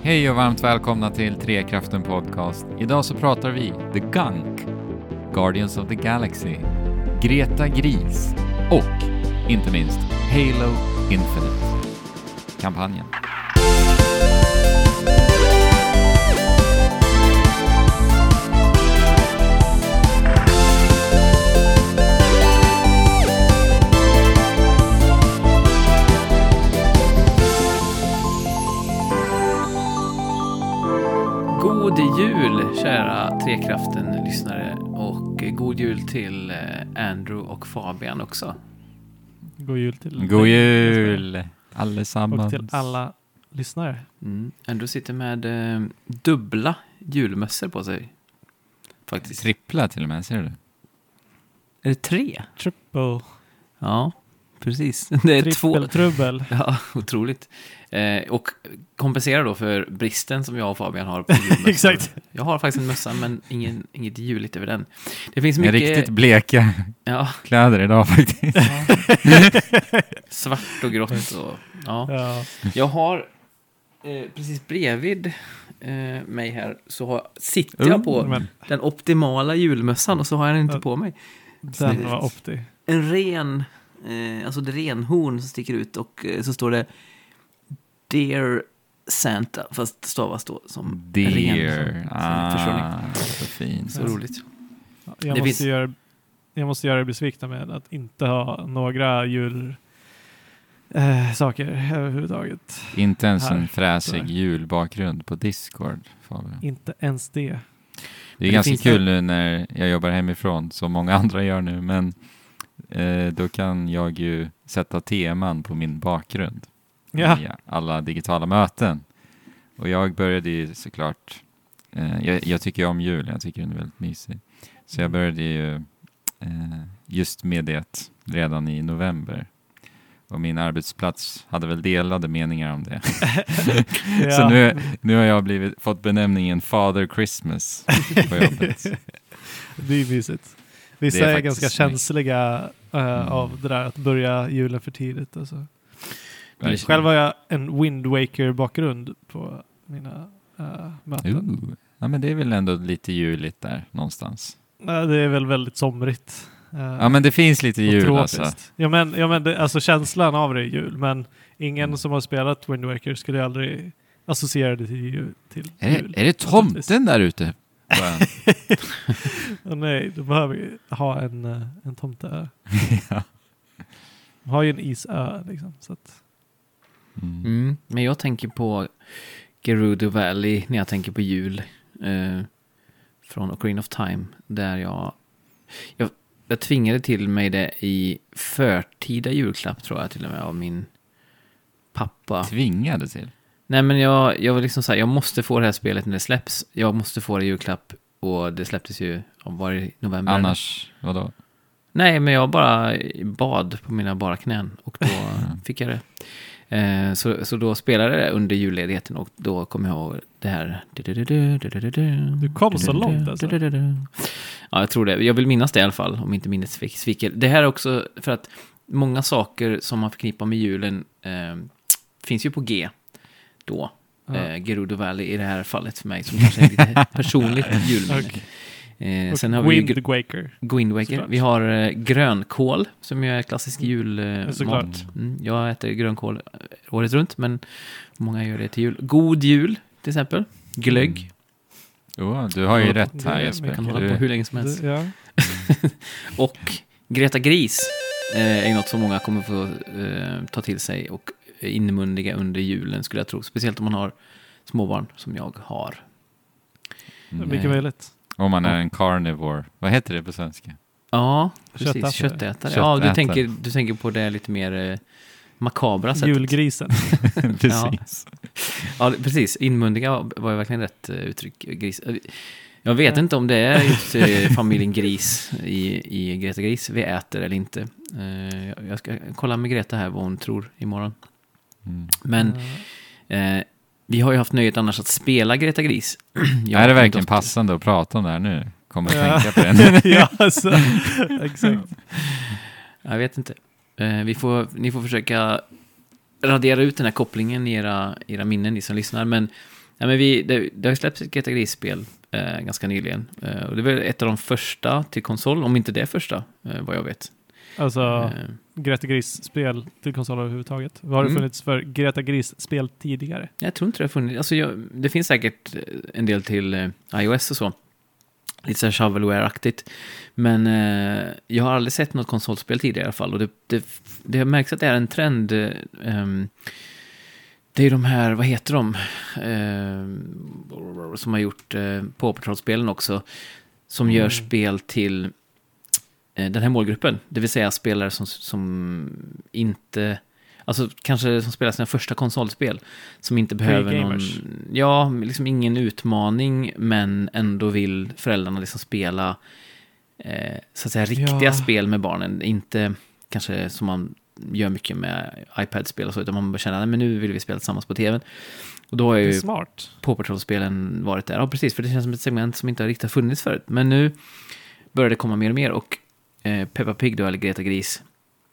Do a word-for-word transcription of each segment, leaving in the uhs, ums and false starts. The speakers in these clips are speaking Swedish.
Hej och varmt välkomna till Trekraften Podcast. Idag så pratar vi The Gunk, Guardians of the Galaxy, Greta Gris och inte minst Halo Infinite. Kampanjen. God jul, kära Trekraften-lyssnare, och god jul till Andrew och Fabian också. God jul till God jul allesammans. Och till alla lyssnare. Mm. Andrew sitter med eh, dubbla julmössor på sig. Faktiskt. Trippla till och med, ser du? Är det tre? Triple. Ja, precis. Det är Trippel, två. trubbel. Ja, otroligt. Eh, och kompenserar då för bristen som jag och Fabian har på julmössor. Exakt. Jag har faktiskt en mössa, men ingen, inget juligt över den. Det finns Med mycket... riktigt bleka ja. kläder idag faktiskt. Svart och grått. Och, ja. Ja. Jag har eh, precis bredvid eh, mig här så har, sitter jag på Mm, men den optimala julmössan och så har jag den inte Ja. på mig. den var opti. En ren, eh, alltså det renhorn som sticker ut och eh, så står det Dear Santa, fast stavas då som Dear. ren. Ah, Förstår så fint. Så roligt. Jag Det måste, finns- göra, jag måste göra er besvikna med att inte ha några jul eh, saker överhuvudtaget. Inte ens en Här. fräsig julbakgrund på Discord, Fabian. Inte ens det. Det är det ganska finns kul nu när jag jobbar hemifrån, som många andra gör nu, men eh, då kan jag ju sätta teman på min bakgrund Ja. i alla digitala möten. Och jag började ju såklart, eh, jag, jag tycker om jul, jag tycker den är väldigt mysig. Så jag började ju eh, just med det redan i november. Och min arbetsplats hade väl delade meningar om det. Ja. Så nu, nu har jag blivit, fått benämningen Father Christmas på jobbet. Det är mysigt. Vissa Det är är, faktiskt ganska mysigt. känsliga eh, Mm. av det där att börja julen för tidigt. Alltså. Verkligen. Själv har jag en Wind Waker-bakgrund på mina uh, möten. Ooh. Ja, men det är väl ändå lite juligt där någonstans. Uh, det är väl väldigt somrigt. Uh, Ja, men det finns lite och jul tropiskt. alltså. Ja, men, ja, men det, alltså känslan av det är jul, men ingen Mm. som har spelat Wind Waker skulle aldrig associera det till jul. Till Är jul det, är det tomten där ute? oh, nej, då behöver vi ha en, uh, en tomte. Ja. De har ju en isö liksom. Så att, Mm. Mm. Men jag tänker på Gerudo Valley när jag tänker på jul. Eh, från Ocarina of Time. Där jag, jag... Jag tvingade till mig det i förtida julklapp, tror jag till och med, av min pappa. Tvingade till. Nej, men jag, jag var liksom så här, jag måste få det här spelet när det släpps. Jag måste få det i julklapp. Och det släpptes ju om var i november. Annars, vadå? Nej, men jag bara bad på mina bara knän. Och då fick jag det. Eh, så, så då spelade det under julledigheten. Och då kom jag ihåg det här. du kom så långt alltså. Ja, jag tror det. Jag vill minnas det i alla fall, om inte minnet sviker. Det här är också för att många saker som man förknippar med julen eh, finns ju på G då. Ja. Eh, Gerudo Valley i det här fallet för mig, som kanske är lite personligt julminne. Okay. Eh, Och sen har vi ju Wind Waker. Wind Waker. Såklart. Vi har eh, grönkål, som ju är klassisk julmat. Eh, Såklart. mat. mm, jag äter grönkål året runt, men många gör det till jul. God jul, till exempel. Glögg. Jo, du har ju Ja, rätt här det- Jesper. Man kan hålla Du- på hur länge som helst. Det, ja. Och Greta Gris eh, är något som många kommer få eh, ta till sig och inmundiga under julen, skulle jag tro. Speciellt om man har småbarn, som jag har. Mm. Mycket möjligt. Om man är en carnivore. Vad heter det på svenska? Ja, precis. Köttätare. Köttätare. Ja, du Köttätare. tänker, du tänker på det lite mer eh, makabra sättet. Julgrisen. Precis. Ja, det- precis. Inmundiga var ju verkligen rätt uh, uttryck. Gris. Eh, Jag vet Ja. inte om det är just uh, familjen Gris i, i Greta Gris vi äter eller inte. Uh, jag- jag ska kolla med Greta här vad hon tror imorgon. Mm. Men Uh, eh, vi har ju haft nöjet annars att spela Greta Gris. Jag är det och min verkligen dotter. passande att prata om det här nu? Kommer att Ja. tänka på det. ja, alltså, exakt. Jag vet inte. Eh, vi får, ni får försöka radera ut den här kopplingen i era, era minnen, ni som lyssnar. Men Ja, men vi, det, det har släppts ett Greta Gris-spel eh, ganska nyligen. Eh, och det var ett av de första till konsol, om inte det första, eh, vad jag vet. Alltså Eh, Greta Gris-spel till konsoler överhuvudtaget. Vad har det Mm. funnits för Greta Gris-spel tidigare? Jag tror inte det har funnits. Alltså jag, det finns säkert en del till eh, iOS och så. Lite så här shovelware-aktigt. Men eh, jag har aldrig sett något konsolspel tidigare i alla fall. Och det, det, det har märkts att det är en trend. Eh, ehm, det är de här, vad heter de? Eh, som har gjort eh, Paw Patrol-spelen också. Som Mm. gör spel till eh, den här målgruppen. Det vill säga spelare som, som inte... Alltså kanske som spelar sina första konsolspel. Som inte behöver någon... gamers. Ja, liksom ingen utmaning. Men ändå vill föräldrarna liksom spela eh, så att säga riktiga Ja. spel med barnen. Inte kanske som man gör mycket med iPad-spel och så. Utan man bara känner, nej men nu vill vi spela tillsammans på tvn. Och då har Det är ju smart. Paw Patrol-spelen varit där. Ja, precis. För det känns som ett segment som inte har riktigt funnits förut. Men nu börjar det komma mer och mer. Och eh, Peppa Pig då, eller Greta Gris,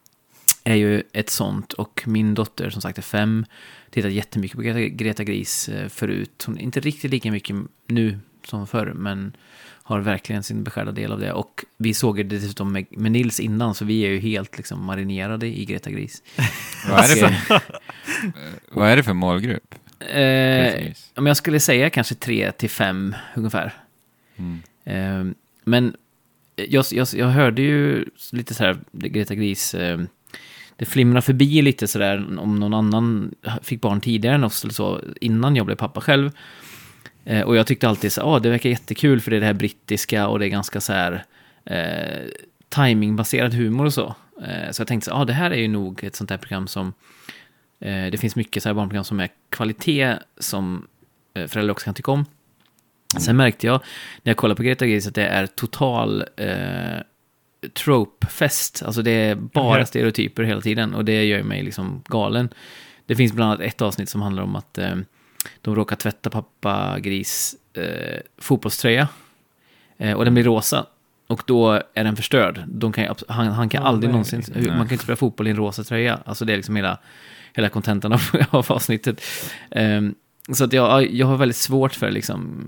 är ju ett sånt. Och min dotter, som sagt, är fem. Tittat jättemycket på Greta, Greta Gris eh, förut. Hon är inte riktigt lika mycket nu som förr. Men har verkligen sin beskärda del av det. Och vi såg det dessutom med, med Nils innan. Så vi är ju helt liksom marinerade i Greta Gris. Vad är det för, vad är det för målgrupp? Eh, om jag skulle säga kanske tre till fem ungefär. Mm. Eh, men jag, jag, jag hörde ju lite så här Greta Gris, eh, det flimrar förbi lite så där om någon annan fick barn tidigare än oss eller så, innan jag blev pappa själv. Eh, och jag tyckte alltid så, ah, det verkar jättekul för det är det här brittiska och det är ganska så här eh, timingbaserad humor och så. Eh, så jag tänkte så, ah, det här är ju nog ett sånt här program som eh, det finns mycket så här barnprogram som är kvalitet som eh, föräldrar också kan tycka om. Sen märkte jag när jag kollade på Greta Gris att det är total eh, trope-fest. Alltså det är bara Mhm. stereotyper hela tiden och det gör mig liksom galen. Det finns bland annat ett avsnitt som handlar om att eh, de råkar tvätta pappa Gris eh, fotbollströja eh, och den blir rosa. Och då är den förstörd. De kan, ju abs- han, han kan Ja, aldrig nej. någonsin... Nej. Man kan inte spela fotboll i en rosa tröja. Alltså det är liksom hela, hela kontentan av, av avsnittet. Um, så att jag, jag har väldigt svårt för liksom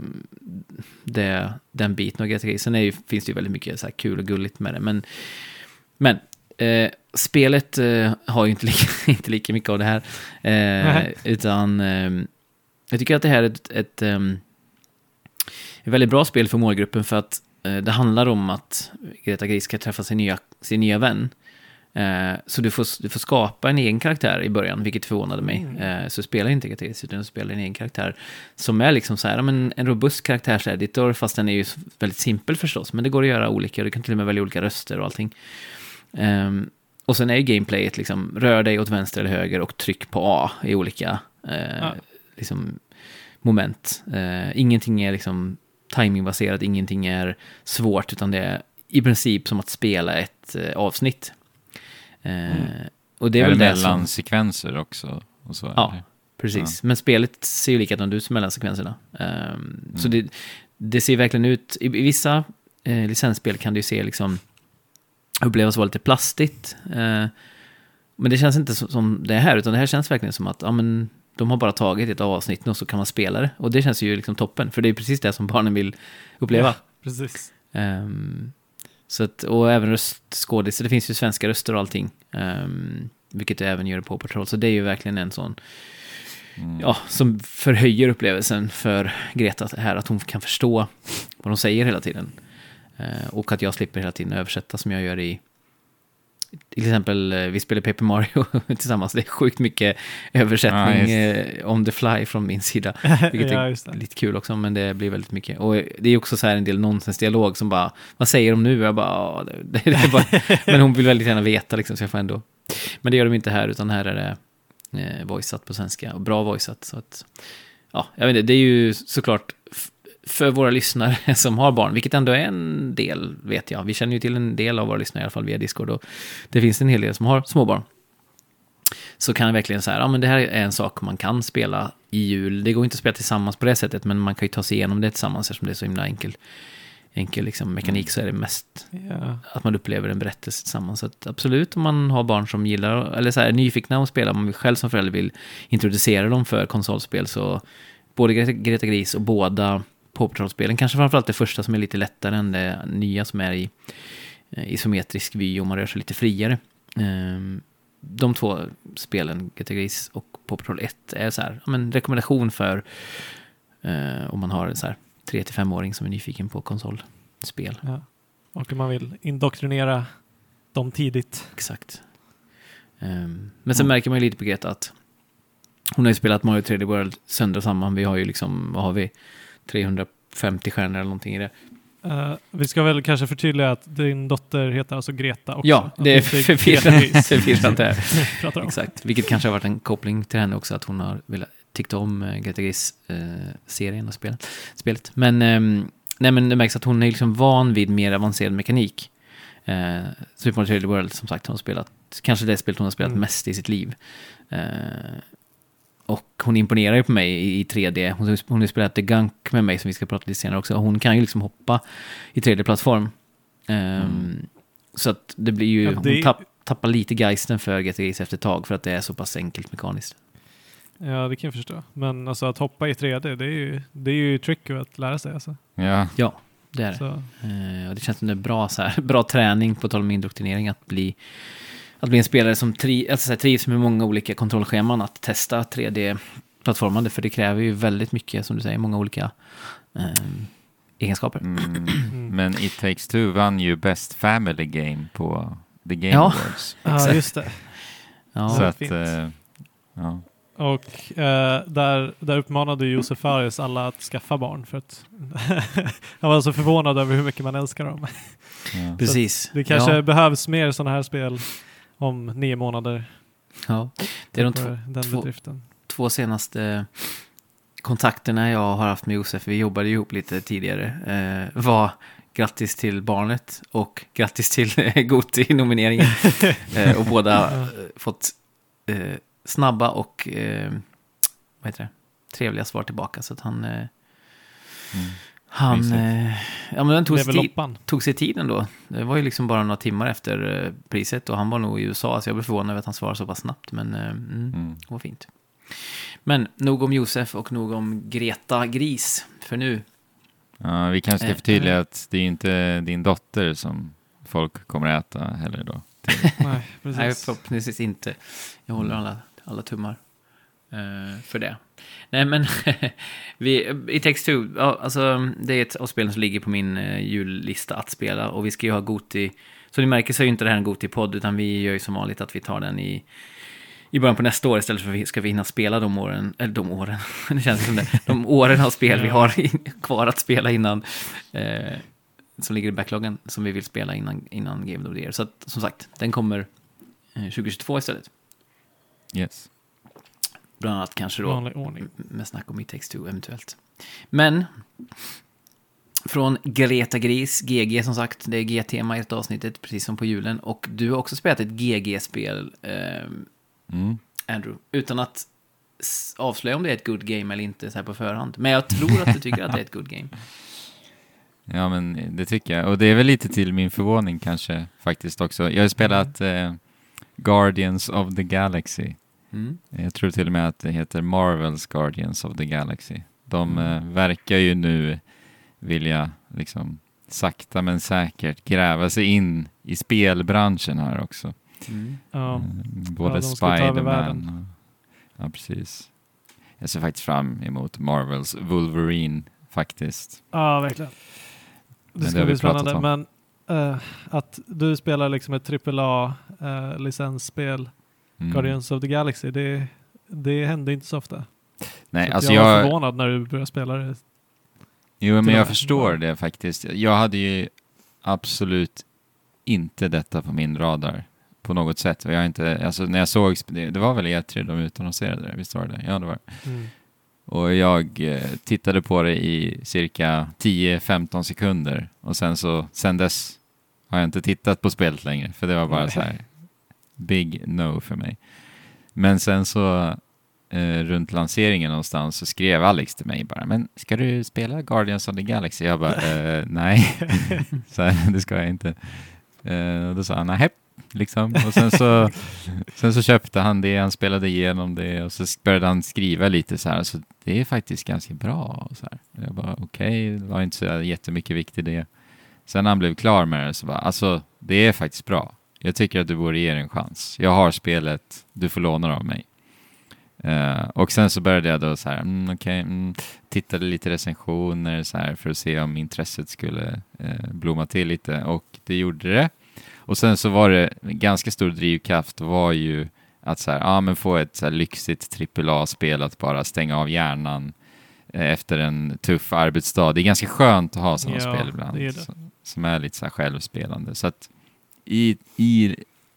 det, den biten av Greta Gris. Sen är ju, finns det ju väldigt mycket så här kul och gulligt med det. Men, men eh, spelet eh, har ju inte lika, inte lika mycket av det här. Eh, Nej. utan eh, jag tycker att det här är ett, ett, um, ett väldigt bra spel för målgruppen för att det handlar om att Greta Gris ska träffa sin nya, sin nya vän. Eh, så du får, du får skapa en egen karaktär i början, vilket förvånade mig. Mm. Eh, så spelar inte Greta Gris, utan du spelar en egen karaktär som är liksom så här, men en robust karaktärseditor, fast den är ju väldigt simpel förstås. Men det går att göra olika, du kan till och med välja olika röster och allting. Eh, och sen är ju gameplayet liksom, rör dig åt vänster eller höger och tryck på A i olika eh, Ja. liksom, moment. Eh, ingenting är liksom timingbaserat, ingenting är svårt, utan det är i princip som att spela ett eh, avsnitt. Eh, Mm. Och det är, Är väl det det som... mellansekvenser också? Och så, Ja, eller? precis. Men spelet ser ju likadant ut som mellansekvenserna. Um, Så Mm. det, det ser verkligen ut... I, i vissa eh, licensspel kan det ju se liksom... upplevas vara lite plastigt. Eh, men det känns inte som, som det här, utan det här känns verkligen som att ja, men, de har bara tagit ett avsnitt och så kan man spela det. Och det känns ju liksom toppen, för det är precis det som barnen vill uppleva. Ja, precis. Um, så att, och även röstskådis, det finns ju svenska röster och allting. Um, vilket det även gör på Paw Patrol. Så det är ju verkligen en sån, Mm. ja, som förhöjer upplevelsen för Greta här, att hon kan förstå vad de säger hela tiden. Uh, och att jag slipper hela tiden översätta som jag gör i till exempel, vi spelar Paper Mario tillsammans. Det är sjukt mycket översättning Ja, eh, on the fly från min sida. Vilket Ja, är just det. lite kul också, men det blir väldigt mycket. Och det är också så här en del nonsensdialog som bara, vad säger de nu? Jag bara, ja, det, det är bara men hon vill väldigt gärna veta liksom, så jag får ändå. Men det gör de inte här, utan här är det eh, voiceat på svenska och bra voiceat. Så att, ja, jag vet inte, det är ju såklart f- för våra lyssnare som har barn, vilket ändå är en del, vet jag. Vi känner ju till en del av våra lyssnare i alla fall via Discord, och det finns en hel del som har småbarn. Så kan jag verkligen säga, ja men det här är en sak man kan spela i jul. Det går inte att spela tillsammans på det sättet, men man kan ju ta sig igenom det tillsammans eftersom det är så himla enkel, enkel liksom, mekanik, så är det mest Ja. att man upplever en berättelse tillsammans. Så att absolut, om man har barn som gillar, eller så här, nyfikna att spela, om man själv som förälder vill introducera dem för konsolspel, så både Greta, Greta Gris och båda Paw Patrol-spelen. Kanske framförallt det första som är lite lättare än det nya som är i eh, isometrisk vy och man rör sig lite friare. Eh, de två spelen, Greta Gris och Paw Patrol ett, är så här, ja, men rekommendation för eh, om man har så här tre till fem-åring som är nyfiken på konsolspel. Ja. Och man vill indoktrinera dem tidigt. Exakt. Um, men sen mm. märker man ju lite på Greta att hon har ju spelat Mario tre D World sönder och samman. Vi har ju liksom, vad har vi? trehundrafemtio stjärnor eller någonting i det. Uh, vi ska väl kanske förtydliga att din dotter heter alltså Greta också. Ja, det är förvirrande. förvirrande. Pratar om. Exakt. Vilket kanske har varit en koppling till henne också, att hon har velat, tyckt om uh, Greta Gris-serien uh, och spelet. spelet. Men, um, nej, men det märks att hon är liksom van vid mer avancerad mekanik. Uh, Super Mario tre D World, som sagt, hon har spelat kanske det spelet hon har spelat mm. mest i sitt liv. Uh, och hon imponerar ju på mig i, i tre D. Hon, hon har spelat The Gunk med mig som vi ska prata lite senare också. Hon kan ju liksom hoppa i tre D-plattform. Um, mm. Så att det blir ju... Ja, det... Hon tapp, tappar lite geisten för G T A efter ett tag för att det är så pass enkelt mekaniskt. Ja, det kan jag förstå. Men alltså att hoppa i tre D, det är ju, det är ju tricky att lära sig. Alltså. Ja. Ja, det är det. Uh, och det känns som det är bra, så här, bra träning på tal om indoktrinering att bli... Att bli en spelare som tri, alltså så här, trivs med många olika kontrollscheman, att testa tre D-plattformande, för det kräver ju väldigt mycket, som du säger, många olika eh, egenskaper. Mm. Men It Takes Two vann ju Best Family Game på The Game ja. Awards. Ja, just det. Ja. Så att, eh, ja. Och eh, där, där uppmanade Josef Fares alla att skaffa barn, för att jag var så förvånad över hur mycket man älskar dem. Ja. Precis. Det kanske ja. behövs mer sådana här spel om nio månader. Ja, det är de två, den två, bedriften. två senaste kontakterna jag har haft med Josef, vi jobbade ihop lite tidigare, eh, var grattis till barnet och grattis till Goti-nomineringen. eh, och båda ja. fått eh, snabba och eh, vad heter det? trevliga svar tillbaka, så att han eh, mm. Han, eh, ja, men den tog, sig tid, tog sig tiden då. Det var ju liksom bara några timmar efter eh, priset, och han var nog i U S A, så jag blev förvånad över att han svarade så pass snabbt, men eh, mm, mm. det var fint. Men nog om Josef och nog om Greta Gris för nu. Ja, vi kanske ska förtydliga eh, att det är inte din dotter som folk kommer att äta heller då. Nej, precis. Nej, förhoppningsvis inte. Jag håller alla, alla tummar eh, för det. Nej, men vi, It Takes Two, ja, alltså, det är ett av spelen som ligger på min eh, jullista att spela, och vi ska ju ha Goti, så ni märker så är ju inte det här en Goti-podd, utan vi gör ju som vanligt att vi tar den i, i början på nästa år istället för att vi ska vi hinna spela de åren, eller de åren, det känns som det, de åren av spel vi har in, kvar att spela innan, eh, som ligger i backloggen, som vi vill spela innan, innan Game of the Year. Så att, som sagt, den kommer eh, tjugohundratjugotvå istället. Yes. Bland annat kanske då med snack om It Takes Two eventuellt. Men från Greta Gris, G G som sagt, det är G-tema i ett avsnittet precis som på julen, och du har också spelat ett G G-spel eh, mm. Andrew, utan att s- avslöja om det är ett good game eller inte så här på förhand. Men jag tror att du tycker att det är ett good game. Ja, men det tycker jag. Och det är väl lite till min förvåning kanske faktiskt också. Jag har spelat eh, Guardians of the Galaxy. Mm. Jag tror till och med att det heter Marvel's Guardians of the Galaxy. De mm. eh, verkar ju nu vilja liksom sakta men säkert gräva sig in i spelbranschen här också. Mm. Ja. Eh, både ja, Spider-Man och, ja, precis. Jag ser faktiskt fram emot Marvels Wolverine faktiskt. Ja, verkligen. Det men ska det bli spännande, men uh, att du spelar liksom ett trippel A uh, licensspel Mm. Guardians of the Galaxy, det, det händer inte så ofta. Nej, så alltså jag var jag... förvånad när du började spela det. Jo, men jag förstår det faktiskt. Jag hade ju absolut inte detta på min radar på något sätt. Jag inte, alltså, när jag såg, det var väl E tre de utannonserade det, visst var det? Ja, det var mm. Och jag eh, tittade på det i cirka tio femton sekunder, och sen så, sen dess har jag inte tittat på spelet längre, för det var bara Nej. så här big no för mig. Men sen så eh, runt lanseringen någonstans så skrev Alex till mig bara, men ska du spela Guardians of the Galaxy? Jag bara, eh, nej. Så här, det ska jag inte. Eh, och då sa han, nej. liksom. Och sen så, sen så köpte han det, han spelade igenom det och så började han skriva lite så här. Så det är faktiskt ganska bra. Och så här. Jag bara okej, okay, det var inte så jättemycket vikt i det. Sen när han blev klar med det så bara, alltså det är faktiskt bra. Jag tycker att du borde ge en chans. Jag har spelet, du får låna det av mig. Uh, och sen så började jag då så här, mm, okej, okay, mm, tittade lite recensioner så här för att se om intresset skulle uh, blomma till lite, och det gjorde det. Och sen så var det ganska stor drivkraft var ju att så här, ja, men få ett så här lyxigt trippel A-spel att bara stänga av hjärnan uh, efter en tuff arbetsdag. Det är ganska skönt att ha sådana ja, spel ibland det är det. Som, som är lite så här självspelande. Så att i, i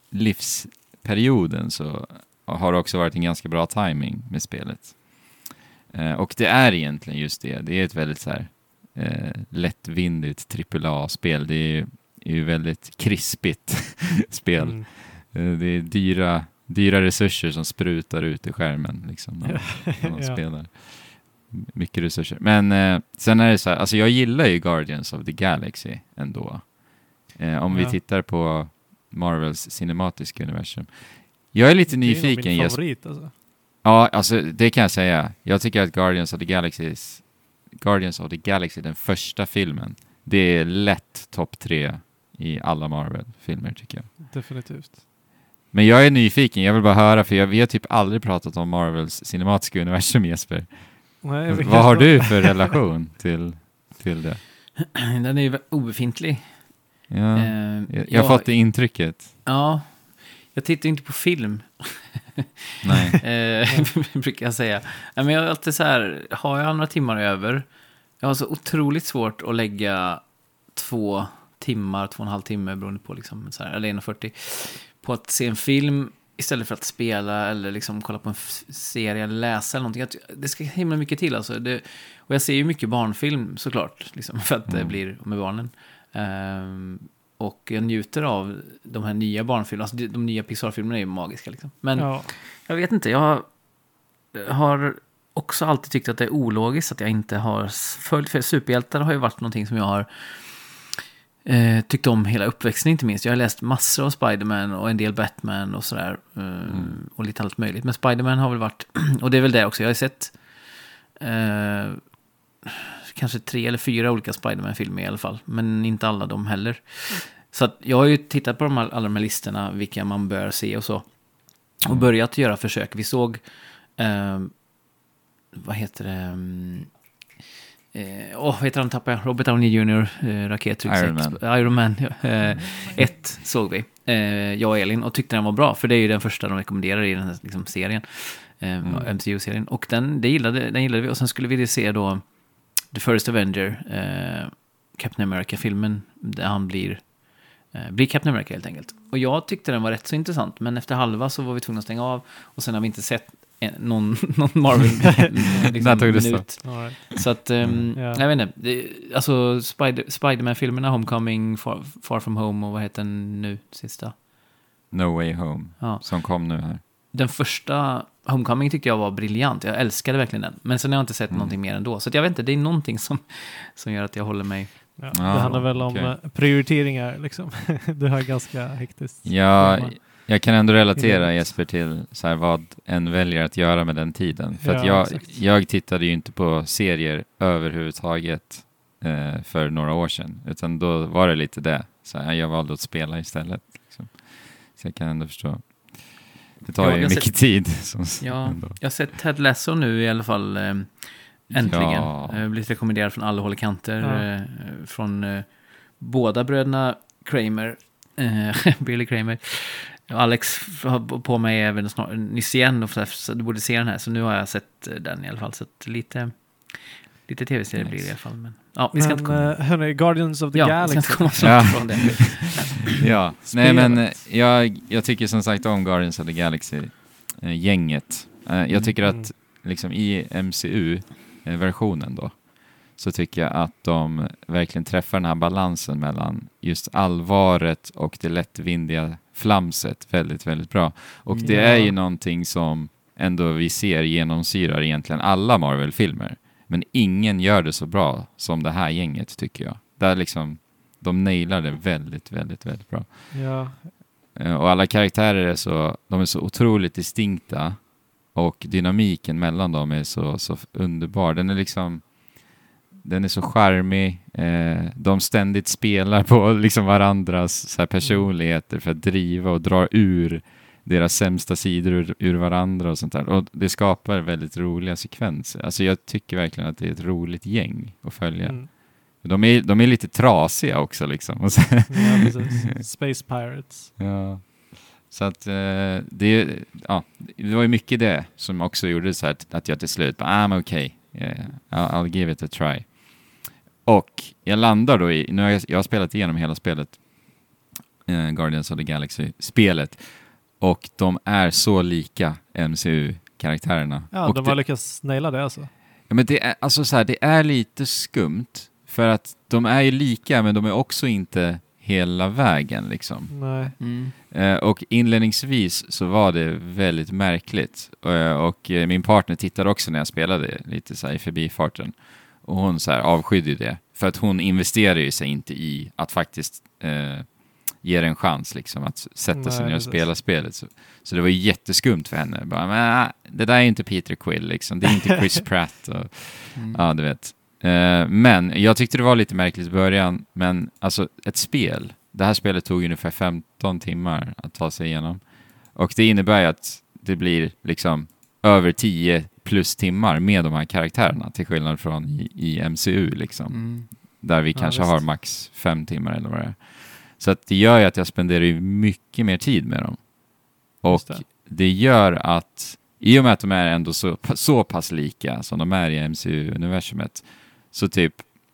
livsperioden så har det också varit en ganska bra timing med spelet. Eh, och det är egentligen just det. Det är ett väldigt så här, eh, lättvindigt trippel A-spel. Det är, är ju väldigt krispigt spel. Mm. Eh, det är dyra, dyra resurser som sprutar ut i skärmen liksom, när, när man ja. spelar. Mycket resurser. Men eh, sen är det så här, alltså jag gillar ju Guardians of the Galaxy ändå. Eh, om ja. vi tittar på Marvels cinematiska universum. Jag är lite nyfiken. Det är min favorit alltså. Ja, alltså det kan jag säga. Jag tycker att Guardians of the Galaxy Guardians of the Galaxy, den första filmen, det är lätt topp tre i alla Marvel-filmer tycker jag. Definitivt. Men jag är nyfiken, jag vill bara höra, för jag, vi har typ aldrig pratat om Marvels cinematiska universum, Jesper. Nej, vad har du för relation till, till det? Den är ju obefintlig. Ja, eh, jag, jag har fått det intrycket. Ja, jag tittar inte på film. Nej. eh, brukar jag säga. Men jag är alltid så här, har jag några timmar över, jag har så otroligt svårt att lägga två timmar, två och en halv timme beroende på liksom, så här, eller en och fyrtio på att se en film istället för att spela eller liksom kolla på en f- serie eller läsa eller någonting. Det ska himla mycket till alltså. Det, och jag ser ju mycket barnfilm såklart, liksom, för att mm. det blir med barnen. Um, och jag njuter av de här nya barnfilmerna. Alltså de, de nya Pixar-filmerna är ju magiska liksom. Men ja. jag vet inte, jag har, har också alltid tyckt att det är ologiskt att jag inte har följt, för superhjältar har ju varit någonting som jag har eh, tyckt om hela uppväxten inte minst. Jag har läst massor av Spider-Man och en del Batman och sådär. Eh, mm. Och lite allt möjligt. Men Spider-Man har väl varit, och det är väl det också, jag har sett eh, kanske tre eller fyra olika Spider-Man-filmer i alla fall. Men inte alla de heller. Så att jag har ju tittat på de här, alla de här listorna, vilka man bör se och så. Och mm. börjat göra försök. Vi såg, eh, vad heter det? Åh, eh, oh, vad heter han tappar jag? Robert Downey junior, eh, raketryggsäck. Iron Man. Iron Man, ja. eh, ett såg vi. Eh, jag och Elin, och tyckte den var bra. För det är ju den första de rekommenderar i den här liksom, serien. Eh, mm. M C U-serien. Och den, det gillade, den gillade vi. Och sen skulle vi se då The First Avenger, eh, Captain America-filmen, där han blir, eh, blir Captain America helt enkelt. Och jag tyckte den var rätt så intressant, men efter halva så var vi tvungna att stänga av, och sen har vi inte sett en, någon, någon Marvel liksom, minut. Right. Så att, um, mm, yeah. jag vet inte, det, alltså Spider, Spider-Man-filmerna, Homecoming, Far, Far From Home och vad heter den nu, sista? No Way Home, ja. Som kom nu här. Den första Homecoming tyckte jag var briljant. Jag älskade verkligen den. Men sen har jag inte sett mm. någonting mer ändå. Så att jag vet inte, det är någonting som, som gör att jag håller mig... Ja, det ah, handlar väl okay. om prioriteringar liksom. Det har ganska hektiskt. Ja, jag kan ändå relatera Jesper till så här, vad en väljer att göra med den tiden. För ja, att jag, jag tittade ju inte på serier överhuvudtaget eh, för några år sedan. Utan då var det lite det. Så här, jag valde att spela istället. Liksom. Så jag kan ändå förstå. Det tar ja, ju mycket sett, tid. Som ja, jag har sett Ted Lasso nu i alla fall. Eh, äntligen. Ja. Eh, blivit rekommenderad från alla håll och kanter. Ja. Eh, från eh, båda bröderna Kramer. Eh, Billy Kramer. Och Alex har på mig även snart, nyss igen. Och så du borde se den här. Så nu har jag sett den i alla fall. Så lite, lite tv-serier nice. Blir det i alla fall. Men, ja, vi ska men, inte komma. Hörni, Guardians of the ja, Galaxy. Vi ska inte komma ja. från det. Ja, nej men jag, jag tycker som sagt om Guardians of the Galaxy-gänget. Uh, uh, jag tycker mm. att liksom i M C U-versionen då, så tycker jag att de verkligen träffar den här balansen mellan just allvaret och det lättvindiga flamset väldigt, väldigt bra. Och det ja. är ju någonting som ändå vi ser genomsyrar egentligen alla Marvel-filmer. Men ingen gör det så bra som det här gänget tycker jag. Där liksom de nailar det väldigt, väldigt, väldigt bra. Ja, Eh, och alla karaktärer är så, de är så otroligt distinkta. Och dynamiken mellan dem är så, så underbar. Den är liksom, den är så charmig. Eh, de ständigt spelar på liksom varandras så här personligheter för att driva och dra ur deras sämsta sidor ur, ur varandra och sånt där. Och det skapar väldigt roliga sekvenser. Alltså jag tycker verkligen att det är ett roligt gäng att följa. Mm. De är, de är lite trasiga också liksom. Och så, ja, precis. Space Pirates. Ja. Så att eh, det, ja, det var ju mycket det som också gjorde så här att, att jag till slut bara, ah men okej, okay. yeah, I'll, I'll give it a try. Och jag landar då i, nu har jag, jag har spelat igenom hela spelet, eh, Guardians of the Galaxy-spelet, och de är så lika M C U-karaktärerna. Ja, och de det, har lyckats naila det alltså. Ja, men det är, alltså så här, det är lite skumt, för att de är ju lika, men de är också inte hela vägen liksom. Nej. Mm. Eh, och inledningsvis så var det väldigt märkligt. Eh, och eh, min partner tittade också när jag spelade lite så här i förbifarten. Och hon så här avskydde det. För att hon investerar ju sig inte i att faktiskt eh, ge det en chans liksom, att sätta Nej, sig ner och precis. spela spelet. Så, så det var jätteskumt för henne. Bara, men, det där är inte Peter Quill liksom. Det är inte Chris Pratt. Och, Mm. ja, du vet. Uh, men jag tyckte det var lite märkligt i början, men alltså ett spel, det här spelet tog ungefär femton timmar att ta sig igenom, och det innebär ju att det blir liksom över tio plus timmar med de här karaktärerna, till skillnad från i, i M C U liksom, Mm. där vi Ja, kanske visst. har max fem timmar eller vad det är. Så att det gör ju att jag spenderar ju mycket mer tid med dem, och Just det. det gör att i och med att de är ändå så, så pass lika som de är i M C U-universumet, så typ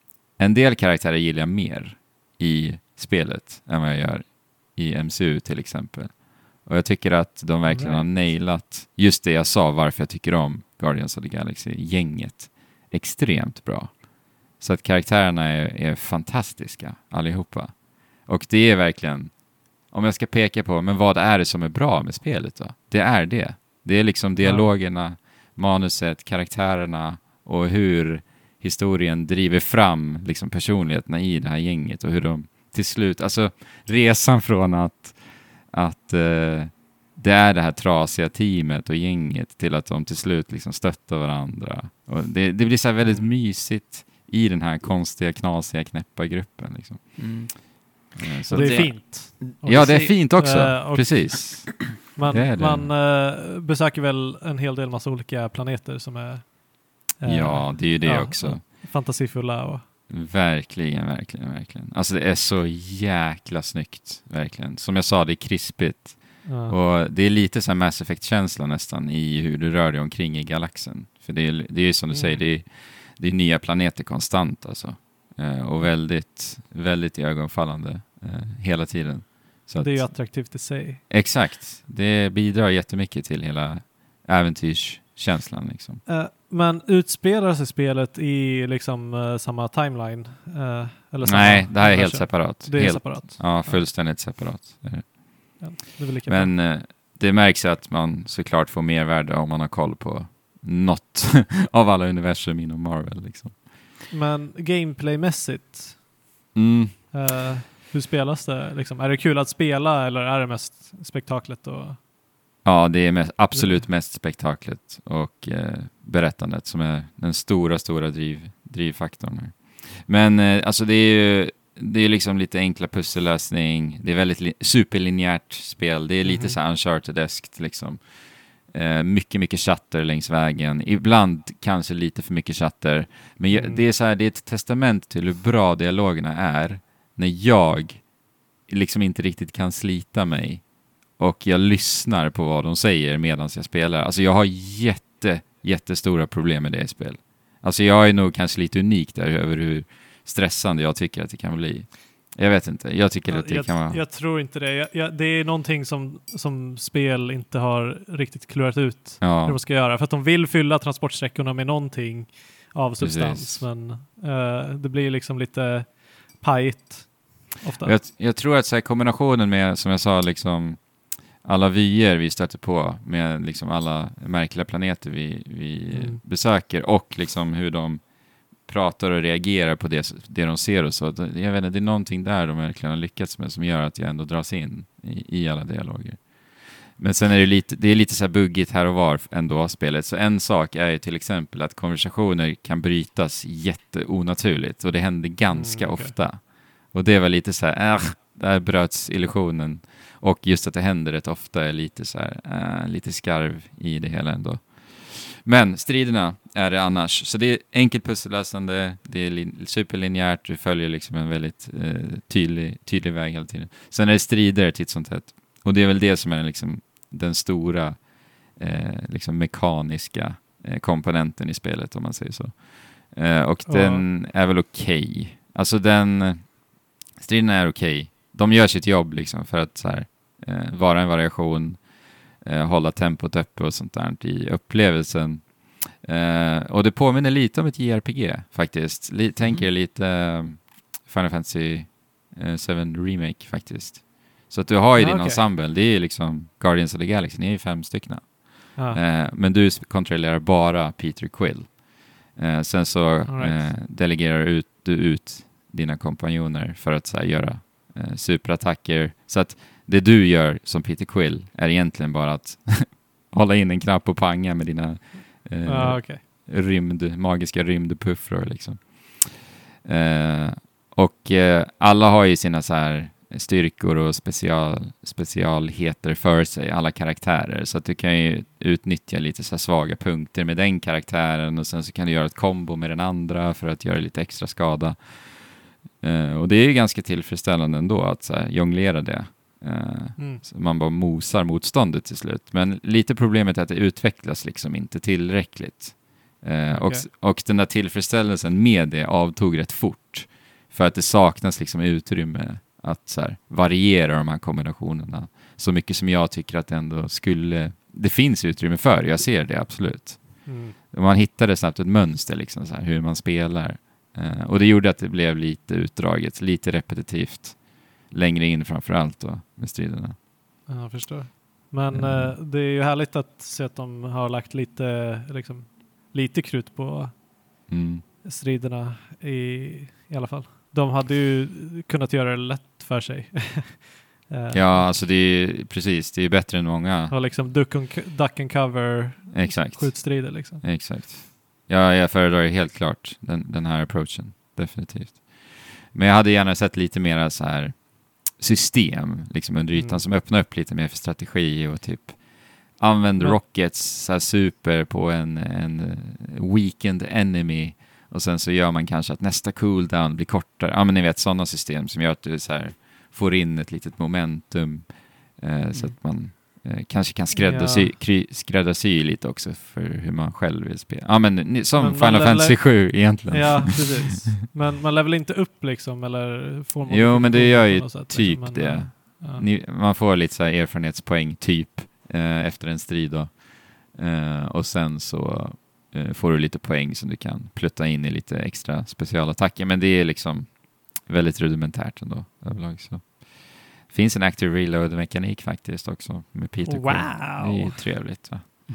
en del karaktärer gillar jag mer i spelet än vad jag gör i M C U till exempel. Och jag tycker att de verkligen Right. har nailat just det jag sa, varför jag tycker om Guardians of the Galaxy-gänget extremt bra. Så att karaktärerna är, är fantastiska allihopa. Och det är verkligen, om jag ska peka på, men vad är det som är bra med spelet då? Det är det. Det är liksom dialogerna, manuset, karaktärerna och hur historien driver fram liksom personligheterna i det här gänget, och hur de till slut, alltså resan från att, att uh, det är det här trasiga teamet och gänget till att de till slut liksom stöttar varandra. Och det, det blir så här väldigt mysigt i den här konstiga, knasiga, knäppa gruppen. Liksom. Mm. Uh, så Och det är det, fint. Och Ja, det är ser- fint också. eh, och Precis. Man, Det är det. man eh, besöker väl en hel del massa olika planeter som är eh, Ja, det är ju det ja, också. fantasifulla och Verkligen, verkligen, verkligen. Alltså det är så jäkla snyggt, verkligen. Som jag sa, det är krispigt. ja. Och det är lite så här Mass Effect-känsla nästan i hur du rör dig omkring i galaxen. För det är, det är ju som du Mm. säger, det är, det är nya planeter konstant alltså. Eh, och väldigt, väldigt ögonfallande eh, hela tiden. Så det är ju att, attraktivt i sig. exakt, det bidrar jättemycket till hela äventyrskänslan liksom. Eh, men utspelar sig spelet i liksom eh, samma timeline? Eh, eller samma Nej, det här är helt universum? separat. Det är helt, separat. Ja, fullständigt separat. Det är det. Ja, det är väl lika bra. Men eh, det märks att man såklart får mer värde om man har koll på något av alla universum inom Marvel. Liksom. Men gameplaymässigt, Mm. eh, hur spelas det? Liksom? Är det kul att spela eller är det mest spektaklet? Och... Ja, det är mest, absolut mest spektaklet och eh, berättandet som är den stora, stora driv, drivfaktorn här. Men eh, alltså det är ju det är liksom lite enkla pussellösning. Det är väldigt li- superlinjärt spel. Det är lite Mhm. så här Uncharted-eskt liksom. Eh, mycket, mycket chatter längs vägen. Ibland kanske lite för mycket chatter. Men jag, Mm. det är så här, det är ett testament till hur bra dialogerna är när jag liksom inte riktigt kan slita mig och jag lyssnar på vad de säger medan jag spelar. Alltså jag har jätte, jättestora problem med det i spel. Alltså jag är nog kanske lite unik där över hur stressande jag tycker att det kan bli. Jag vet inte, jag tycker att det jag, kan vara... jag tror inte det. Jag, jag, det är någonting som, som spel inte har riktigt klurat ut Ja. hur de ska göra. För att de vill fylla transportsträckorna med någonting av substans. Precis. Men eh, det blir liksom lite pajigt ofta. Jag, jag tror att så här, kombinationen med, som jag sa, liksom alla vyer vi stöter på med liksom alla märkliga planeter vi, vi Mm. besöker och liksom hur de pratar och reagerar på det, det de ser och så. Jag vet inte, det är någonting där de verkligen har lyckats med som gör att jag ändå dras in i, i alla dialoger. Men sen är det lite, det är lite så här buggigt här och var ändå av spelet. Så en sak är ju till exempel att konversationer kan brytas jätteonaturligt. Och det händer ganska Mm, okay. ofta. Och det var lite så här, äh, där bröts illusionen. Och just att det händer rätt ofta är lite så här, äh, lite skarv i det hela ändå. Men striderna är det annars. Så det är enkelt pussellösande, det är lin- superlinjärt, du följer liksom en väldigt eh, tydlig, tydlig väg hela tiden. Sen är det strider titt som tätt. Och det är väl det som är liksom den stora eh, liksom mekaniska eh, komponenten i spelet, om man säger så. Eh, och Ja. den är väl okej. Okay. Alltså den, striderna är okej. Okay. De gör sitt jobb liksom för att så här, eh, vara en variation, eh, hålla tempot uppe och sånt där i upplevelsen. Eh, och det påminner lite om ett J R P G faktiskt. L- tänker Mm. lite eh, Final Fantasy eh, sju Remake faktiskt. Så att du har ju Ja, din okej. ensemble, det är liksom Guardians of the Galaxy, ni är ju fem stycken. Ja. Eh, men du sp- kontrollerar bara Peter Quill. Eh, sen så All right. eh, delegerar ut, du ut dina kompanjoner för att så här, göra eh, superattacker. Så att det du gör som Peter Quill är egentligen bara att hålla in en knapp och panga med dina eh, Ja, okej. rymd, magiska rymdpuffror liksom. Eh, och eh, alla har ju sina så här styrkor och special, specialheter för sig, alla karaktärer. Så att du kan ju utnyttja lite så här svaga punkter med den karaktären och sen så kan du göra ett kombo med den andra för att göra lite extra skada. Eh, och det är ju ganska tillfredsställande ändå att så här, jonglera det. Eh, Mm. så man bara mosar motståndet till slut. Men lite problemet är att det utvecklas liksom inte tillräckligt. Eh, och, Okej. och den där tillfredsställelsen med det avtog rätt fort. För att det saknas liksom utrymme att så här, variera de här kombinationerna. Så mycket som jag tycker att det ändå skulle... Det finns utrymme för, jag ser det absolut. Mm. Man hittade snabbt ett mönster liksom, så här, hur man spelar. Eh, och det gjorde att det blev lite utdraget, lite repetitivt. Längre in framförallt då med striderna. Ja, jag förstår. Men Mm. eh, det är ju härligt att se att de har lagt lite, liksom, lite krut på Mm. striderna i, i alla fall. De hade ju kunnat göra det lätt för sig. Eh, Ja, alltså det är precis, det är bättre än många. Och liksom duck and, duck and cover Exakt. skjutstrider liksom. Exakt. Ja, jag föredrar helt klart den, den här approachen. Definitivt. Men jag hade gärna sett lite mer så här system liksom under ytan Mm. som öppnar upp lite mer för strategi och typ använd Men- rockets så här super på en, en weakened enemy och sen så gör man kanske att nästa cooldown blir kortare. Ja, men ni vet sådana system som gör att du så här får in ett litet momentum eh, så Mm. att man eh, kanske kan skräddarsy, Ja. kry, skräddarsy lite också för hur man själv vill spela. Ja, men ni- som Men man Final lär- Fantasy sju egentligen. Ja, precis. Men man level inte upp liksom, eller får man Jo, men det gör ju på något sätt, typ liksom, det. men, ja. Ni, man får lite så här erfarenhetspoäng typ eh, efter en strid då. Eh, och sen så eh, får du lite poäng som du kan plutta in i lite extra specialattacker. Men det är liksom väldigt rudimentärt ändå överlag. Så. Finns en active reload-mekanik faktiskt också med Peter Wow! Quill. Det är ju trevligt va?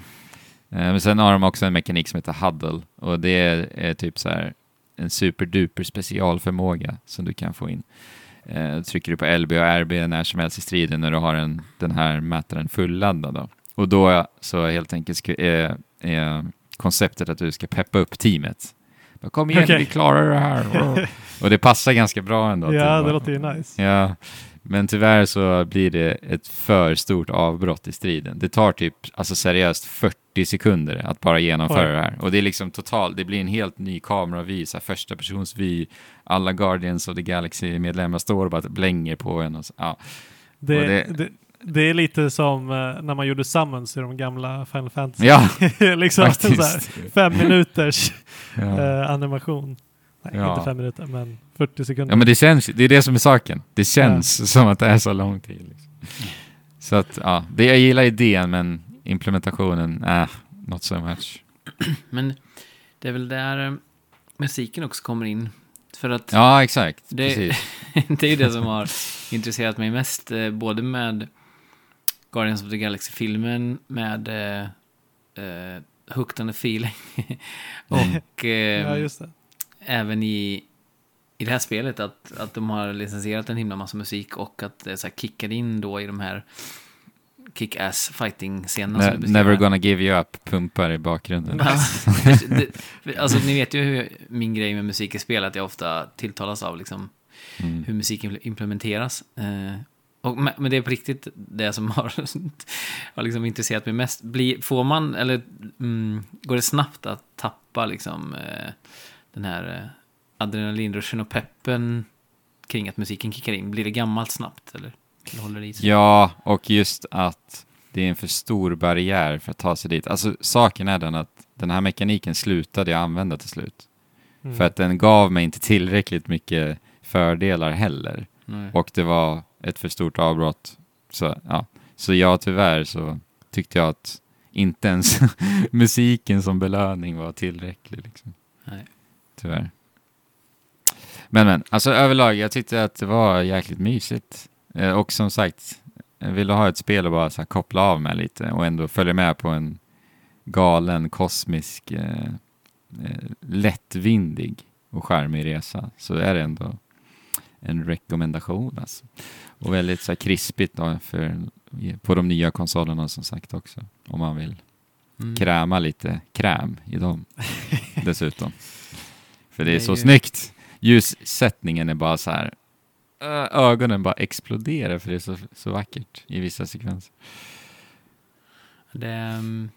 Eh, men sen har de också en mekanik som heter Huddle och det är, är typ så här en superduper specialförmåga som du kan få in. Eh, trycker du på L B och R B när som helst i striden när du har en, den här mätaren fulladdad då. Och då så helt enkelt ska, är, är konceptet att du ska peppa upp teamet. Bara, kom igen, Okej. vi klarar det här. Och det passar ganska bra ändå. till Ja, det bara- låter ju nice. Ja, men tyvärr så blir det ett för stort avbrott i striden. Det tar typ, alltså seriöst fyrtio sekunder att bara genomföra Oj. det här. Och det är liksom totalt, det blir en helt ny kameravy, så här första persons vy. Alla Guardians of the Galaxy-medlemmar står och bara blänger på en. Och så, ja. Det, Och det, det- det, är lite som eh, när man gjorde summons i de gamla Final Fantasy. Ja, liksom så här, faktiskt. fem minuters Ja. eh, animation. Nej, Ja. inte fem minuter, men fyrtio sekunder. Ja, men det känns, det är det som är saken. Det känns som att det är så lång tid. Liksom. Så att, ja, det, jag gillar idén, men implementationen, äh, not so much. Men det är väl där eh, musiken också kommer in. För att Ja, exakt. Det- Precis. det är ju det som har intresserat mig mest. eh, Både med Guardians of the Galaxy-filmen, med eh, eh, Hooked on the Feeling och eh, ja, just det. även i, i det här spelet att, att de har licensierat en himla massa musik och att det så här kickar in då i de här kick-ass fighting-scenerna. Ne- never gonna give you up pumpar i bakgrunden. Ja, det, det, alltså ni vet ju hur min grej med musik i spel att jag ofta tilltalas av liksom Mm. hur musik implementeras. Eh, och, men det är på riktigt det som har, har liksom intresserat mig mest. Blir, får man, eller mm, går det snabbt att tappa liksom eh, den här eh, adrenalinruschen och peppen kring att musiken kickar in? Blir det gammalt snabbt eller, eller håller det i sig? Ja, och just att det är en för stor barriär för att ta sig dit. Alltså saken är den att den här mekaniken slutade jag använda till slut. Mm. För att den gav mig inte tillräckligt mycket fördelar heller. Nej. Och det var ett för stort avbrott. Så, ja. så jag tyvärr så tyckte jag att inte ens musiken som belöning var tillräcklig. Liksom. Nej. Tyvärr. Men men, alltså överlag, jag tyckte att det var jäkligt mysigt. Eh, och som sagt, jag ville ha ett spel och bara så här, koppla av med lite och ändå följa med på en galen, kosmisk, eh, eh, lättvindig och charmig resa. Så är det ändå en rekommendation alltså. Och väldigt så här krispigt då för, på de nya konsolerna som sagt också. Om man vill Mm. kräma lite kräm i dem dessutom. För det är, Det är så ju- snyggt. Ljussättningen är bara så här, ö- ögonen bara exploderar för det är så, så vackert i vissa sekvenser. Det, um,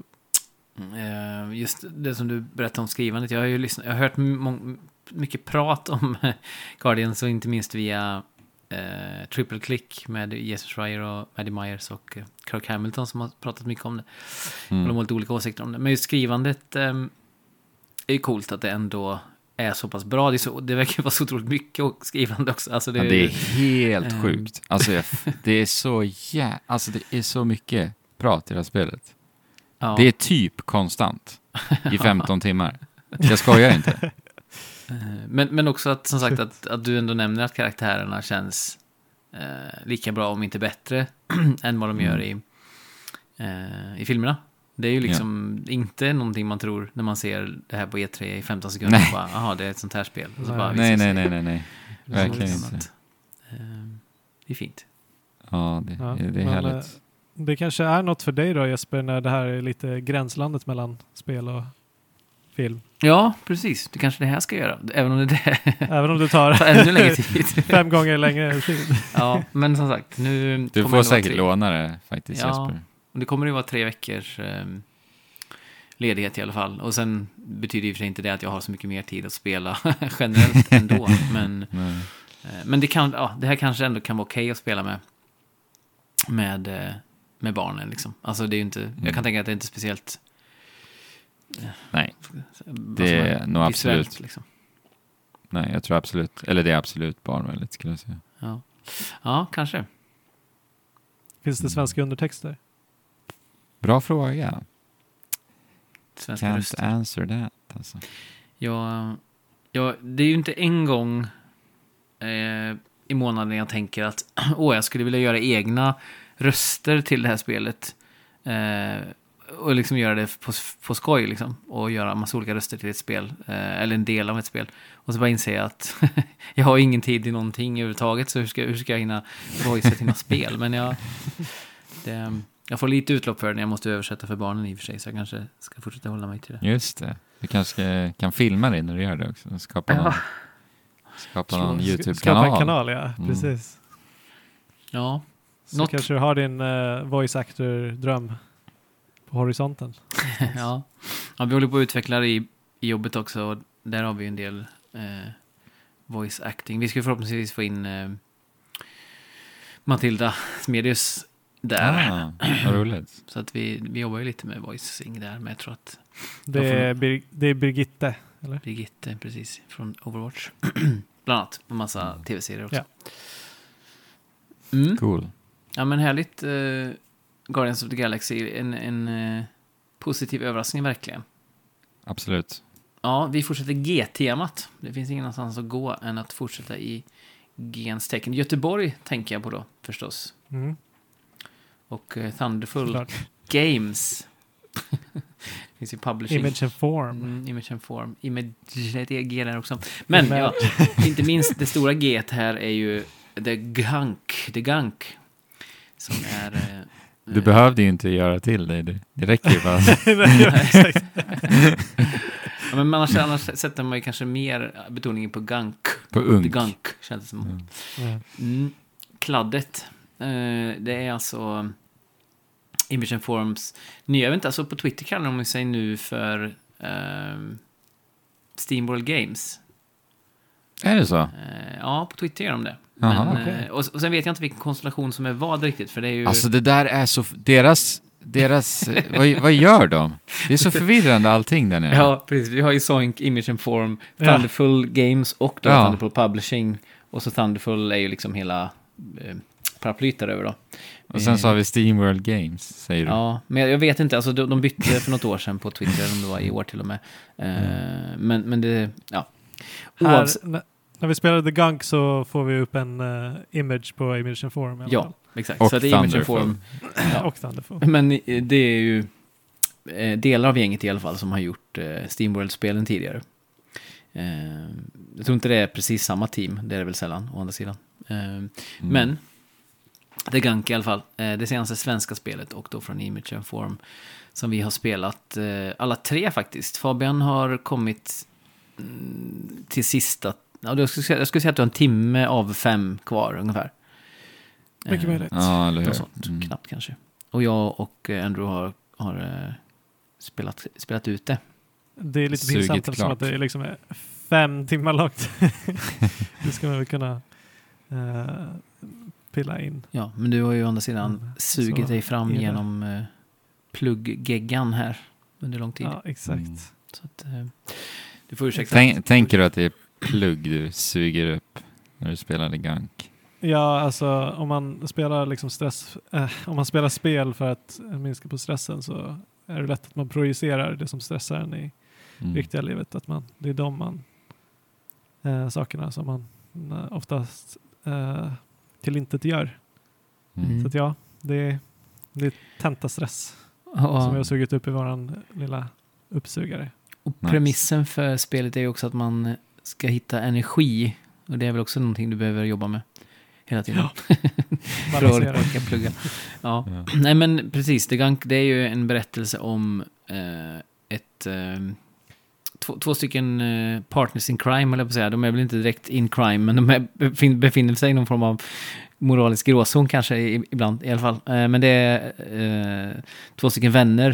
eh, just det som du berättade om skrivandet. Jag har ju lyssnat, jag har hört må- mycket prat om Guardians och inte minst via eh, Triple Click med Jesus Schreier och Maddie Myers och eh, Kirk Hamilton som har pratat mycket om det. Mm. Och de har lite olika åsikter om det. Men just skrivandet eh, är ju coolt att det ändå är så pass bra. Det, är så, det verkar vara så otroligt mycket och skrivande också. Alltså det, Ja, det är helt Ehm. sjukt. Alltså, jag, det är så jä... alltså det är så mycket prat i det här spelet. ja. Det är typ konstant i femton timmar. Jag skojar inte. Eh, Men, men också att, som sagt, att, att du ändå nämner att karaktärerna känns eh, lika bra, om inte bättre, än vad de gör i, eh, i filmerna. Det är ju liksom inte någonting man tror när man ser det här på E tre i femton sekunder. Nej. Bara, aha, det är ett sånt här spel. Och så Nej. bara Nej, visar nej, sig nej, nej, nej. något Verkligen annat. inte. Eh, det är fint. Ja, det, Ja, det är men, härligt. eh, Det kanske är något för dig då Jesper, när det här är lite gränslandet mellan spel och film. Ja, precis. Det kanske det här ska göra. Även om det Även om du tar tar ännu längre tid. fem gånger längre tid. Ja, men som sagt, nu Du kommer får det vara säkert tre- låna det faktiskt, Ja. Jesper. Och det kommer ju vara tre veckors eh, ledighet i alla fall. Och sen betyder ju för sig inte det att jag har så mycket mer tid att spela generellt ändå. Men, Nej. eh, men det, kan, ja, det här kanske ändå kan vara okej att spela med, med, eh, med barnen. Liksom. Alltså det är ju inte, jag kan Mm. tänka att det är inte speciellt Nej, vad Det som är nog visuellt, absolut. Liksom. nej, jag tror absolut, eller det är absolut barnvänligt skulle jag säga. Ja. ja, kanske. Finns det svenska undertexter? Bra fråga. Svenska Can't röster. answer that. Alltså. Jag, jag, det är ju inte en gång eh, i månaden jag tänker att åh, jag skulle vilja göra egna röster till det här spelet. Eh, och liksom göra det på, på skoj liksom. Och göra massa olika röster till ett spel. Eh, eller en del av ett spel. Och så bara inser jag att jag har ingen tid i någonting överhuvudtaget. Så hur ska, hur ska jag hinna voicea till något spel? Men jag, det, jag får lite utlopp för det när jag måste översätta för barnen i och för sig. Så jag kanske ska fortsätta hålla mig till det. Just det. Du kanske ska, kan filma dig när du gör det också. Skapa någon, skapa någon Skapa en YouTube-kanal. kanal, ja. Mm. Precis. Ja, Så Något- kanske du har din uh, voice actor-dröm på horisonten. ja. ja, vi håller på att utveckla det i, i jobbet också. Och där har vi en del eh, voice acting. Vi ska förhoppningsvis få in eh, Matilda Smedius där. Ah, vad roligt. Så att vi, vi jobbar ju lite med voicing där. Men jag tror att Det Jag får- är, Bir- det är Birgitte, eller? Birgitte, precis, från Overwatch. Bland annat på massa tv-serier också. Ja. Mm. Cool. Ja, men härligt. Eh, Guardians of the Galaxy. En, en eh, positiv överraskning verkligen. Absolut. Ja, vi fortsätter G-temat. Det finns ingen annanstans att gå än att fortsätta i Gens tecken. Göteborg tänker jag på då, förstås. Mm. Och eh, Thunderful Såklart. Games. Det finns ju publishing. Image and Form. Mm, image and Form. Image, det är G där också. Men ja, inte minst det stora G här är ju The Gunk. The Gunk. Som är... Eh, Du behövde ju inte göra till det. Det, det räcker ju bara. Ja, men annars, annars sätter man ju kanske mer betoningen på gunk. På unk. The gunk, känns det som. Mm. Mm. Kladdet. Uh, det är alltså Image and Forms nya, jag vet inte, alltså på Twitter kallar de sig nu för uh, Steamworld Games. Är det så? Uh, ja, på Twitter gör de det. Aha, Men, okay. uh, och, och sen vet jag inte vilken konstellation som är vad riktigt, för det är ju... Alltså det där är så... Deras... deras vad, vad gör de? Det är så förvirrande allting där nere. Ja, precis. Vi har ju Zoink, Image and Form, Thunderful ja. Games och då ja. Thunderful Publishing. Och så Thunderful är ju liksom hela eh, paraplyt där över då. Och sen så har vi Steamworld Games, säger du. Ja, men jag vet inte. Alltså de, de bytte för något år sedan på Twitter, om det var i år till och med. Eh, mm. men, men det, ja. Här, n- när vi spelar The Gunk så får vi upp en uh, image på Image and Form. Ja, fall. Exakt. Och så det är Image and Form. Ja. Och Thunderful. Men det är ju eh, delar av gänget i alla fall som har gjort eh, Steamworld-spelen tidigare. Eh, jag tror inte det är precis samma team, det är det väl sällan, å andra sidan. Eh, mm. Men The Gunk i alla fall, eh, det senaste svenska spelet och då från Image and Form som vi har spelat, eh, alla tre faktiskt. Fabian har kommit mm, till sista, ja, jag, skulle säga, jag skulle säga att du har en timme av fem kvar ungefär. Mycket eh, möjligt. Ja, eller hur? Sånt, mm. knappt kanske. Och jag och Andrew har, har eh, spelat, spelat ut det. Det är lite pinsamt eftersom att det är liksom fem timmar långt. Det ska man väl kunna uh, pilla in. Ja, men du har ju å andra sidan mm, sugit dig fram genom uh, plugggeggan här under lång tid. Ja, exakt. Mm. Så att, uh, du får ursäkta. Tänk, tänker du att det är plugg du suger upp när du spelar The Gunk? Ja, alltså om man spelar liksom stress, äh, om man spelar spel för att minska på stressen så är det lätt att man projicerar det som stressar en i mm. riktiga livet. Att man, det är de man, äh, sakerna som man äh, oftast äh, till intet gör. Mm. Så att ja, det är, det är tentastress oh. som vi har sugit upp i våran lilla uppsugare. Och nice. Premissen för spelet är ju också att man ska hitta energi. Och det är väl också någonting du behöver jobba med hela tiden. Ja. För att orka plugga. Ja. Ja. Nej, men precis. The Gunk, det är ju en berättelse om eh, ett eh, två, två stycken eh, partners in crime, eller på att säga. De är väl inte direkt in crime, men de är, befin, befinner sig i någon form av moralisk gråzon kanske i, ibland i alla fall. Eh, men det är eh, två stycken vänner,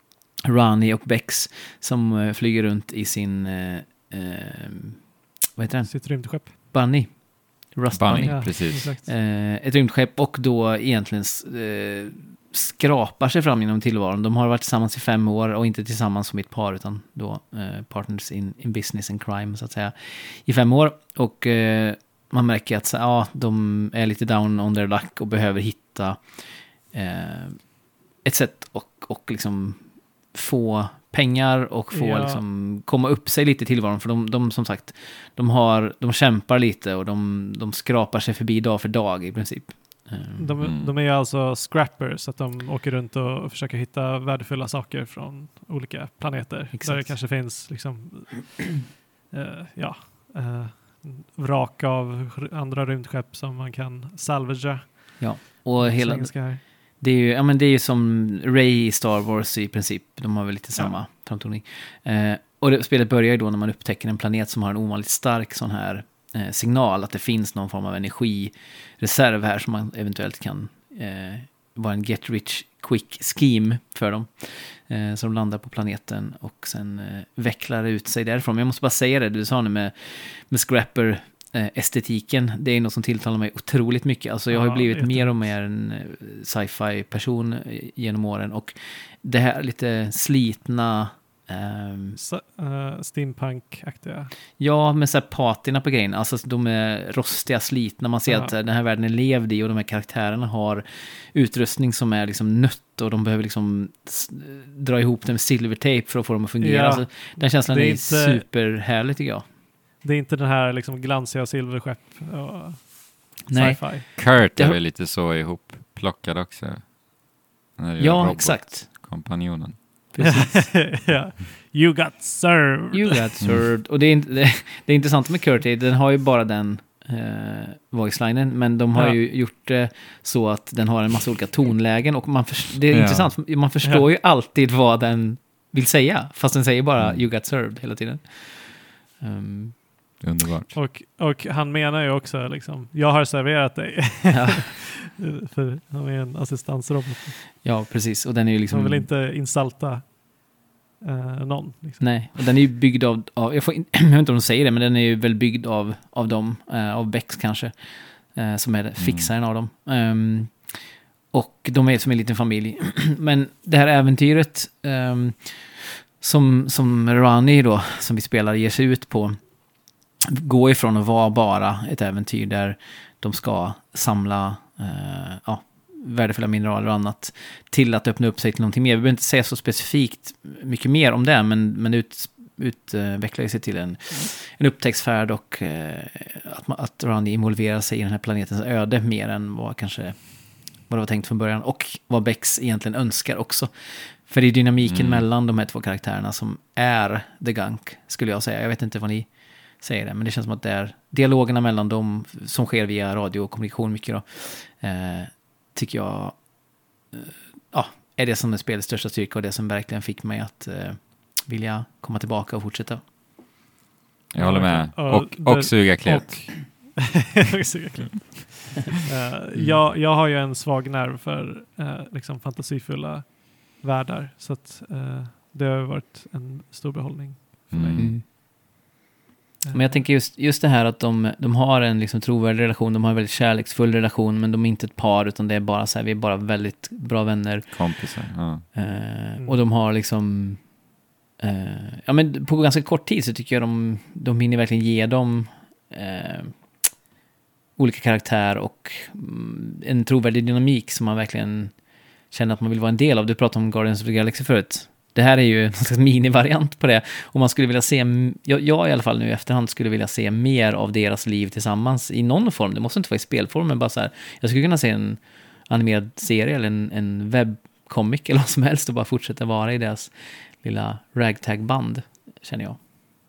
Rani och Bex, som eh, flyger runt i sin eh, eh, vad heter den? Sitt rymdskepp. Bunny. Rust Bunny, Bunny. Ja, precis. Eh, ett rymdskepp och då egentligen eh, skrapar sig fram genom tillvaron. De har varit tillsammans i fem år och inte tillsammans som ett par utan då eh, partners in, in business and crime så att säga i fem år. Och eh, man märker att så, ja, de är lite down on their luck och behöver hitta eh, ett sätt och, och liksom få pengar och få ja. liksom komma upp sig lite i tillvaron, för de, de som sagt de har, de kämpar lite och de, de skrapar sig förbi dag för dag i princip. De, mm. de är ju alltså scrappers, så att de åker runt och försöker hitta värdefulla saker från olika planeter. Exakt. Där det kanske finns liksom uh, ja uh, vrak av andra rymdskepp som man kan salvagea. Ja, och hela det är ju, ja, men det är ju som Rey i Star Wars i princip. De har väl lite samma ja. framtoning. Eh, och det, spelet börjar ju då när man upptäcker en planet som har en ovanligt stark sån här eh, signal. Att det finns någon form av energireserv här som man eventuellt kan eh, vara en get rich quick scheme för dem. Eh, så de landar på planeten och sen eh, vecklar ut sig därifrån. Men jag måste bara säga det, du sa nu med, med Scrapper estetiken, det är något som tilltalar mig otroligt mycket. Alltså jag har ju blivit mer och mer en sci-fi person genom åren och det här lite slitna um, så, uh, steampunk-aktiga. Ja, med så här patina på grejen. Alltså de är rostiga, slitna. Man ser ja. att den här världen är levd i och de här karaktärerna har utrustning som är liksom nött och de behöver liksom dra ihop den med silvertape för att få dem att fungera. Ja. Alltså, den känslan är, är inte... superhärlig tycker jag. Det är inte den här liksom glansiga silverskepp och Nej. sci-fi. Kurt är väl lite så ihop plockad också. Ja, exakt. Kompanjonen. Precis. Ja. You got served. You got served. Och det är, det, det är intressant med Curti, den har ju bara den eh, voice-linen, men de har Ja. ju gjort det så att den har en massa olika tonlägen och man för, det är Ja. intressant, man förstår ju alltid vad den vill säga, fast den säger bara Mm. you got served hela tiden. Um, Underbart. Och, och han menar ju också liksom, jag har serverat dig. ja, För han är en assistansrobot. ja, precis. Och den är ju liksom... Han vill inte insalta eh, någon. Liksom. Nej, och den är ju byggd av, av jag, får in, jag vet inte om de säger det, men den är ju väl byggd av, av dem, eh, av Bex kanske, eh, som är fixaren av dem. Um, och de är som en liten familj. Men det här äventyret um, som, som Rani då, som vi spelar, ger sig ut på, går ifrån att vara bara ett äventyr där de ska samla uh, ja, värdefulla mineraler och annat, till att öppna upp sig till någonting mer. Vi behöver inte säga så specifikt mycket mer om det, men, men ut, utvecklar sig till en, en upptäcktsfärd och eh, att, man, att Randy involverar sig i den här planetens öde mer än vad kanske vad det var tänkt från början, och vad Bex egentligen önskar också. För det är dynamiken mm. mellan de här två karaktärerna som är The Gunk, skulle jag säga. Jag vet inte vad ni säger det, men det känns som att det är dialogerna mellan dem som sker via radio och kommunikation mycket då, eh, tycker jag eh, ja, är det som är spelets största styrka och det som verkligen fick mig att eh, vilja komma tillbaka och fortsätta. Jag håller med. Ja, och, det- och suga klätt. Och suga klätt. Eh, jag, jag har ju en svag nerv för eh, liksom fantasifulla världar, så att eh, det har varit en stor behållning för mig. Mm. Mm. Eh, Men jag tänker just, just det här att de, de har en liksom trovärdig relation, de har en väldigt kärleksfull relation, men de är inte ett par, utan det är bara så här, vi är bara väldigt bra vänner. Kompisar. Ja. Eh, Mm. Och de har liksom eh, ja, men på ganska kort tid så tycker jag de, de hinner verkligen ge dem eh, olika karaktär och mm, en trovärdig dynamik som man verkligen känner att man vill vara en del av. Du pratade om Guardians of the Galaxy förut. Det här är ju en slags minivariant på det. Och man skulle vilja se, jag, jag i alla fall nu i efterhand skulle vilja se mer av deras liv tillsammans i någon form. Det måste inte vara i spelform, men bara så här, jag skulle kunna se en animerad serie eller en, en webbcomic eller vad som helst och bara fortsätta vara i deras lilla ragtag-band, känner jag.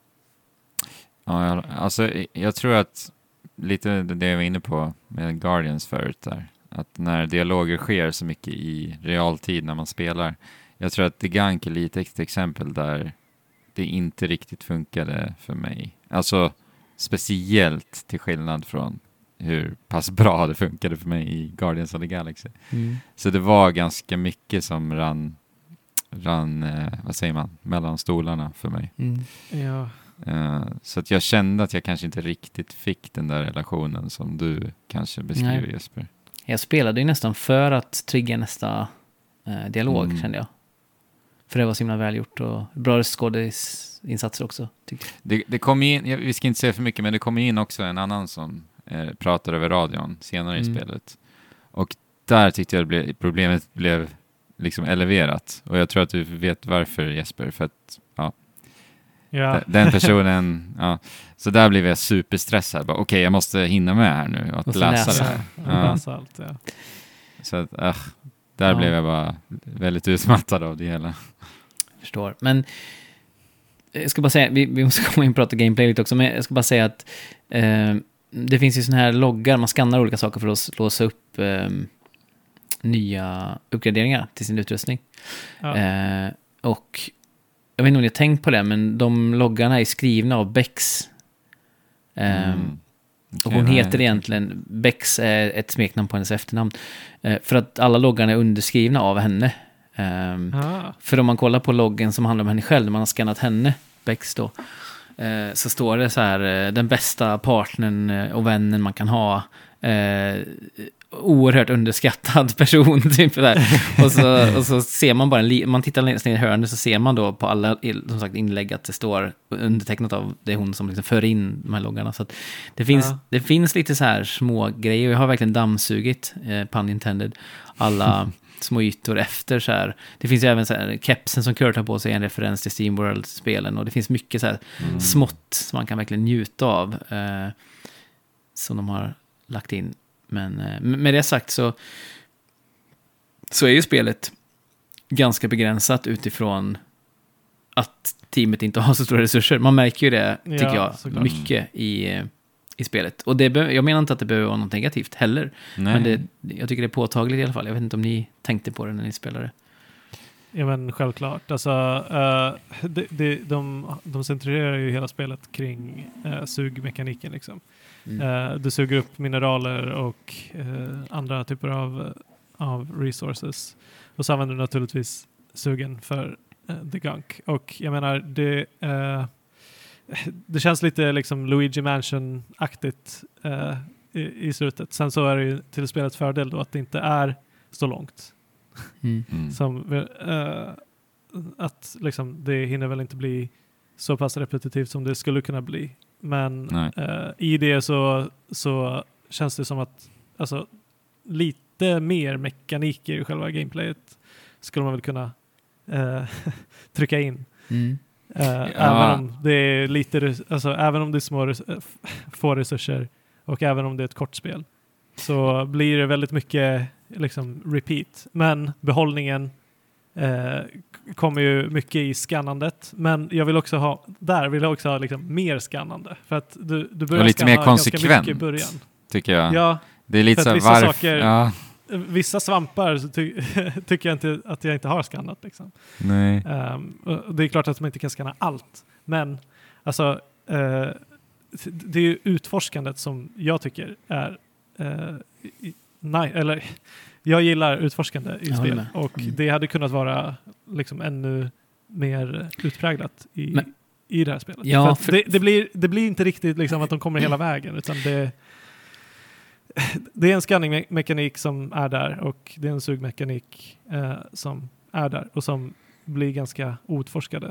Ja, jag- alltså jag tror att lite det jag var inne på med Guardians förut där, att när dialoger sker så mycket i realtid när man spelar, jag tror att The Gunk är lite ett exempel där det inte riktigt funkade för mig. Alltså speciellt till skillnad från hur pass bra det funkade för mig i Guardians of the Galaxy. Mm. Så det var ganska mycket som rann, rann eh, vad säger man, mellan stolarna för mig. Mm. Ja. Eh, så att jag kände att jag kanske inte riktigt fick den där relationen som du kanske beskriver, Nej. Jesper. Jag spelade ju nästan för att trigga nästa eh, dialog, Mm. kände jag. För det var så himla välgjort och bra skådisinsatser också, tycker jag. Det, det kom in, jag- vi ska inte säga för mycket, men det kom in också en annan som eh, pratar över radion senare Mm. i spelet. Och där tyckte jag det blev, problemet blev liksom eleverat. Och jag tror att du vet varför, Jesper, för att ja, Ja. d- den personen, ja, så där blev jag superstressad. Bara, Okej, jag måste hinna med här nu och att Måste läsa, läsa. det här. Ja. Ja. Läsa allt, ja. Så att, äh, där Ja. blev jag bara väldigt utmattad av det hela. Förstår. Men jag ska bara säga, vi, vi måste komma in och prata gameplay lite också, men jag ska bara säga att eh, det finns ju såna här loggar, man skannar olika saker för att låsa upp eh, nya uppgraderingar till sin utrustning. Ja. Eh, och jag vet inte om ni har tänkt på det, men de loggarna är skrivna av Bex. Eh, Mm. Och Okej, hon nej. heter egentligen, Bex är ett smeknamn på hennes efternamn. Eh, för att alla loggarna är underskrivna av henne. Ehm, Ah. För om man kollar på loggen som handlar om henne själv, när man har skannat henne, Bex då, eh, så står det så här, eh, den bästa partnern eh, och vännen man kan ha. Eh, oerhört underskattad person, typ där. Och så, och så ser man bara, en li- man tittar längst ner i hörnet så ser man då på alla i- som sagt inlägg att det står undertecknat av, det är hon som liksom för in de här loggarna. Så att det finns, Ja. det finns lite så här små grejer, och jag har verkligen dammsugit, eh, pun intended, alla små ytor efter så här. Det finns ju även så här, kepsen som Kurt har på sig är en referens till SteamWorld-spelen, och det finns mycket så här Mm. smått som man kan verkligen njuta av, eh, som de har lagt in. Men eh, med det sagt så så är ju spelet ganska begränsat utifrån att teamet inte har så stora resurser. Man märker ju det, tycker Ja, jag, såklart. mycket i, i spelet. Och det be- jag menar inte att det behöver vara något negativt heller. Nej. Men det, jag tycker det är påtagligt i alla fall. Jag vet inte om ni tänkte på det när ni spelade. Ja, men självklart. Alltså, uh, de, de, de, de centrerar ju hela spelet kring uh, sugmekaniken. Liksom. Mm. Uh, du suger upp mineraler och uh, andra typer av, av resources. Och så använder du naturligtvis sugen för uh, the gunk. Och jag menar, det, uh, det känns lite liksom Luigi Mansion-aktigt uh, i, i slutet. Sen så är det ju till spelets fördel då att det inte är så långt. Mm. Mm. Som, uh, att liksom, det hinner väl inte bli så pass repetitivt som det skulle kunna bli. Men uh, i det så, så känns det som att alltså, lite mer mekaniker i själva gameplayet skulle man väl kunna uh, trycka in. Mm. Uh, Ja. Även om det är lite res- alltså, även om det är små res- få resurser och även om det är ett kort spel så blir det väldigt mycket liksom repeat. Men behållningen eh, kommer ju mycket i skannandet. Men jag vill också ha, där vill jag också ha liksom mer skannande. För att du, du börjar Och lite scanna mer ganska konsekvent. mycket i början. Tycker jag. Ja, Det är lite för så att här, vissa varf- saker- Ja, vissa svampar så ty- tycker jag inte att jag inte har skannat. Liksom. nej. Um, och det är klart att man inte kan scanna allt. Men alltså, uh, det är ju utforskandet som jag tycker är uh, i- nej, eller jag gillar utforskande i Jag håller spel med. och Mm. det hade kunnat vara liksom ännu mer utpräglat i, Men- i det här spelet. Ja, för att för- det, det, blir, det blir inte riktigt liksom att de kommer hela vägen utan det, det är en scanningmekanik som är där och det är en sugmekanik eh, som är där och som blir ganska outforskade.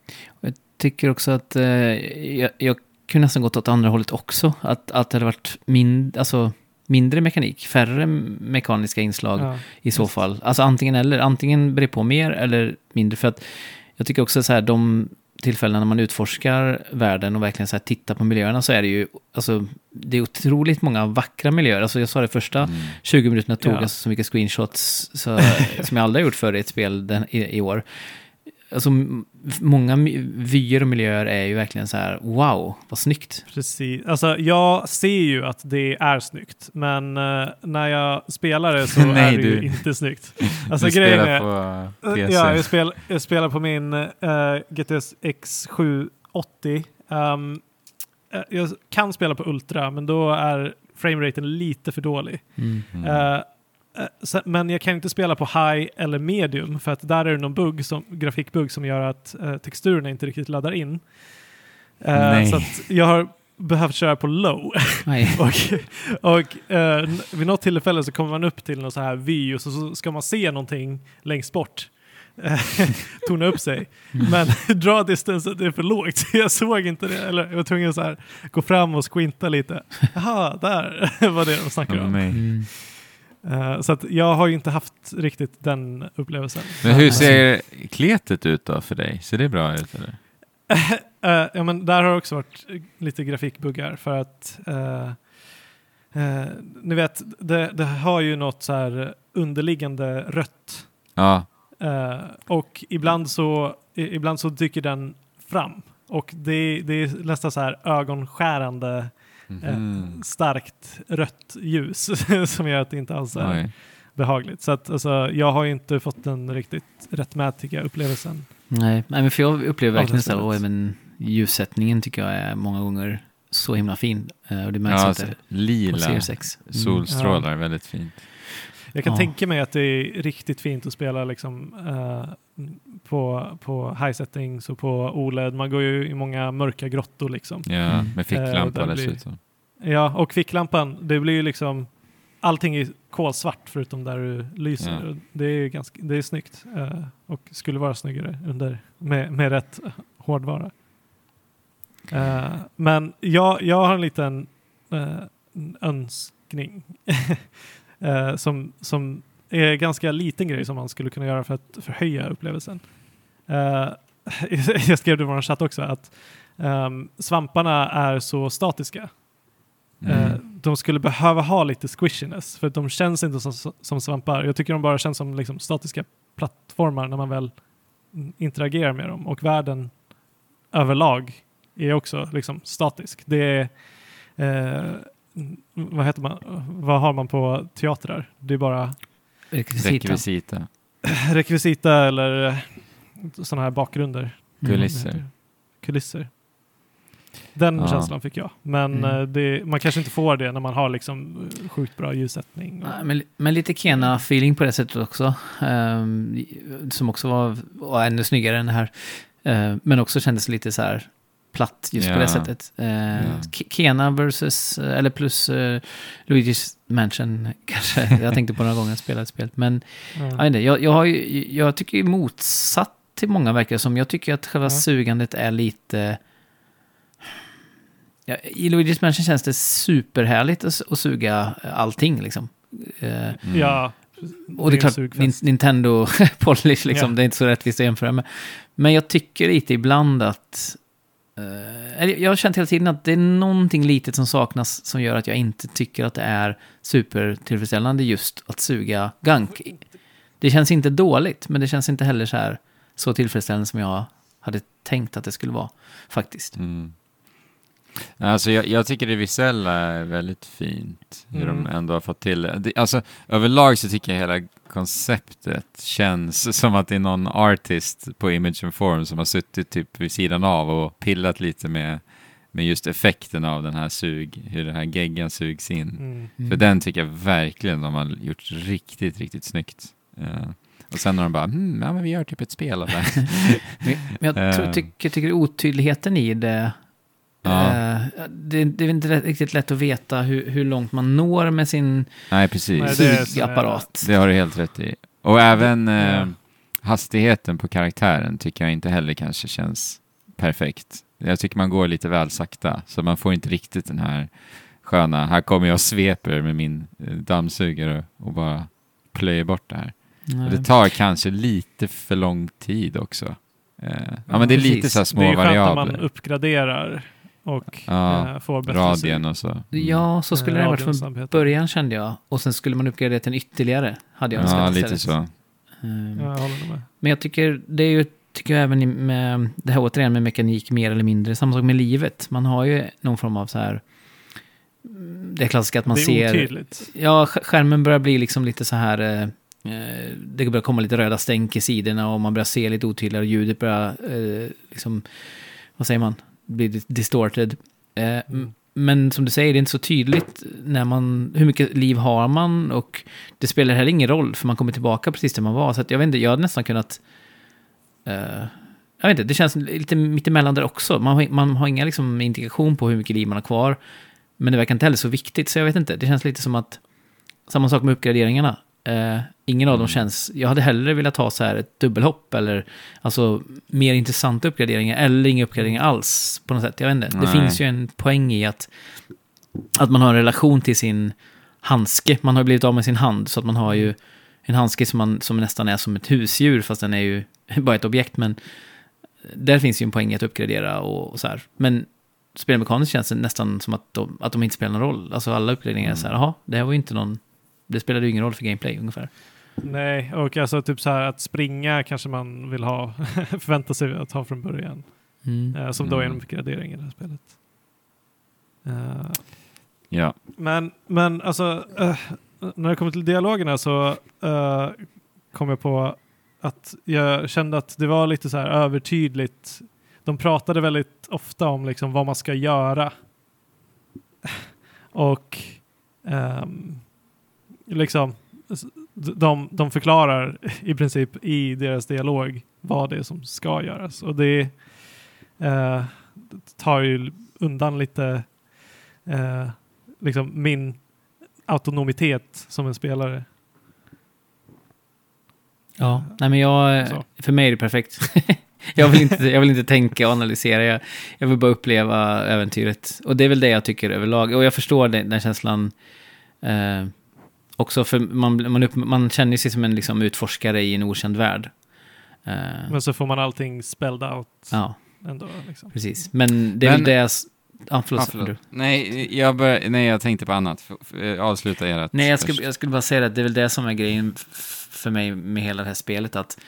Tycker också att eh, jag, jag kunde nästan gått åt andra hållet också. Att, att det hade varit min, alltså, mindre mekanik, färre mekaniska inslag Ja. i så just. fall. Alltså antingen eller. Antingen bre på mer eller mindre. För att jag tycker också så här, de tillfällen när man utforskar världen och verkligen så här tittar på miljöerna så är det ju, alltså det är otroligt många vackra miljöer. Alltså jag sa det första Mm. tjugo minuterna tog Ja. alltså så mycket screenshots så, som jag aldrig har gjort förr i ett spel den, i, i år. Alltså m- många my- vyer och miljöer är ju verkligen så här, wow, vad snyggt. Precis. Alltså, jag ser ju att det är snyggt, men eh, när jag spelar det så Nej, är det ju du- inte snyggt. Alltså, Du grejen spelar är, på P C. ja, jag, spel, jag spelar på min uh, G T X sju åttio. Um, eh, jag kan spela på Ultra, men då är frameraten lite för dålig. Mm. Mm. Eh, eh, så, men jag kan inte spela på high eller medium för att där är det någon bugg som, grafikbugg som gör att uh, texturerna inte riktigt laddar in. Uh, Nej. så att jag har behövt köra på low. Nej. och och uh, vid något tillfälle så kommer man upp till någon så här vy och så, så ska man se någonting längst bort. Tona upp sig. Men draw distance är för lågt. Så jag såg inte det. Eller jag var tvungen att så här, gå fram och squinta lite. Jaha, där var det de snackade om. Nej. Mm. Uh, så att jag har ju inte haft riktigt den upplevelsen. Men hur ser kletet ut då för dig? Ser det bra ut eller? Uh, ja, men där har det också varit lite grafikbuggar för att uh, uh, ni vet, det, det har ju något så här underliggande rött. Ja. Uh, och ibland så, i, ibland så dyker den fram. Och det, det är nästan så här ögonskärande Mhm. eh, starkt rött ljus som gör att det inte alls är Oj. behagligt. Så att, alltså, jag har ju inte fått den riktigt rättmätiga upplevelsen. Nej, nej, men för jag upplever Ja, verkligen det så här, är och även ljussättningen tycker jag är många gånger så himla fin. Eh, Och det märks Ja, inte alltså, på lila Series X. Mm. solstrålar, väldigt fint. Jag kan Ja. tänka mig att det är riktigt fint att spela liksom, eh, på, på high settings och på O L E D. Man går ju i många mörka grottor liksom. Ja, Mm. med ficklampa Eh, där blir- dessutom. Ja, och ficklampan, det blir ju liksom allting är kolsvart förutom där du lyser. Ja. Och det är ganska, det är snyggt eh, och skulle vara snyggare under, med, med rätt hårdvara. Eh, men jag, jag har en liten eh, önskning eh, som, som är en ganska liten grej som man skulle kunna göra för att förhöja upplevelsen. Eh, jag skrev det i vår chatt också att um, svamparna är så statiska. Mm. Eh, de skulle behöva ha lite squishiness för att de känns inte som, som svampar. Jag tycker de bara känns som liksom, statiska plattformar när man väl interagerar med dem. Och världen överlag är också liksom statisk. Det är eh, vad heter man? Vad har man på teatrar? Det är bara Rekvisita. Rekvisita. rekvisita eller sådana här bakgrunder. Kulisser. Mm. Kulisser. Den Ja. känslan fick jag. Men Mm. det, man kanske inte får det när man har liksom sjukt bra ljussättning. Och... Ja, men, men lite Kena-feeling på det sättet också. Um, som också var, var ännu snyggare än det här. Uh, men också kändes lite så här platt just Ja. på det sättet. Uh, Ja. K- Kena versus, uh, eller plus uh, Luigi's Mansion kanske. Jag tänkte på några gånger att spela ett spel. Men Ja. jag, vet inte, jag, jag, har ju, jag tycker motsatt till många verkar som. Jag tycker att själva Ja. sugandet är lite... Ja, i Luigi's Mansion känns det superhärligt att, att suga allting liksom. Uh, Mm. Ja. och det är en klart, sugfest. Nin- Nintendo polish liksom, Ja. det är inte så rättvist att jämföra med. Men jag tycker lite ibland att... eh, eller jag har känt hela tiden att det är någonting litet som saknas som gör att jag inte tycker att det är supertillfredsställande just att suga gunk. Det känns inte dåligt, men det känns inte heller så här så tillfredsställande som jag hade tänkt att det skulle vara, faktiskt. Mm. Alltså jag, jag tycker det visuella är väldigt fint. Hur Mm. de ändå har fått till det. Alltså överlag så tycker jag hela konceptet känns som att det är någon artist på Image and Form som har suttit typ vid sidan av och pillat lite med, med just effekten av den här sug, hur den här geggan sugs in. Mm. Mm. För den tycker jag verkligen de har gjort riktigt, riktigt snyggt. Uh, och sen har de bara, hmm, ja men vi gör typ ett spel av det här. Men, men jag tror, Eh. tycker, tycker otydligheten i det, Ja. eh, det, det är inte riktigt lätt att veta hur, hur långt man når med sin Nej, precis. Nej, det är- sugapparat. Det har du helt rätt i. Och även eh, Ja. hastigheten på karaktären tycker jag inte heller kanske känns perfekt. Jag tycker man går lite väl sakta, så man får inte riktigt den här sköna, här kommer jag och sveper med min eh, dammsugare och bara plöjer bort det här. Nej. Och det tar kanske lite för lång tid också. Eh, ja, men det är precis. lite så här små det är ju skönt när man variabler. uppgraderar och Ja, eh, får bättre Radien sug. och så. Mm. Ja, så skulle Eh, det ha varit från radionsnabbhet. början, kände jag. Och sen skulle man uppgradera till en ytterligare, hade jag önskat Ja, istället. lite så. Mm. Ja, jag håller nog med. Men jag tycker, det är ju, tycker jag även i- med, det här återigen med mekanik mer eller mindre, samma sak med livet. Man har ju någon form av så här, mm, det klassiska att man det är ser... otydligt. Ja, sk- skärmen börjar bli liksom lite så här... Eh, eh, det börjar komma lite röda stänk i sidorna och man börjar se lite otydligare och ljudet börjar eh, liksom... Vad säger man? Bli di- distorted. Eh, Mm. m- Men som du säger, det är inte så tydligt när man, hur mycket liv har man, och det spelar heller ingen roll för man kommer tillbaka precis där man var. Så att jag vet inte, jag hade nästan kunnat... eh, jag vet inte, det känns lite mittemellan där också. Man har, man har inga liksom indikation på hur mycket liv man har kvar. Men det verkar inte heller så viktigt, så jag vet inte. Det känns lite som att, samma sak med uppgraderingarna. Eh, ingen av dem Mm. känns, jag hade hellre velat ha så här ett dubbelhopp eller alltså mer intressanta uppgraderingar eller inga uppgraderingar alls på något sätt. Jag vet inte. Det Nej. finns ju en poäng i att, att man har en relation till sin handske. Man har blivit av med sin hand, så att man har ju en handske som, man, som nästan är som ett husdjur, fast den är ju bara ett objekt. Men där finns ju en poäng i att uppgradera och, och så här. Men spelmekaniskt känns det nästan som att de, att de inte spelar någon roll. Alltså alla uppgraderingar är så här, jaha, det här var ju inte någon, det spelade ju ingen roll för gameplay ungefär. Nej, och alltså typ så här att springa kanske man vill ha, förvänta sig att ha från början. Mm. Eh, som då är en Mm. uppgradering i det här spelet. Eh, Ja. men, men alltså, eh, när det kommer till dialogerna så eh, kom jag på att jag kände att det var lite så här övertydligt. De pratade väldigt ofta om liksom vad man ska göra. Och ehm, liksom de, de förklarar i princip i deras dialog vad det är som ska göras. Och det eh, tar ju undan lite eh, liksom min autonomitet som en spelare. Ja, nej men jag, Så. för mig är det perfekt. jag, vill inte, jag vill inte tänka och analysera, jag, jag vill bara uppleva äventyret. Och det är väl det jag tycker överlag. Och jag förstår den, den känslan eh, också, för man, man, upp, man känner sig som en liksom, utforskare i en okänd värld. Eh, Men så får man allting spelled out ja, ändå. Liksom. precis. Men det är Men- väl det, Ja, förlåt. Ah, förlåt. Nej, jag bör, nej, jag tänkte på annat. F- f- avsluta ert. Nej, jag skulle, jag skulle bara säga att det är väl det som är grejen f- för mig med hela det här spelet. Att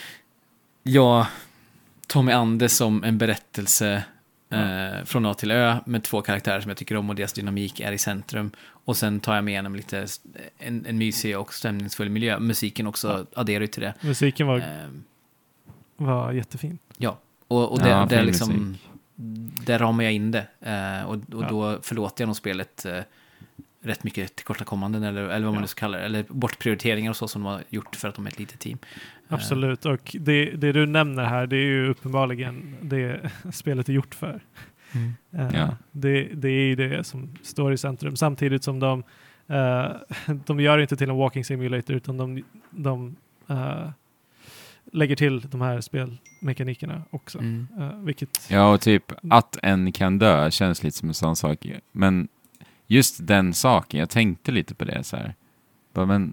jag tar mig an det som en berättelse eh, från A till Ö med två karaktärer som jag tycker om och deras dynamik är i centrum. Och sen tar jag med igenom lite en, en mysig och stämningsfull miljö. Musiken också ja. adderar ju till det. Musiken var, Eh, var jättefin. Ja, och, och det, Ja, det är fin liksom... musik. Där ramar jag in det. Eh, och och Ja. då förlåter jag nog spelet eh, rätt mycket tillkortakommanden eller, eller vad man Ja. nu ska kalla det. Eller bortprioriteringar och så som de har gjort för att de är ett litet team. Absolut, och det, det du nämner här, det är ju uppenbarligen det spelet är gjort för. Mm. Eh, Ja. det, det är ju det som står i centrum, samtidigt som de eh, de gör inte till en walking simulator, utan de, de eh, lägger till de här spelmekanikerna också. Mm. Eh, vilket, Ja, och typ att en kan dö känns lite som en sån sak. Men just den saken, jag tänkte lite på det så här. Bara, men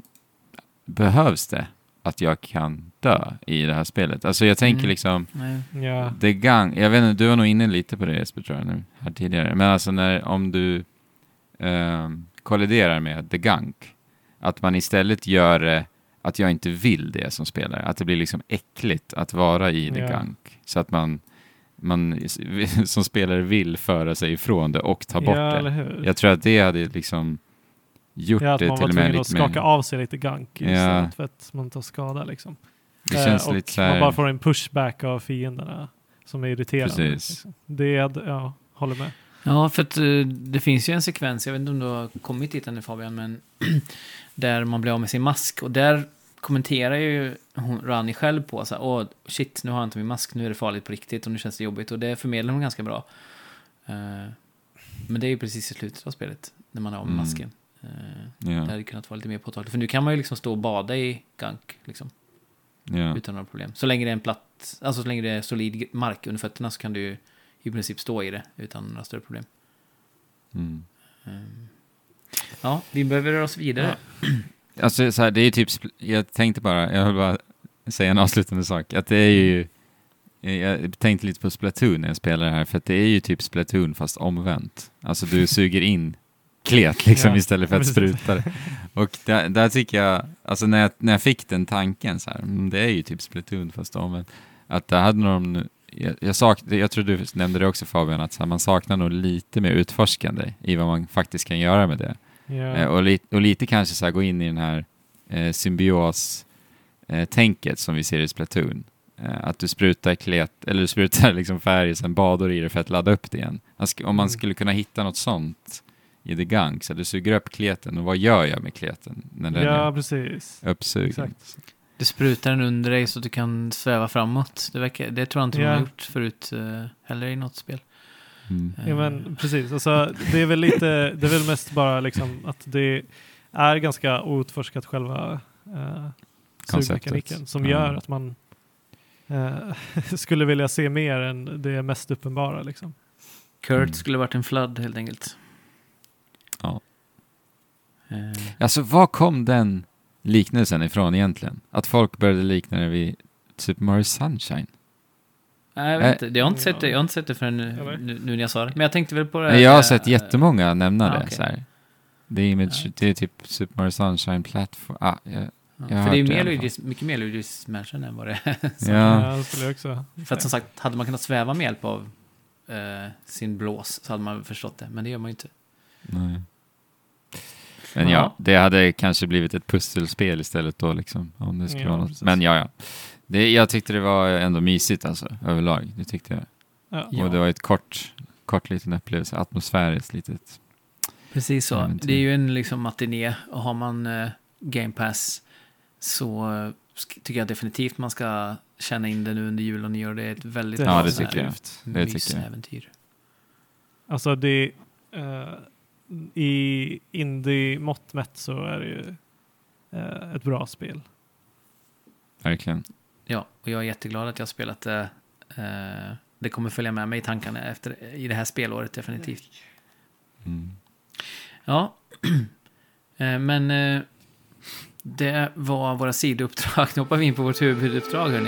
behövs det att jag kan dö i det här spelet? Alltså jag tänker Mm. liksom, Nej. ja, det gang, jag vet inte, du var nog inne lite på det Jesper, tror jag, nu, här tidigare. Men alltså när, om du eh, kolliderar med The Gunk, att man istället gör det att jag inte vill det som spelare. Att det blir liksom äckligt att vara i The Ja. Gunk. Så att man, man som spelare vill föra sig ifrån det och ta bort ja, eller det. hur? Jag tror att det hade liksom gjort Ja, att det man till var och med tvungen att lite skaka mer... av sig lite gunk Ja. istället för att man tar skada liksom. Det känns Eh, och lite så man här... bara får en pushback av fienderna som är irriterande. Precis. Liksom. Det är, ja, håller med. Ja, för att uh, det finns ju en sekvens, jag vet inte om du har kommit dit ännu Fabian, men där man blir av med sin mask. Och där kommenterar ju hon, Rani själv på så här, åh shit, nu har jag inte min mask, nu är det farligt på riktigt och nu känns det jobbigt. Och det förmedlar hon ganska bra. Uh, men det är ju precis i slutet av spelet, när man är av med Mm. masken. Uh, Ja, Det hade kunnat vara lite mer påtagligt. För nu kan man ju liksom stå och bada i gunk, liksom, ja. utan några problem. Så länge det är en platt, alltså så länge det är solid mark under fötterna så kan du ju i princip stå i det utan några större problem. Mm. Um, ja, vi behöver röra oss vidare. Alltså så här, det är ju typ, spl- jag tänkte bara, jag vill bara säga en avslutande sak, att det är ju, jag tänkte lite på Splatoon när jag spelar det här, för att det är ju typ Splatoon fast omvänt. Alltså du suger in klet liksom Ja, istället för att precis. spruta det. Och där, där tycker jag, alltså när jag, när jag fick den tanken så här, mm, det är ju typ Splatoon fast omvänt, att det hade de, jag, jag, sak, jag tror du nämnde det också Fabian, att så här, man saknar nog lite mer utforskande i vad man faktiskt kan göra med det. Ja. Eh, och, li- och lite kanske så här gå in i den här eh, symbios-tänket som vi ser i Splatoon. Eh, att du sprutar klet, eller du sprutar liksom färg, sen badar i det för att ladda upp det igen. Alltså, om man Mm. skulle kunna hitta något sånt i The Gunk, så du suger upp kleten, och vad gör jag med kleten när den ja, är precis. uppsugen? Exakt. Du sprutar den under dig så att du kan sväva framåt. Det, verkar, det tror jag inte de Ja. har gjort förut uh, heller i något spel. Mm. Eh, Ja, men precis. Alltså, det är väl lite, det är väl mest bara liksom att det är ganska outforskat själva uh, sugmekaniken som Ja. gör att man uh, skulle vilja se mer än det mest uppenbara liksom. Kurt Mm. skulle varit en flood helt enkelt. Ja. Eh, Alltså, var kom den liknelsen ifrån egentligen? Att folk började likna det vid Super Mario Sunshine? nej, jag vet Eh, inte. Jag har inte sett det, jag har inte sett det förrän nu, Eller? nu, nu när jag sa det. Men jag tänkte väl på det. Nej, jag har eh, sett jättemånga nämna ah, det. okej. Så här. Det är, image, Ja. det är typ Super Mario Sunshine Platform. Ah, ja. Ja, jag har för det är ju hört det i mer alla fall. Luigi's, mycket mer Luigi's Mansion än vad det är. Så- Ja. Ja, det skulle jag också För att som sagt, hade man kunnat sväva med hjälp av eh, sin blås så hade man förstått det. Men det gör man ju inte. Nej. Men Ja. ja, det hade kanske blivit ett pusselspel istället då liksom. Om det skulle Ja, vara något. precis. Men ja, ja. Det, jag tyckte det var ändå mysigt alltså, överlag. Det tyckte jag. Ja. Ja. Och det var ett kort, kort liten upplevelse, atmosfäriskt litet. Precis så. Äventyr. Det är ju en liksom matiné. Och har man eh, Game Pass så eh, sk- tycker jag definitivt man ska känna in det nu under jul och nyår. Det är ett väldigt Ja, bra det sån här tycker jag. Det tycker jag. mysäventyr. Alltså det uh, i indie-mått mätt så är det ju uh, ett bra spel. Verkligen. Ja, och jag är jätteglad att jag har spelat det. Eh, det kommer följa med mig i tankarna efter, i det här spelåret definitivt. Mm. Ja, eh, men eh, det var våra sidouppdrag. Nu hoppar vi in på vårt huvuduppdrag, hörni.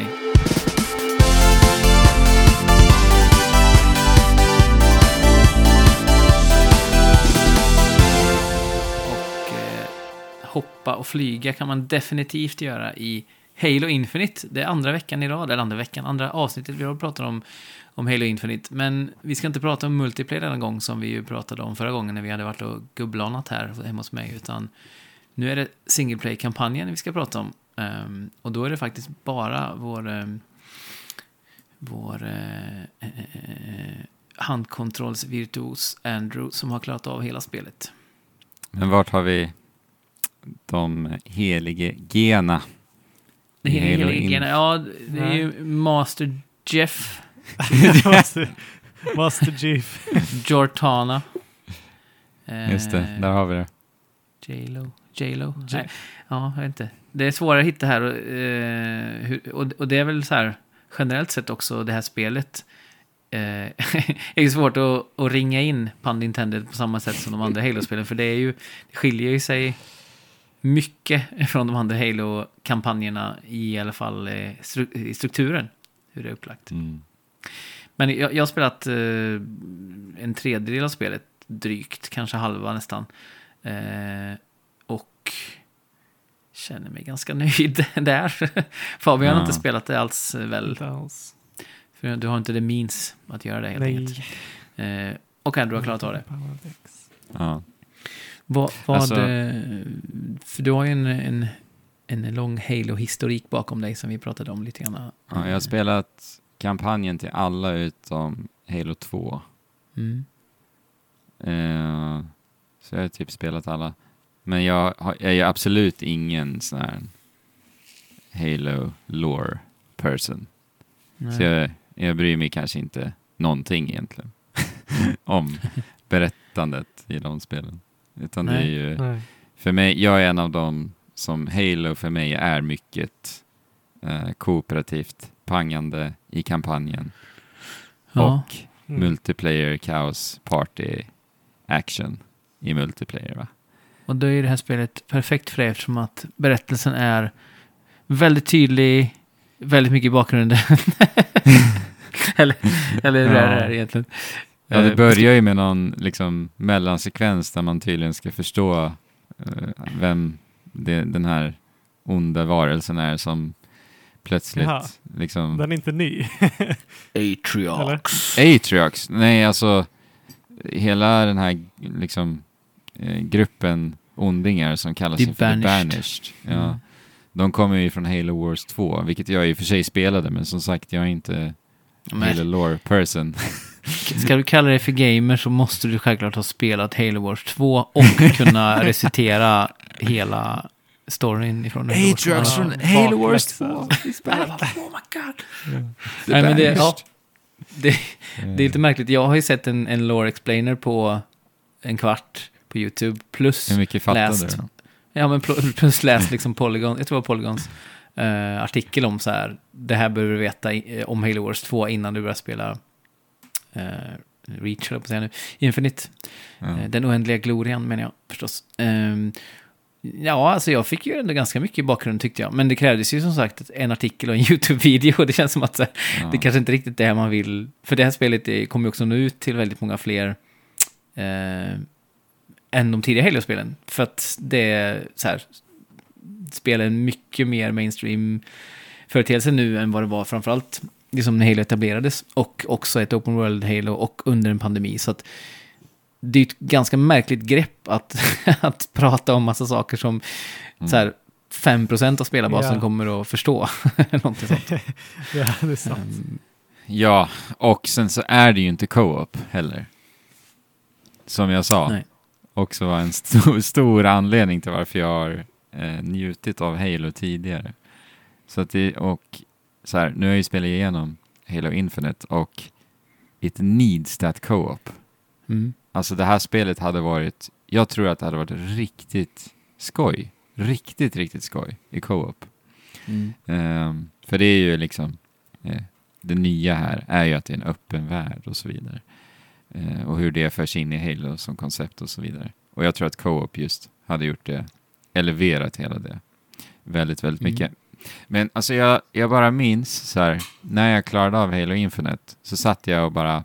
hoppa och flyga kan man definitivt göra i Halo Infinite. Det är andra veckan i rad, eller andra veckan, andra avsnittet vi har pratat om, om Halo Infinite. Men vi ska inte prata om multiplayer denna gång som vi ju pratade om förra gången när vi hade varit och gubblanat här hemma hos mig, utan nu är det single play-kampanjen vi ska prata om. Um, och då är det faktiskt bara vår um, vår uh, uh, handkontrollsvirtuos Andrew som har klarat av hela spelet. Men vart har vi de helige gena? Det helige in... gena, ja, det är ju Master Jeff. Master, Master Chief. Jortana. Just det, där har vi det. J-Lo. J-Lo. J- ja, jag vet inte. Det är svårare att hitta här. Och, eh, hur, och, och det är väl så här, generellt sett också, det här spelet. Eh, det är svårt att, att ringa in pun intended på samma sätt som de andra Halo-spelen. För det är ju, det skiljer ju sig mycket från de andra Halo-kampanjerna i alla fall eh, stru- i strukturen. Hur det är upplagt. Mm. Men jag, jag har spelat eh, en tredjedel av spelet, drygt, kanske halva nästan. Eh, och känner mig ganska nöjd där. Fabian har ja. inte spelat det alls väl. Inte alls. För du har inte det means att göra det helt Nej. enkelt. Eh, och Andrew har klarat av det. Ja. Vad, vad, Alltså- eh, för du har ju en, en, en lång Halo-historik bakom dig som vi pratade om lite grann. Ja, jag har spelat kampanjen till alla utom Halo två. Mm. Eh, så jag har typ spelat alla. Men jag, har, jag är absolut ingen sån här Halo lore person. Så jag, jag bryr mig kanske inte någonting egentligen om berättandet i de spelen. Utan Nej. det är ju, Nej. för mig, jag är en av dem som Halo för mig är mycket eh, kooperativt pangande i kampanjen. Ja. Och Mm. multiplayer, chaos, party, action i multiplayer, va? Och då är det här spelet perfekt för det eftersom att berättelsen är väldigt tydlig, väldigt mycket i bakgrunden. eller eller Ja. det är det här egentligen. Ja, det Eh, börjar ju med någon liksom mellansekvens där man tydligen ska förstå eh, vem det, den här onda varelsen är som plötsligt Jaha. liksom... Den är inte ny. Atriox. Atriox, nej alltså hela den här liksom eh, gruppen ondingar som kallas The sig för The Banished. Banished. Ja. Mm. De kommer ju från Halo Wars två, vilket jag i och för sig spelade, men som sagt, jag är inte Men- Halo lore person. Ska du kalla dig för gamer så måste du självklart ha spelat Halo Wars två och kunna recitera hela storyn ifrån Halo Wars två. Atriox Ja, från Halo Wars bakläxa. två. Oh my god. The Nej, men det, Banished. ja, det, det är lite märkligt. Jag har ju sett en, en lore explainer på en kvart på YouTube plus Hur mycket fattade läst. du då? Ja, men pl- plus läst liksom Polygon, jag tror det var Polygons eh, artikel om så här, det här behöver du veta i, om Halo Wars två innan du börjar spela eh, Reach, eller på att säga nu, Infinite. Ja. Eh, den oändliga glorian menar jag förstås. Ehm, ja, alltså jag fick ju ändå ganska mycket i bakgrunden tyckte jag. Men det krävdes ju som sagt en artikel och en YouTube-video. Och det känns som att så här, Ja. det kanske inte riktigt är det man vill. För det här spelet det kommer ju också nå ut till väldigt många fler eh, än de tidigare Halo-spelen. För att det är så här, spelen mycket mer mainstream företeelse nu än vad det var framförallt liksom när Halo etablerades. Och också ett open world Halo och under en pandemi. Så att det är ett ganska märkligt grepp att, att prata om massa saker som Mm. så här, fem procent av spelarbasen Ja. kommer att förstå. Någonting sånt. Ja, det är sant. Um, Ja, och sen så är det ju inte co-op heller. Som jag sa. Nej. Också var en stor, stor anledning till varför jag har eh, njutit av Halo tidigare. Så att det, och så här, nu har jag ju spelat igenom Halo Infinite och it needs that co-op. mm. Alltså det här spelet hade varit, jag tror att det hade varit riktigt skoj. Riktigt, riktigt skoj i co-op. Mm. Ehm, för det är ju liksom, eh, det nya här är ju att det är en öppen värld och så vidare. Eh, och hur det förs in i Halo som koncept och så vidare. Och jag tror att co-op just hade gjort det, eleverat hela det väldigt, väldigt Mm. mycket. Men alltså jag, jag bara minns så här, när jag klarade av Halo Infinite så satt jag och bara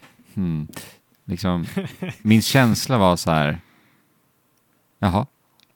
hmm, liksom, min känsla var så här, jaha,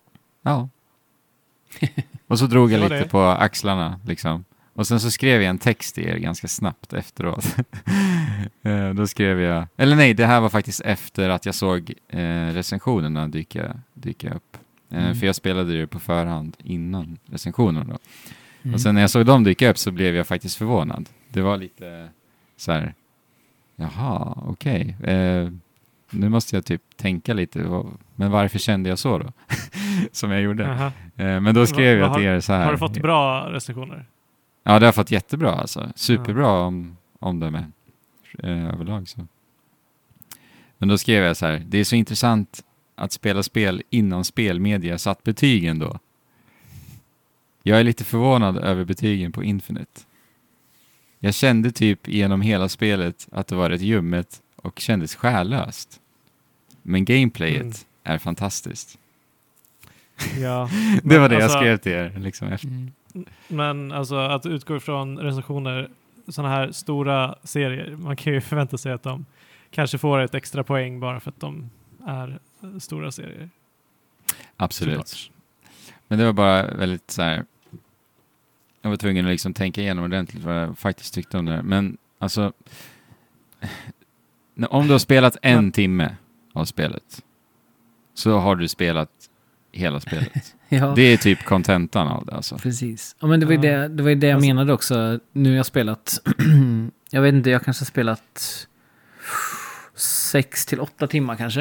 Ja. Och så drog jag Så lite det. på axlarna liksom. Och sen så skrev jag en text till er ganska snabbt efteråt. Eh, Då skrev jag, eller nej, det här var faktiskt efter att jag såg eh, recensionerna dyka, dyka upp. Eh, Mm. För jag spelade det på förhand innan recensionerna då. Mm. Och sen när jag såg dem dyka upp så blev jag faktiskt förvånad. Det var lite så här, jaha, okej. Eh, nu måste jag typ tänka lite, vad- men varför kände jag så då? Som jag gjorde. Jaha. Eh, men då skrev Va- jag va- till er så här. Har du fått bra recensioner? Ja, det har fått jättebra alltså. Superbra om, om det med eh, överlag så. Men då skrev jag så här, det är så intressant att spela spel inom spelmedia satt betygen då. Jag är lite förvånad över betygen på Infinite. Jag kände typ genom hela spelet att det var ett ljummet och kändes själlöst. Men gameplayet Mm. är fantastiskt. Ja. Det var det jag alltså, skrev till er liksom efter. Mm. Men alltså att utgå ifrån recensioner, sådana här stora serier, man kan ju förvänta sig att de kanske får ett extra poäng bara för att de är eh, stora serier. Absolut. Såklart. Men det var bara väldigt så här. Jag var tvungen att liksom tänka igenom ordentligt vad jag faktiskt tyckte om det här. Men alltså, när- om du har spelat en Men- timme av spelet så har du spelat hela spelet. Ja. Det är typ kontentan av det alltså. Precis. Ja, men det var ju Ja. det, det, var ju det jag Alltså- menade också. Nu har jag spelat, jag vet inte, jag kanske har spelat sex till åtta timmar kanske.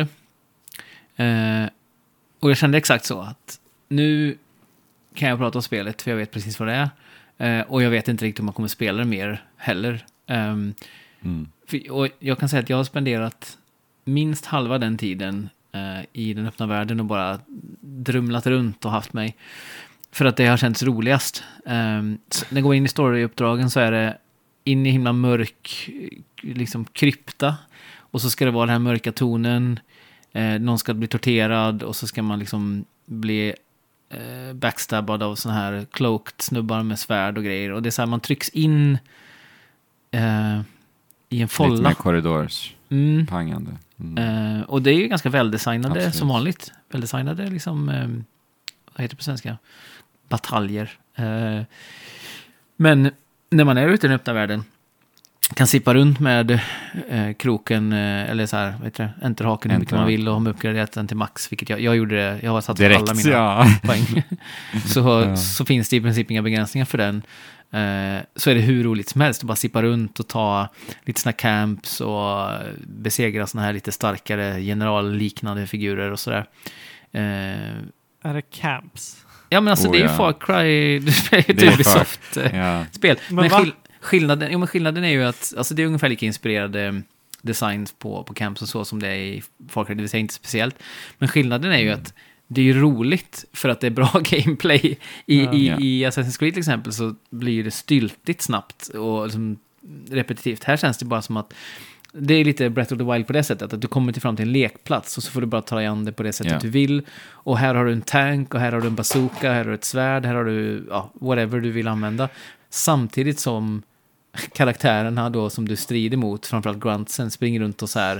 Eh, och jag kände exakt så att nu kan jag prata om spelet för jag vet precis vad det är. Eh, och jag vet inte riktigt om man kommer spela det mer heller. Ehm, Mm. för, och jag kan säga att jag har spenderat minst halva den tiden eh, i den öppna världen och bara drumlat runt och haft mig. För att det har känts roligast. Um, när jag går in i storyuppdragen så är det in i himla mörk liksom krypta. Och så ska det vara den här mörka tonen. Eh, någon ska bli torterad och så ska man liksom bli eh, backstabbad av såna här cloaked snubbar med svärd och grejer. Och det är så här, man trycks in eh, i en Lite folla. mer korridors Mm. pangande. Mm. Eh, och det är ju ganska väldesignade Absolut. som vanligt. Väldesignade liksom, eh, vad heter det på svenska? Bataljer. Eh, men när man är ute i den öppna världen kan sippa runt med eh, kroken, eh, eller så här, vad heter det, enterhaken hur mycket man Enterhaken. vill och har uppgraderat den till max, vilket jag, jag gjorde det, jag har satt Direkt alla mina ja. poäng. så, Ja. så finns det i princip inga begränsningar för den. Eh, så är det hur roligt som helst att bara sippa runt och ta lite såna camps och besegra såna här lite starkare generalliknande figurer och sådär. Eh, Är det camps? ja men alltså Oh, det är ju ja. Far Cry, det är ju Det är ett Ubisoft-spel. ja. Men Men, va? skill- skillnaden, jo, men skillnaden är ju att alltså det är ungefär lika inspirerade designs på, på camps och så som det är i Far Cry, det vill säga inte speciellt. Men skillnaden är ju att det är ju roligt för att det är bra gameplay. I, Ja. i, Ja. i Assassin's Creed till exempel så blir det styltigt snabbt och liksom repetitivt. Här känns det bara som att det är lite Breath of the Wild på det sättet att du kommer till fram till en lekplats och så får du bara ta dig an det på det sättet Ja. du vill. Och här har du en tank och här har du en bazooka, här har du ett svärd, här har du ja, whatever du vill använda. Samtidigt som karaktärerna då som du strider mot, framförallt Gruntsen, springer runt och så här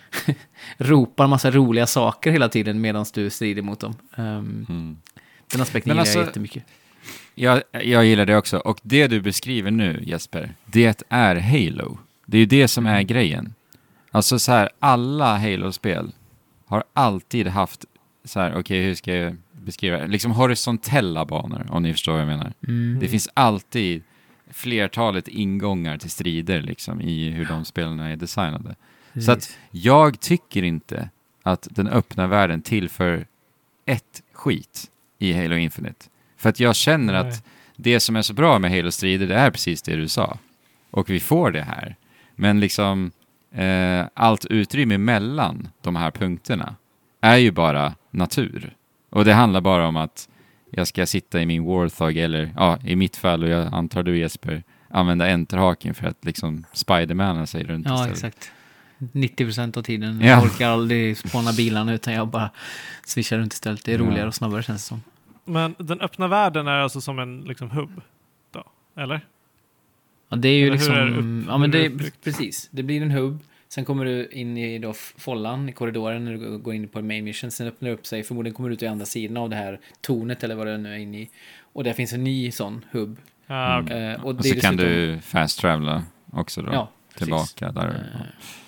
ropar massa roliga saker hela tiden medan du strider mot dem. Um, Mm. den aspekten Men gillar alltså- jag jättemycket. Jag, jag gillar det också. Och det du beskriver nu, Jesper, det är Halo. Det är ju det som är grejen. Alltså så här, alla Halo-spel har alltid haft så här, okej, hur ska jag beskriva det? Liksom horisontella banor, om ni förstår vad jag menar. Mm. Det finns alltid flertalet ingångar till strider liksom, i hur de spelarna är designade. Så att jag tycker inte att den öppna världen tillför ett skit i Halo Infinite. För att jag känner Nej. att det som är så bra med Halo-strider, det är precis det du sa. Och vi får det här. Men liksom eh, allt utrymme mellan de här punkterna är ju bara natur. Och det handlar bara om att jag ska sitta i min Warthog eller, ja, i mitt fall, och jag antar du Jesper, använda enterhaken för att liksom Spidermana sig runt Ja, istället. exakt. nittio procent av tiden. Ja. Jag orkar aldrig spåna bilarna utan jag bara swishar runt istället. Det är Ja. roligare och snabbare känns det som. Men den öppna världen är alltså som en liksom hubb då, eller? Ja, det är ju Eller hur liksom... är det upp- ja, men hur är det det är uppbyggt? precis. Det blir en hubb. Sen kommer du in i då follan i korridoren när du går in på main mission. Sen öppnar det upp sig. Förmodligen kommer du ut i andra sidan av det här tornet eller vad det nu är inne i. Och där finns en ny sån hubb. Ah, okay. mm. och, och så kan du fast travela också då. Ja, tillbaka där. Uh,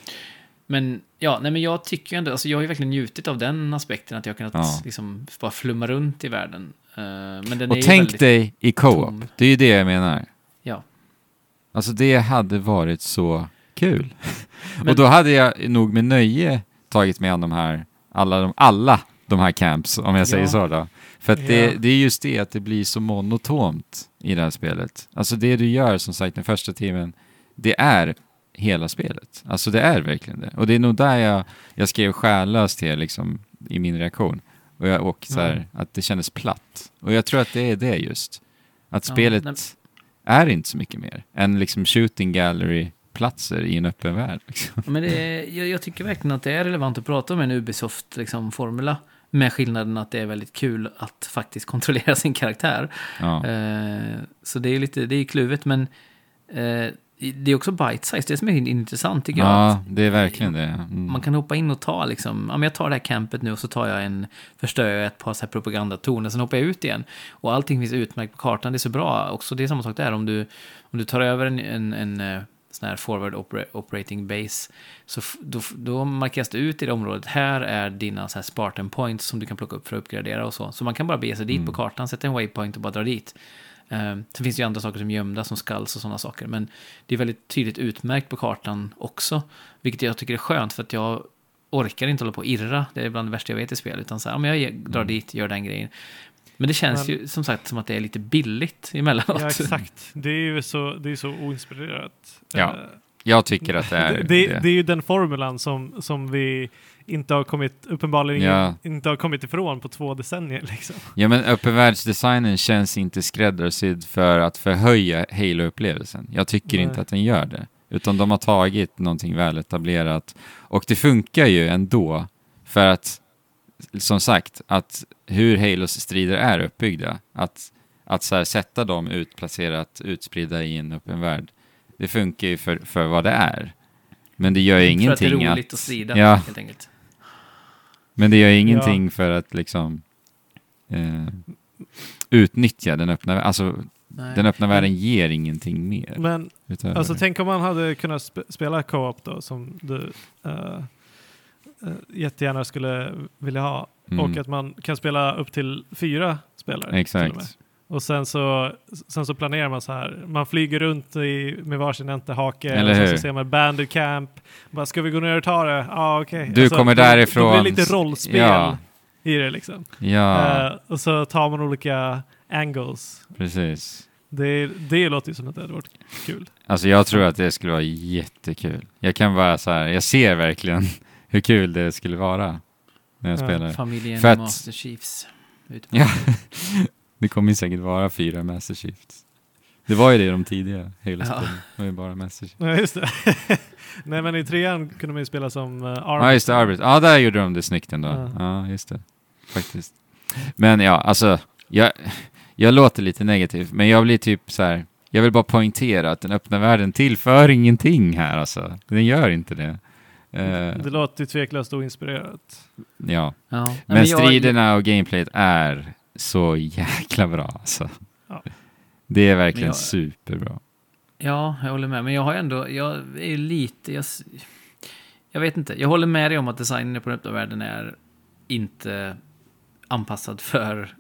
men ja, nej men jag tycker ju ändå, alltså jag har ju verkligen njutit av den aspekten att jag har kunnat ja. liksom bara flumma runt i världen. Uh, men den och är tänk dig i co-op. Tom. Det är ju det jag menar. Ja. Alltså det hade varit så kul. Men, och då hade jag nog med nöje tagit med de här, alla de, alla de här camps, om jag säger ja. så då. För att det, ja. det är just det att det blir så monotont i det här spelet. Alltså det du gör som sagt den första timmen, det är hela spelet. Alltså det är verkligen det. Och det är nog där jag, jag skrev själlöst till liksom, i min reaktion. Och, jag, och så här, mm. att det kändes platt. Och jag tror att det är det just. Att spelet ja, är inte så mycket mer än liksom shooting gallery platser i en öppen värld. Liksom. Men det är, jag, jag tycker verkligen att det är relevant att prata om en Ubisoft liksom, formula. Med skillnaden att det är väldigt kul att faktiskt kontrollera sin karaktär. Ja. Eh, så det är lite, det är kluvet, men eh, det är också bite-size. Det är som är intressant tycker jag. Ja, det är verkligen det. Mm. Man kan hoppa in och ta liksom, ja, men jag tar det här campet nu och så tar jag en, förstör jag ett par så här propagandatorn och sen hoppar jag ut igen. Och allting finns utmärkt på kartan. Det är så bra. Också det är samma sak där. Om du, om du tar över en, en, en sån här forward opera- operating base så f- då, då markeras det ut i det området. Här är dina så här Spartan points som du kan plocka upp för att uppgradera och så. Så man kan bara bege sig dit mm. på kartan, sätta en waypoint och bara dra dit. Um, sen finns det ju andra saker som gömda som skulls och sådana saker, men det är väldigt tydligt utmärkt på kartan också, vilket jag tycker är skönt för att jag orkar inte hålla på och irra. Det är bland det värsta jag vet i spel, utan så här, ja, men jag drar mm. dit, gör den grejen. Men det känns men, ju som sagt som att det är lite billigt emellanåt. Ja, exakt. Det är ju så, det är så oinspirerat. Ja, jag tycker att det är det. Det, det är ju den formulan som, som vi inte har kommit, uppenbarligen ja. inte har kommit ifrån på två decennier. Liksom. Ja, men öppenvärldsdesignen känns inte skräddarsydd för att förhöja Halo-upplevelsen. Jag tycker Nej. inte att den gör det. Utan de har tagit någonting väl etablerat. Och det funkar ju ändå för att som sagt, att hur Halos strider är uppbyggda, att, att så här, sätta dem utplacerat, utspridda i en öppen värld, det funkar ju för, för vad det är. Men det gör ju ingenting att... För att det är roligt att, att strida, ja, helt enkelt. Men det gör ingenting ja. för att liksom eh, utnyttja den öppna världen. Alltså, Nej. den öppna världen ger ingenting mer. Men, alltså tänk om man hade kunnat sp- spela co-op då, som du... Uh, Uh, jättegärna skulle vilja ha. Mm. Och att man kan spela upp till fyra spelare. Exakt. Och, och sen så, sen så planerar man så här. Man flyger runt i, med varsin entehake. Eller och hur? sen så ser man bandit camp. Bara, ska vi gå ner och ta det? Ja, ah, okej. Okay. Du alltså, kommer därifrån. Det blir lite rollspel ja. i det liksom. Ja. Uh, och så tar man olika angles. Precis. Det, det låter ju som att det hade varit kul. Alltså jag tror att det skulle vara jättekul. Jag kan bara så här, jag ser verkligen hur kul det skulle vara när jag ja. spelar. Familjen För att, Master Chiefs. Ja, det kommer säkert vara fyra Master Chiefs. Det var ju det de tidiga Halo-spelen. Ja. Det var ju bara Master Chiefs. Ja, just det. Nej, men i trean kunde man ju spela som uh, Arbiter. Ja, just det, Arbiter. Ja, där gjorde de det snyggt ändå. Ja, ja just det. Faktiskt. Men ja, alltså, jag, jag låter lite negativ, men jag blir typ så här, jag vill bara poängtera att den öppna världen tillför ingenting här, alltså. Den gör inte det. Det låter ju tveklöst oinspirerat. Ja, ja. men, men striderna jag... och gameplayet är så jäkla bra alltså. Ja. Det är verkligen jag... superbra. Ja, jag håller med. Men jag har ändå, jag är lite, jag, jag vet inte. Jag håller med dig om att designen på den öppna världen är inte anpassad för,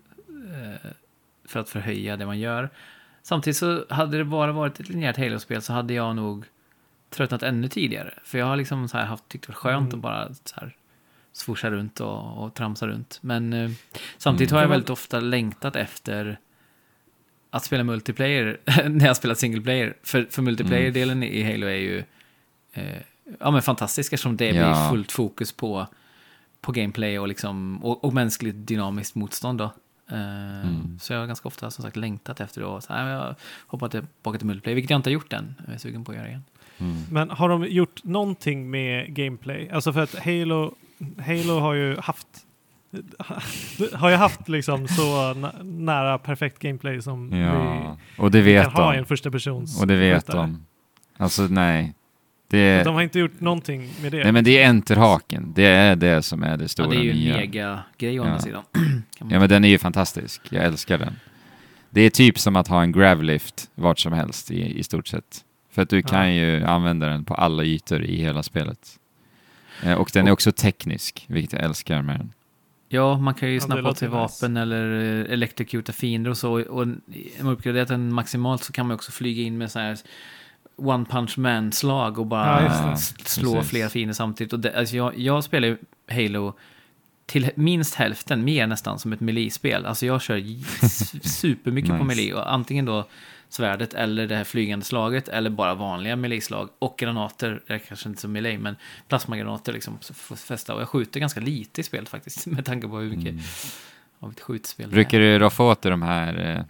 för att förhöja det man gör. Samtidigt så hade det bara varit ett linjärt Halo-spel så hade jag nog tröttnat ännu tidigare. För jag har liksom så här haft, tyckt det var skönt mm. att bara så här svoscha runt och, och tramsa runt. Men eh, samtidigt mm. har jag väldigt ofta längtat efter att spela multiplayer när jag spelat single player. För, för multiplayer-delen mm. i Halo är ju eh, ja, men fantastisk eftersom det ja. blir fullt fokus på, på gameplay och, liksom, och, och mänskligt dynamiskt motstånd då. Uh, mm. Så jag har ganska ofta som sagt längtat efter det och så här, jag hoppat tillbaka till multiplayer, vilket jag inte har gjort än. Jag är sugen på att göra igen. Mm. Men har de gjort någonting med gameplay? Alltså för att Halo Halo har ju haft har ju haft liksom så nära perfekt gameplay som ja. vi och det vet kan de. ha i en första persons. Och det vet de. Alltså nej. Det, de har inte gjort någonting med det. Nej, men det är enterhaken. Det är det som är det stora ja, det är ju nya. en mega-grej å andra Ja. sidan. Ja, men den är ju fantastisk. Jag älskar den. Det är typ som att ha en gravlift vart som helst i, i stort sett. För att du kan Ja. ju använda den på alla ytor i hela spelet. Eh, och den är också teknisk, vilket jag älskar med den. Ja, man kan ju Ja, det snappa åt låter sig nice. vapen eller eh, electrocuta fiender och så. Och om man uppgraderar den maximalt så kan man också flyga in med så här one punch man slag och Ja, bara just det. s- slå Precis. flera fiender samtidigt. Och det, alltså jag, jag spelar ju Halo till minst hälften mer nästan som ett melee-spel. Alltså jag kör j- s- supermycket på Nice. melee. Och antingen då svärdet eller det här flygande slaget eller bara vanliga melee-slag och granater, det är kanske inte så melee, men plasmagranater liksom så får fästa. Och jag skjuter ganska lite i spelet faktiskt med tanke på hur mycket Mm. av ett skjutspel. Brukar du roffa åt dig de här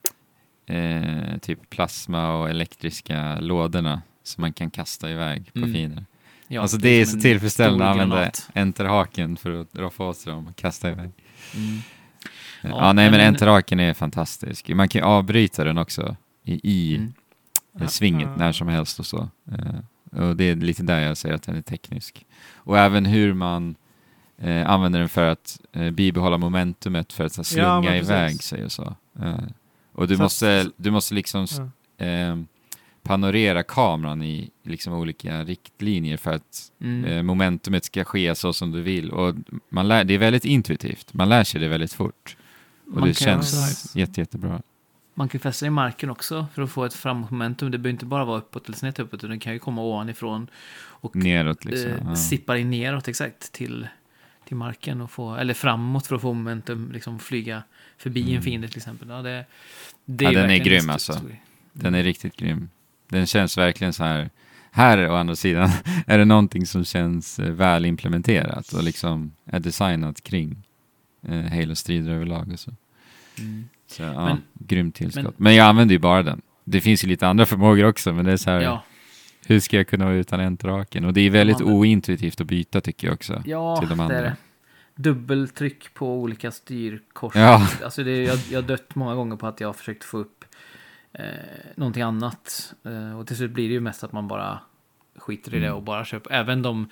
eh, eh, typ plasma och elektriska lådorna som man kan kasta iväg på Mm. fiender? Ja, Alltså det är som så en tillfredsställande att stor använda granat. enterhaken för att roffa åt sig dem och kasta iväg. Mm. Ja, Ja, nej, men men- enterhaken är fantastisk. Man kan ju avbryta den också i, i Mm. eh, svinget Ja. när som helst och så. Eh, och det är lite där jag säger att den är teknisk. Och även hur man eh, använder den för att eh, bibehålla momentumet för att så, slunga Ja, men iväg precis. sig och så. Eh, och du Så måste, att- du måste liksom s- Ja. eh, panorera kameran i liksom olika riktlinjer för att Mm. eh, momentumet ska ske så som du vill. Och man lär, det är väldigt intuitivt. Man lär sig det väldigt fort. Och Man det kan känns också- jätte, jättebra. Man kan fästa i marken också för att få ett framåtmomentum. Det behöver inte bara vara uppåt eller snett uppåt, utan det kan ju komma ovanifrån och Neråt liksom. eh, Ja. sippar in neråt exakt till, till marken och få, eller framåt för att få momentum, liksom flyga förbi Mm. en fiende till exempel. Ja, det, det Ja, den är verkligen grym, en stor- alltså. stor grej. Den är riktigt grym. Den känns verkligen så här. Här å andra sidan är det någonting som känns eh, väl implementerat och liksom är designat kring eh, Halo-strider överlag och så. Mm. Så ja, Men- grymt tillskott. Men, men- jag använder ju bara den. Det finns ju lite andra förmågor också, men det är så här, Ja, hur ska jag kunna vara utan enterhaken? Och det är väldigt Ja, men- ointuitivt att byta tycker jag också. ja till de det andra. är det. Dubbeltryck på olika styrkors. Ja. Alltså det, jag, jag har dött många gånger på att jag har försökt få upp eh, någonting annat. Eh, och till slut blir det ju mest att man bara skiter i det Mm. och bara köper. Även de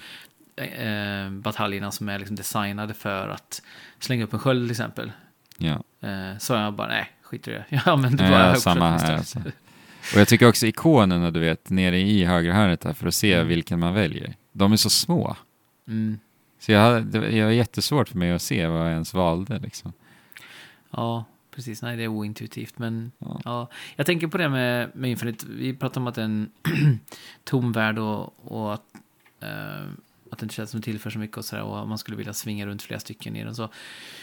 eh, bataljerna som är liksom designade för att slänga upp en sköld till exempel. Ja. Eh, så jag bara, nej, skiter i det. Ja, men det Ja, bara samma uppköpt här, istället. alltså. Och jag tycker också ikonerna, du vet, nere i högra hörnet där för att se Mm. vilken man väljer. De är så små. Mm. Så jag hade, det var jag var jättesvårt för mig att se vad jag ens valde liksom. Ja, precis. Nej, det är ointuitivt. Men Ja. ja, jag tänker på det med, med Infinite. Vi pratar om att det är en tom värld och, och att, eh, att det inte känns som det tillför så mycket och, så där, och man skulle vilja svinga runt flera stycken i den. Så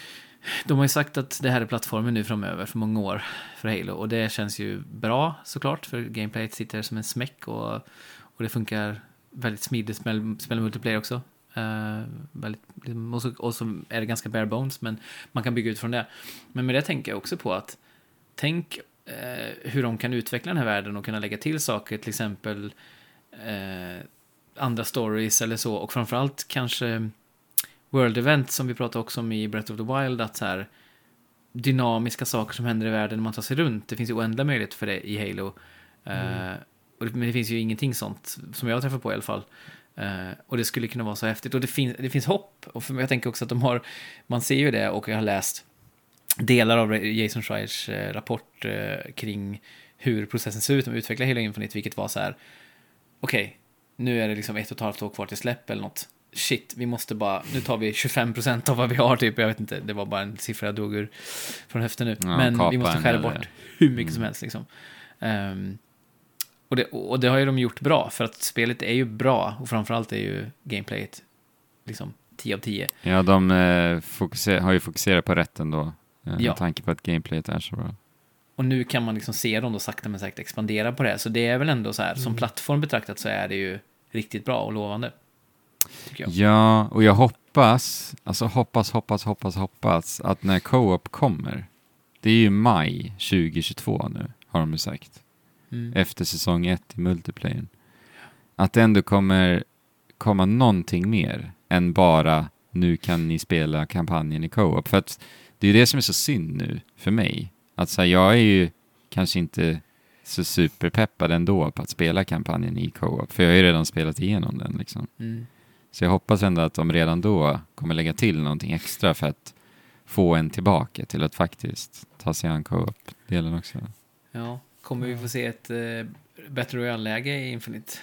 de har ju sagt att det här är plattformen nu framöver för många år för Halo. Och det känns ju bra såklart, för gameplayet sitter som en smäck och, och det funkar väldigt smidigt spela, spela multiplayer också. Uh, väldigt, och, så, och så är det ganska bare bones, men man kan bygga ut från det. Men med det tänker jag också på att tänk uh, hur de kan utveckla den här världen och kunna lägga till saker, till exempel uh, andra stories eller så, och framförallt kanske world event som vi pratade också om i Breath of the Wild, att så här dynamiska saker som händer i världen när man tar sig runt. Det finns ju oändliga möjligheter för det i Halo. Mm. Uh, och det, men det finns ju ingenting sånt som jag träffar på i alla fall. Uh, och det skulle kunna vara så häftigt. Och det, fin- det finns hopp. Och för mig, jag tänker också att de har, man ser ju det, och jag har läst delar av Jason Schreiers uh, rapport uh, kring hur processen ser ut om att utveckla Halo Infinite, vilket var så här: okej, okay, nu är det liksom ett och ett halvt år kvar till släpp eller något. Shit, vi måste bara, nu tar vi tjugofem procent av vad vi har typ, jag vet inte, det var bara en siffra jag drog ur från höften nu. Ja, men vi måste skära eller... bort hur mycket mm. som helst liksom. Um, och, det, och det har ju de gjort bra, för att spelet är ju bra, och framförallt är ju gameplayet liksom tio av tio. Ja, de eh, fokuser- har ju fokuserat på rätten då, eh, Ja. med tanke på att gameplayet är så bra. Och nu kan man liksom se dem då sakta men säkert expandera på det. Så det är väl ändå så här, mm. som plattform betraktat så är det ju riktigt bra och lovande. Tycker jag. Ja, och jag hoppas, alltså hoppas, hoppas, hoppas, hoppas att när co-op kommer, det är ju maj tjugohundratjugotvå nu, har de ju sagt. Mm. Efter säsong ett i multiplayer. Att det ändå kommer komma någonting mer än bara nu kan ni spela kampanjen i co-op. För att det är ju det som är så synd nu för mig. Att så här, jag är ju kanske inte så superpeppad ändå på att spela kampanjen i co-op. För jag har ju redan spelat igenom den liksom. Mm. Så jag hoppas ändå att de redan då kommer lägga till någonting extra för att få en tillbaka till att faktiskt ta sig an co-op-delen också. Ja, kommer vi få se ett uh, Battle Royale-läge i Infinite?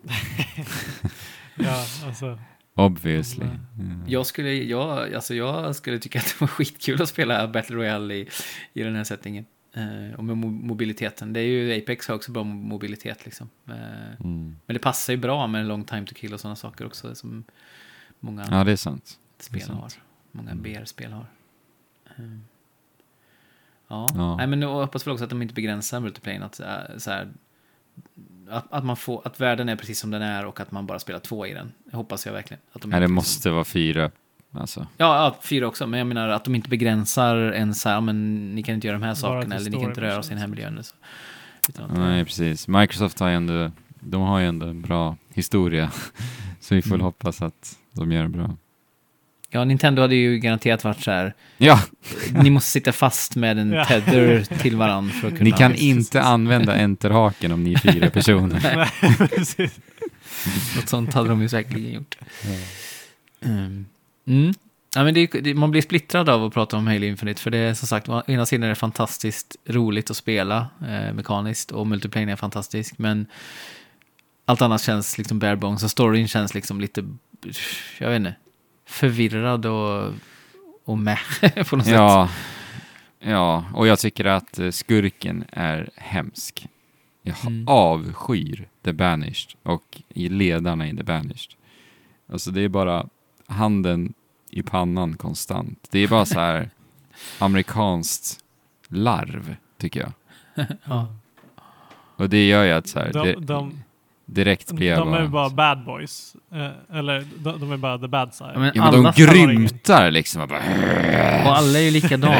Ja, alltså. Obviously. Mm. Ja. Jag skulle, jag, alltså jag skulle tycka att det var skitkul att spela Battle Royale i, i den här settingen. Uh, och med mo- mobiliteten. Det är ju, Apex har också bra mobilitet liksom. Uh, Mm. Men det passar ju bra med long time to kill och sådana saker också som många Ja, det är sant. spel det är sant. har. Många Mm. B R-spel har. Uh, ja, Ja. Nej, men jag hoppas väl också att de inte begränsar multiplayen. Att, uh, så här, att, att, man får, att världen är precis som den är och att man bara spelar två i den. Det hoppas jag verkligen. Att de Nej, det inte- måste vara fyra. Alltså. Ja, ja, fyra också. Men jag menar att de inte begränsar en så här, men ni kan inte göra de här Bara sakerna till eller ni kan inte story röra oss i den här missions. miljön. Så. Utan att, Nej, precis. Microsoft har ju ändå, de har ju ändå en bra historia. Så vi får väl Mm. hoppas att de gör det bra. ja, Nintendo hade ju garanterat varit så här. Ja, Ni måste sitta fast med en Ja. tether till varann för att kunna... ni kan inte använda enterhaken om ni är fyra personer. Nej, precis. Något sånt hade de ju säkerligen gjort. Mm. Mm. Ja, men det, det, man blir splittrad av att prata om Halo Infinite, för det är som sagt, å ena sidan är det fantastiskt roligt att spela eh, mekaniskt och multiplayer är fantastisk, men allt annat känns liksom bare bones och storyn känns liksom lite, jag vet inte, förvirrad och, och med på något sätt. Ja, ja, och jag tycker att eh, skurken är hemsk. Jag Mm. avskyr The Banished och i ledarna i The Banished. Alltså det är bara handen i pannan konstant. Det är bara så här amerikanskt larv, tycker jag. Ja. Och det gör ju att så här, De, det, de, direkt blir jag de är bara... bara bad boys. Eh, eller de, de är bara the bad side. Ja, men Ja, men de alla, grymtar liksom. Och, bara, och alla är ju likadana.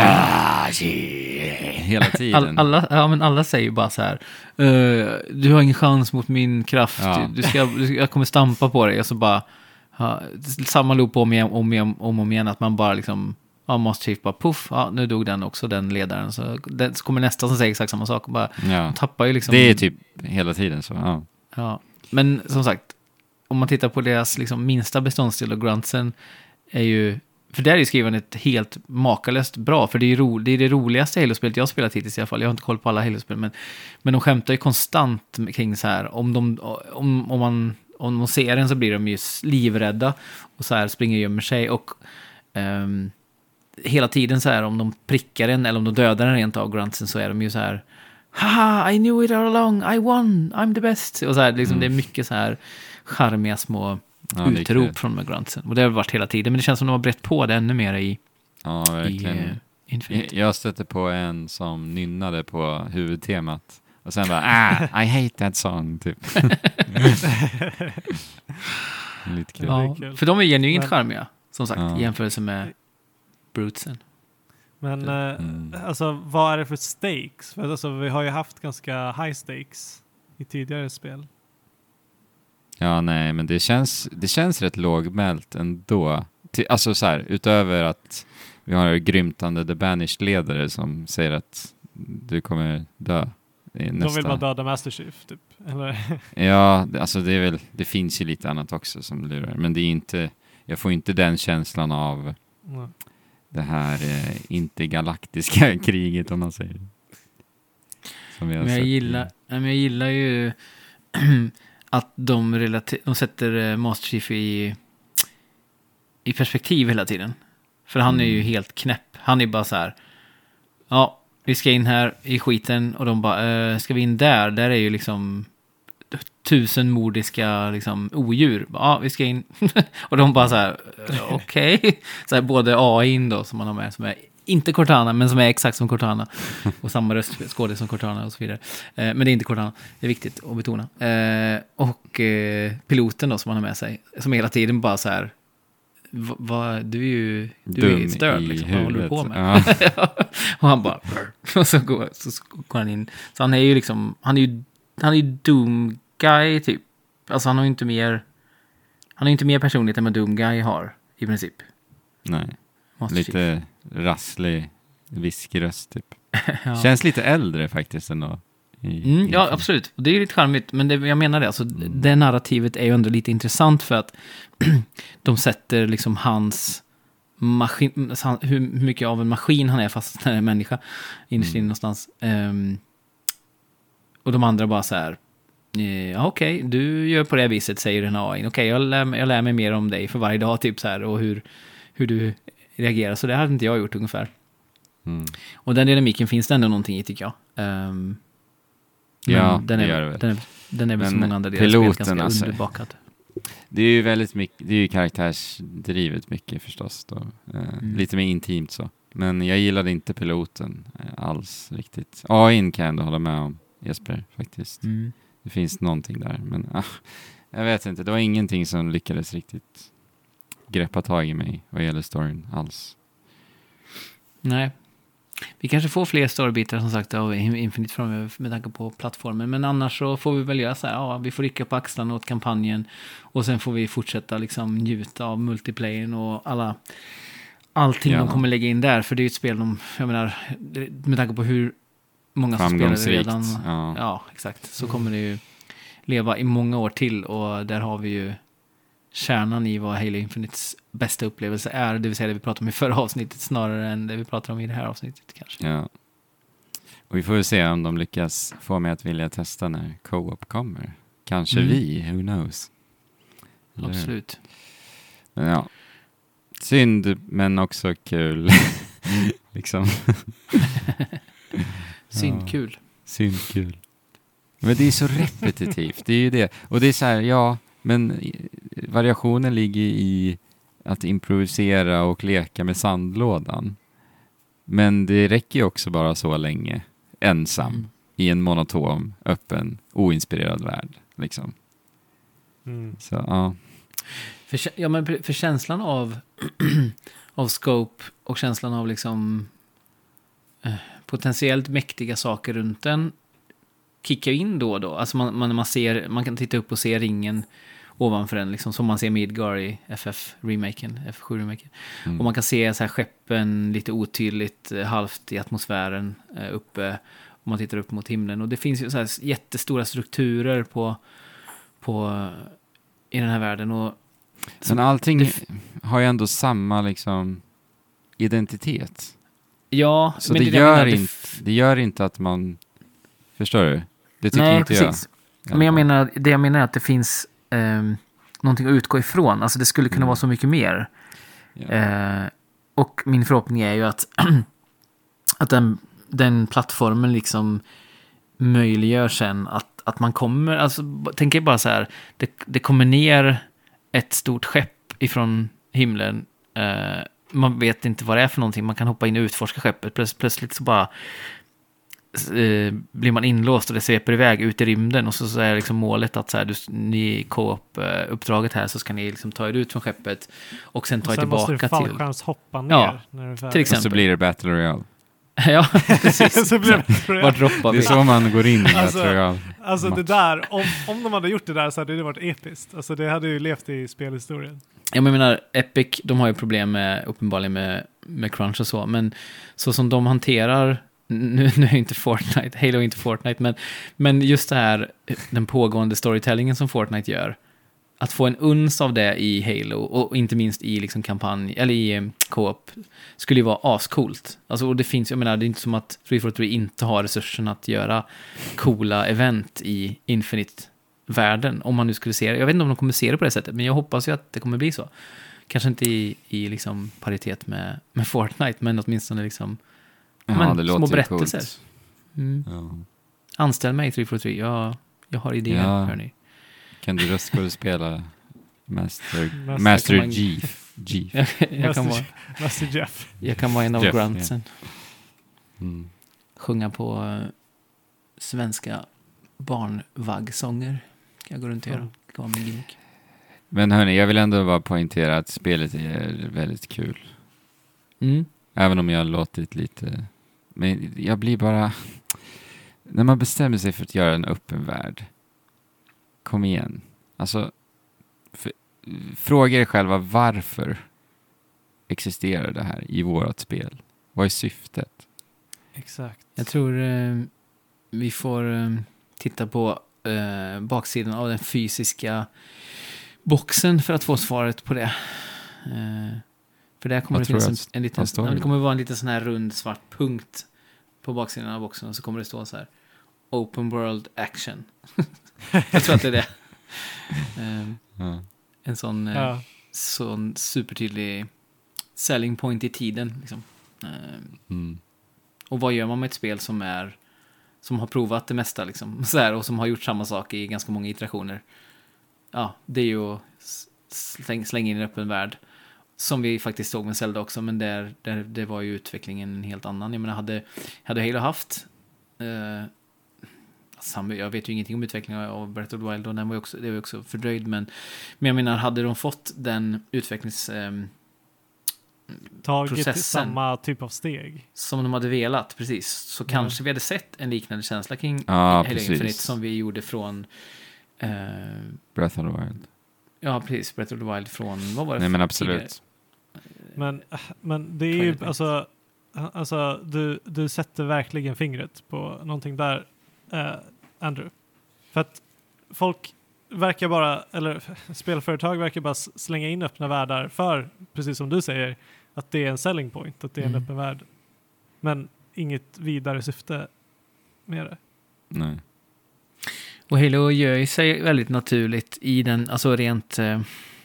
hela tiden. All, alla, ja, men alla säger ju bara så här, "Eh, du har ingen chans mot min kraft, Ja. du, du ska, du ska, jag kommer stampa på dig." Och så bara, ha, samma loop om igen, om igen, om, om igen, att man bara liksom, ja, Master Chief bara, puff, ja, nu dog den också, den ledaren. Så, den, så kommer nästa som säger exakt samma sak och bara, Ja. tappar ju liksom. Det är typ hela tiden så. Ja. Ja, men som sagt, om man tittar på deras liksom minsta beståndsdel och gruntsen är ju, för där är ju skrivandet helt makalöst bra, för det är ju ro, det, är det roligaste Halo-spelet jag har spelat hittills i alla fall. Jag har inte koll på alla Halo-spel, men, men de skämtar ju konstant kring så här, om de, om, om man om de ser den så blir de ju livrädda och så här springer och gömmer sig och um, hela tiden så här, om de prickar den eller om de dödar den rent av gruntsen, så är de ju så här, haha, I knew it all along, I won, I'm the best. Och så här, liksom, Mm. det är mycket så här charmiga små Ja, det är utrop kul. från de här gruntsen. Och det har varit hela tiden, men det känns som de har brett på det ännu mer i, Ja, i verkligen. uh, Infinite. Jag stötte på en som nynnade på huvudtemat. Och sen bara, ah, I hate that song, typ. Lite kul. Ja. Ja, kul. för de är genuint Men- charmiga, som sagt, Ja. i jämförelse med brutesen. Men eh, Mm. alltså, vad är det för stakes? För alltså, vi har ju haft ganska high stakes i tidigare spel. Ja, nej, men det känns, det känns rätt lågmält ändå. Till, alltså så här, utöver att vi har grymtande The Banished-ledare som säger att du kommer dö i nästa. De vill bara döda Master Chief, typ. Eller? Ja, det- alltså det är väl, det finns ju lite annat också som lurar. Men det är inte, jag får inte den känslan av Mm. det här eh, intergalaktiska kriget, om man säger. Som vi har Men jag sett i- gillar, ja, men jag gillar ju att de, relate- de sätter eh, Master Chief i, i perspektiv hela tiden. För han är ju Mm. helt knäpp. Han är bara så här, ja, vi ska in här i skiten. Och de bara, eh, ska vi in där? Där är ju liksom tusen mordiska liksom, odjur. Ja, vi ska in. Och de bara så här, eh, okej. Så här, både A I då, som man har med, som är inte Cortana, men som är exakt som Cortana. Och samma röstskådis som Cortana och så vidare. Eh, men det är inte Cortana, det är viktigt att betona. Eh, och eh, piloten då, som man har med sig, som hela tiden bara så här, va, va, du är ju du är Dum störd, i liksom. Vad håller du på huvudet. med? Ja. Och han bara, och så går, så går han in. Så han är ju liksom, han är ju, han är ju Doom Guy typ. Alltså han har ju inte mer, han har ju inte mer personlighet än vad Doom Guy har, i princip. Nej, Master Chief. lite rasslig viskröst typ. Ja. Känns lite äldre faktiskt ändå I, Mm, i ja, absolut. Det är ju lite charmigt, men det, jag menar det. Alltså, mm. Det narrativet är ju ändå lite intressant för att de sätter liksom hans maskin, hur mycket av en maskin han är fast han är en människa innerst mm. någonstans. Um, och de andra bara så här, ja okej, okay, du gör på det viset, säger den A I. Okej, okay, jag, lär, jag lär mig mer om dig för varje dag typ så här, och hur, hur du reagerar. Så det hade inte jag gjort ungefär. Mm. Och den dynamiken finns det ändå någonting i, tycker jag. Um, ja, den är, det gör det väl. Den är, den är väl som många andra delar piloten, ganska alltså, underbakad. Det är ju väldigt mycket, det är ju karaktärsdrivet mycket förstås då. Uh, mm. Lite mer intimt så. Men jag gillade inte piloten uh, alls riktigt. A I kan jag ändå hålla med om, Jesper, faktiskt. Mm. Det finns någonting där, men uh, jag vet inte. Det var ingenting som lyckades riktigt greppa tag i mig vad gäller storyn alls. Nej. Vi kanske får fler storybitar som sagt av Infinite framöver med tanke på plattformen. Men annars så får vi väl göra så här. Ja, vi får rycka på axlarna åt kampanjen. Och sen får vi fortsätta liksom njuta av multiplayern och alla, allting ja. de kommer lägga in där. För det är ju ett spel de, jag menar, med tanke på hur många som spelar det redan. Ja. ja, exakt. Så kommer det ju leva i många år till. Och där har vi ju kärnan i vad Halo Infinites bästa upplevelse är, det vill säga det vi pratade om i förra avsnittet snarare än det vi pratar om i det här avsnittet kanske. Ja. Och vi får väl se om de lyckas få mig att vilja testa när co-op kommer. Kanske mm. vi, who knows. Eller? Absolut. Men ja. Synd, men också kul. liksom. Synd, ja. kul. Synd, kul. Men det är så repetitivt, det är ju det. Och det är så här, ja, men variationen ligger i att improvisera och leka med sandlådan. Men det räcker ju också bara så länge ensam mm. i en monotom, öppen, oinspirerad värld. Liksom. Mm. Så, ja. För, ja, men för känslan av, av scope och känslan av liksom eh, potentiellt mäktiga saker runt den kickar in då och då. Alltså man, man, man, ser, man kan titta upp och se ringen ovanför den, liksom, som man ser Midgar i F F-remaken, F sju-remaken. Mm. Och man kan se så här skeppen lite otydligt, halvt i atmosfären eh, uppe, om man tittar upp mot himlen. Och det finns ju så här jättestora strukturer på, på i den här världen. Och, men allting det, har ju ändå samma liksom identitet. Ja, så men det, det, gör menar, inte, det gör inte att man... Förstår du? Det tycker nej, inte precis. jag. Men jag menar, det jag menar är att det finns Um, någonting att utgå ifrån. Alltså det skulle kunna mm. vara så mycket mer. Yeah. Uh, och min förhoppning är ju att att den, den plattformen liksom möjliggör sen att, att man kommer, alltså tänker bara så här, det, det kommer ner ett stort skepp ifrån himlen. Uh, man vet inte vad det är för någonting. Man kan hoppa in och utforska skeppet. Plöts, plötsligt så bara blir man inlåst och det sveper iväg ut i rymden och så, så är liksom målet att så här, du, ni co-op-uppdraget här så ska ni liksom ta er ut från skeppet och sen ta er tillbaka till... Och sen måste du fallskärmshoppa ner. Ja, när du till exempel. Och så blir det Battle Royale. ja, precis. så blir det Vart droppar vi? Det är så man går in i alltså, Battle Royale. Alltså det där, om, om de hade gjort det där så hade det varit episkt. Alltså det hade ju levt i spelhistorien. Ja, men jag menar, Epic, de har ju problem med, uppenbarligen med, med crunch och så, men så som de hanterar Nu, nu är inte Fortnite, Halo är inte Fortnite, men, men just det här, den pågående storytellingen som Fortnite gör, att få en uns av det i Halo, och inte minst i liksom kampanj, eller i um, co-op, skulle ju vara ascoolt. Alltså, och det finns, jag menar, det är inte som att tre forty-three inte har resursen att göra coola event i Infinite-världen, om man nu skulle se det. Jag vet inte om de kommer se det på det sättet, men jag hoppas ju att det kommer bli så. Kanske inte i, i liksom paritet med, med Fortnite, men åtminstone liksom ja, men, det låter små berättelser. Mm. Ja. Anställ mig tre forty-three. Jag, jag har idéer, ja. hörni. Kan du röstskådespela Master, Master, Master man, Chief? Chief. jag, jag, Master, kan vara, Master Jeff. Jag kan vara en av Jeff, gruntsen. Ja. Mm. Sjunga på uh, svenska barnvaggsånger. Kan jag gå runt och göra. Mm. Det kan vara min gimmick. Men hörni, jag vill ändå bara poängtera att spelet är väldigt kul. Mm. Även om jag har låtit lite... Men jag blir bara... När man bestämmer sig för att göra en öppen värld, kom igen. Alltså, för, fråga er själva varför existerar det här i vårat spel? Vad är syftet? Exakt. Jag tror... Uh, vi får uh, titta på uh, baksidan av den fysiska boxen för att få svaret på det. Uh, för där kommer Jag det finnas en, tror en liten, står det det. kommer vara en liten sån här rund svart punkt på baksidan av boxen och så kommer det stå så här Open World Action. Jag tror att det är det. Um, Ja. en sån, uh, Ja. sån supertydlig selling point i tiden liksom. Um, Mm. och vad gör man med ett spel som är som har provat det mesta liksom, så här, och som har gjort samma sak i ganska många iterationer. Ja, det är ju att släng, slänga in en öppen värld. Som vi faktiskt såg med Zelda också, men där, där det var ju utvecklingen en helt annan. Jag menar, hade, hade Halo haft eh, sam, jag vet ju ingenting om utvecklingen av Breath of the Wild och den var ju också, det var ju också fördröjd, men, men jag menar, hade de fått den utvecklings eh, Tagit processen samma typ av steg. som de hade velat, precis, så Mm. kanske vi hade sett en liknande känsla kring Ja, Halo precis. Infinite som vi gjorde från eh, Breath of the Wild. ja, precis, Breath of the Wild från, vad var det? Nej, men för absolut. tidigare? Men, men det är ju, Twilight Princess. alltså, alltså du, du sätter verkligen fingret på någonting där, eh, Andrew. För att folk verkar bara, eller spelföretag verkar bara s- slänga in öppna världar för, precis som du säger, att det är en selling point, att det är en Mm. öppen värld. Men inget vidare syfte med det. Nej. Och Halo gör ju sig väldigt naturligt i den, alltså rent eh,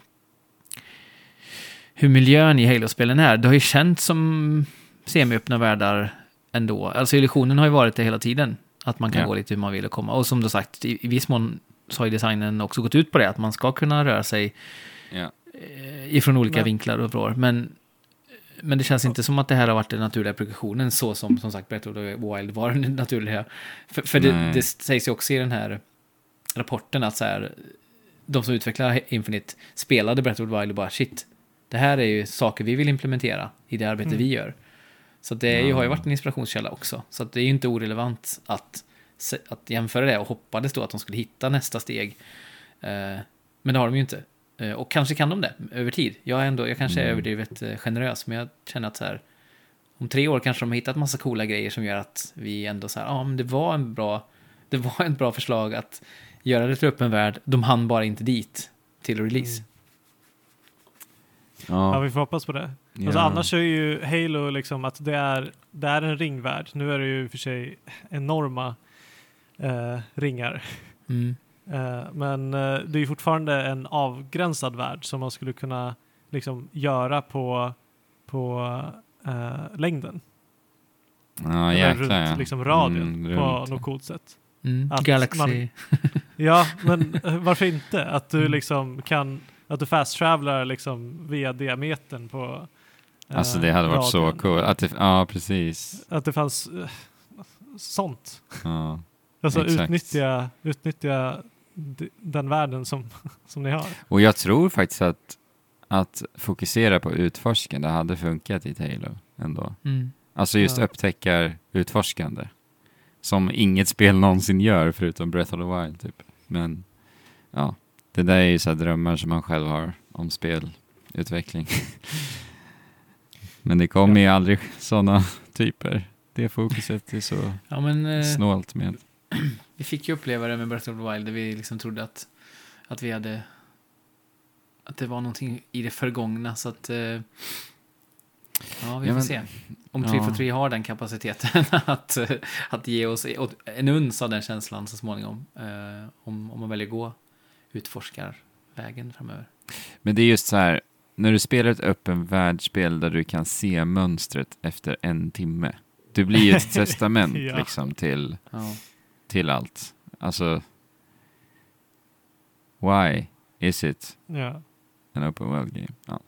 hur miljön i Halo-spelen är. Det har ju känts som semi-öppna världar ändå. Alltså illusionen har ju varit det hela tiden. Att man kan Ja. gå lite hur man vill och komma. Och som du sagt, i, i viss mån så har ju designen också gått ut på det. Att man ska kunna röra sig Ja. eh, ifrån olika Men- vinklar och vrår. Men, men det känns inte som att det här har varit den naturliga progressionen så som, som sagt, Breath of the Wild var den naturliga. För, för det, Nej. det sägs ju också i den här rapporten att så här, de som utvecklar Infinite spelade Breath of the Wild och bara shit, det här är ju saker vi vill implementera i det arbete Mm. vi gör. Så det är ju, Ja. har ju varit en inspirationskälla också. Så att det är ju inte orelevant att, se- att jämföra det och hoppades då att de skulle hitta nästa steg. Eh, men det har de ju inte. Eh, och kanske kan de det över tid. Jag, är ändå, jag kanske är Mm. överdrivet eh, generös, men jag känner att så här, om tre år kanske de har hittat massa coola grejer som gör att vi ändå så här, ja, men det var en bra, det var ett bra förslag att göra det till öppen värld. De hann bara inte dit till release. Mm. Ja, Ja. vi får hoppas på det. Ja. Alltså, annars är ju Halo liksom att det är, det är en ringvärld. Nu är det ju för sig enorma eh, ringar. Mm. Eh, men eh, det är ju fortfarande en avgränsad värld som man skulle kunna liksom göra på, på eh, längden. Ja, Eller jäklar, runt ja. liksom radien Mm, på runt. något coolt sätt. Mm. Att Galaxy. man- Ja, men eh, varför inte? Att du Mm. liksom kan, att du fast travelar liksom via diametern på eh, Alltså det hade varit så radien. coolt. Att det, ja, precis. Att det fanns eh, sånt. Ja. Alltså Exakt. utnyttja, utnyttja d- den världen som, som ni har. Och jag tror faktiskt att, att fokusera på utforskande hade funkat i Halo ändå. Mm. Alltså just Ja. upptäckar utforskande. Som inget spel någonsin gör förutom Breath of the Wild typ. Men ja, det där är ju så här drömmar som man själv har om spelutveckling. Men det kommer ju aldrig sådana typer. Det fokuset är så Ja, men eh, snålt med. vi fick ju uppleva det med Breath of the Wild där vi liksom trodde att, att vi hade att det var någonting i det förgångna, så att eh, ja, vi Ja, får men- se. Om ja. tre för tre har den kapaciteten att, eh, att ge oss en uns av den känslan så småningom. Eh, om, om man väljer gå utforskar vägen framöver. Men det är just så här, när du spelar ett öppen världsspel där du kan se mönstret efter en timme. Du blir ju ett testament Ja. liksom till, Ja. till allt. Alltså, why is it Ja. an open world game? Ja.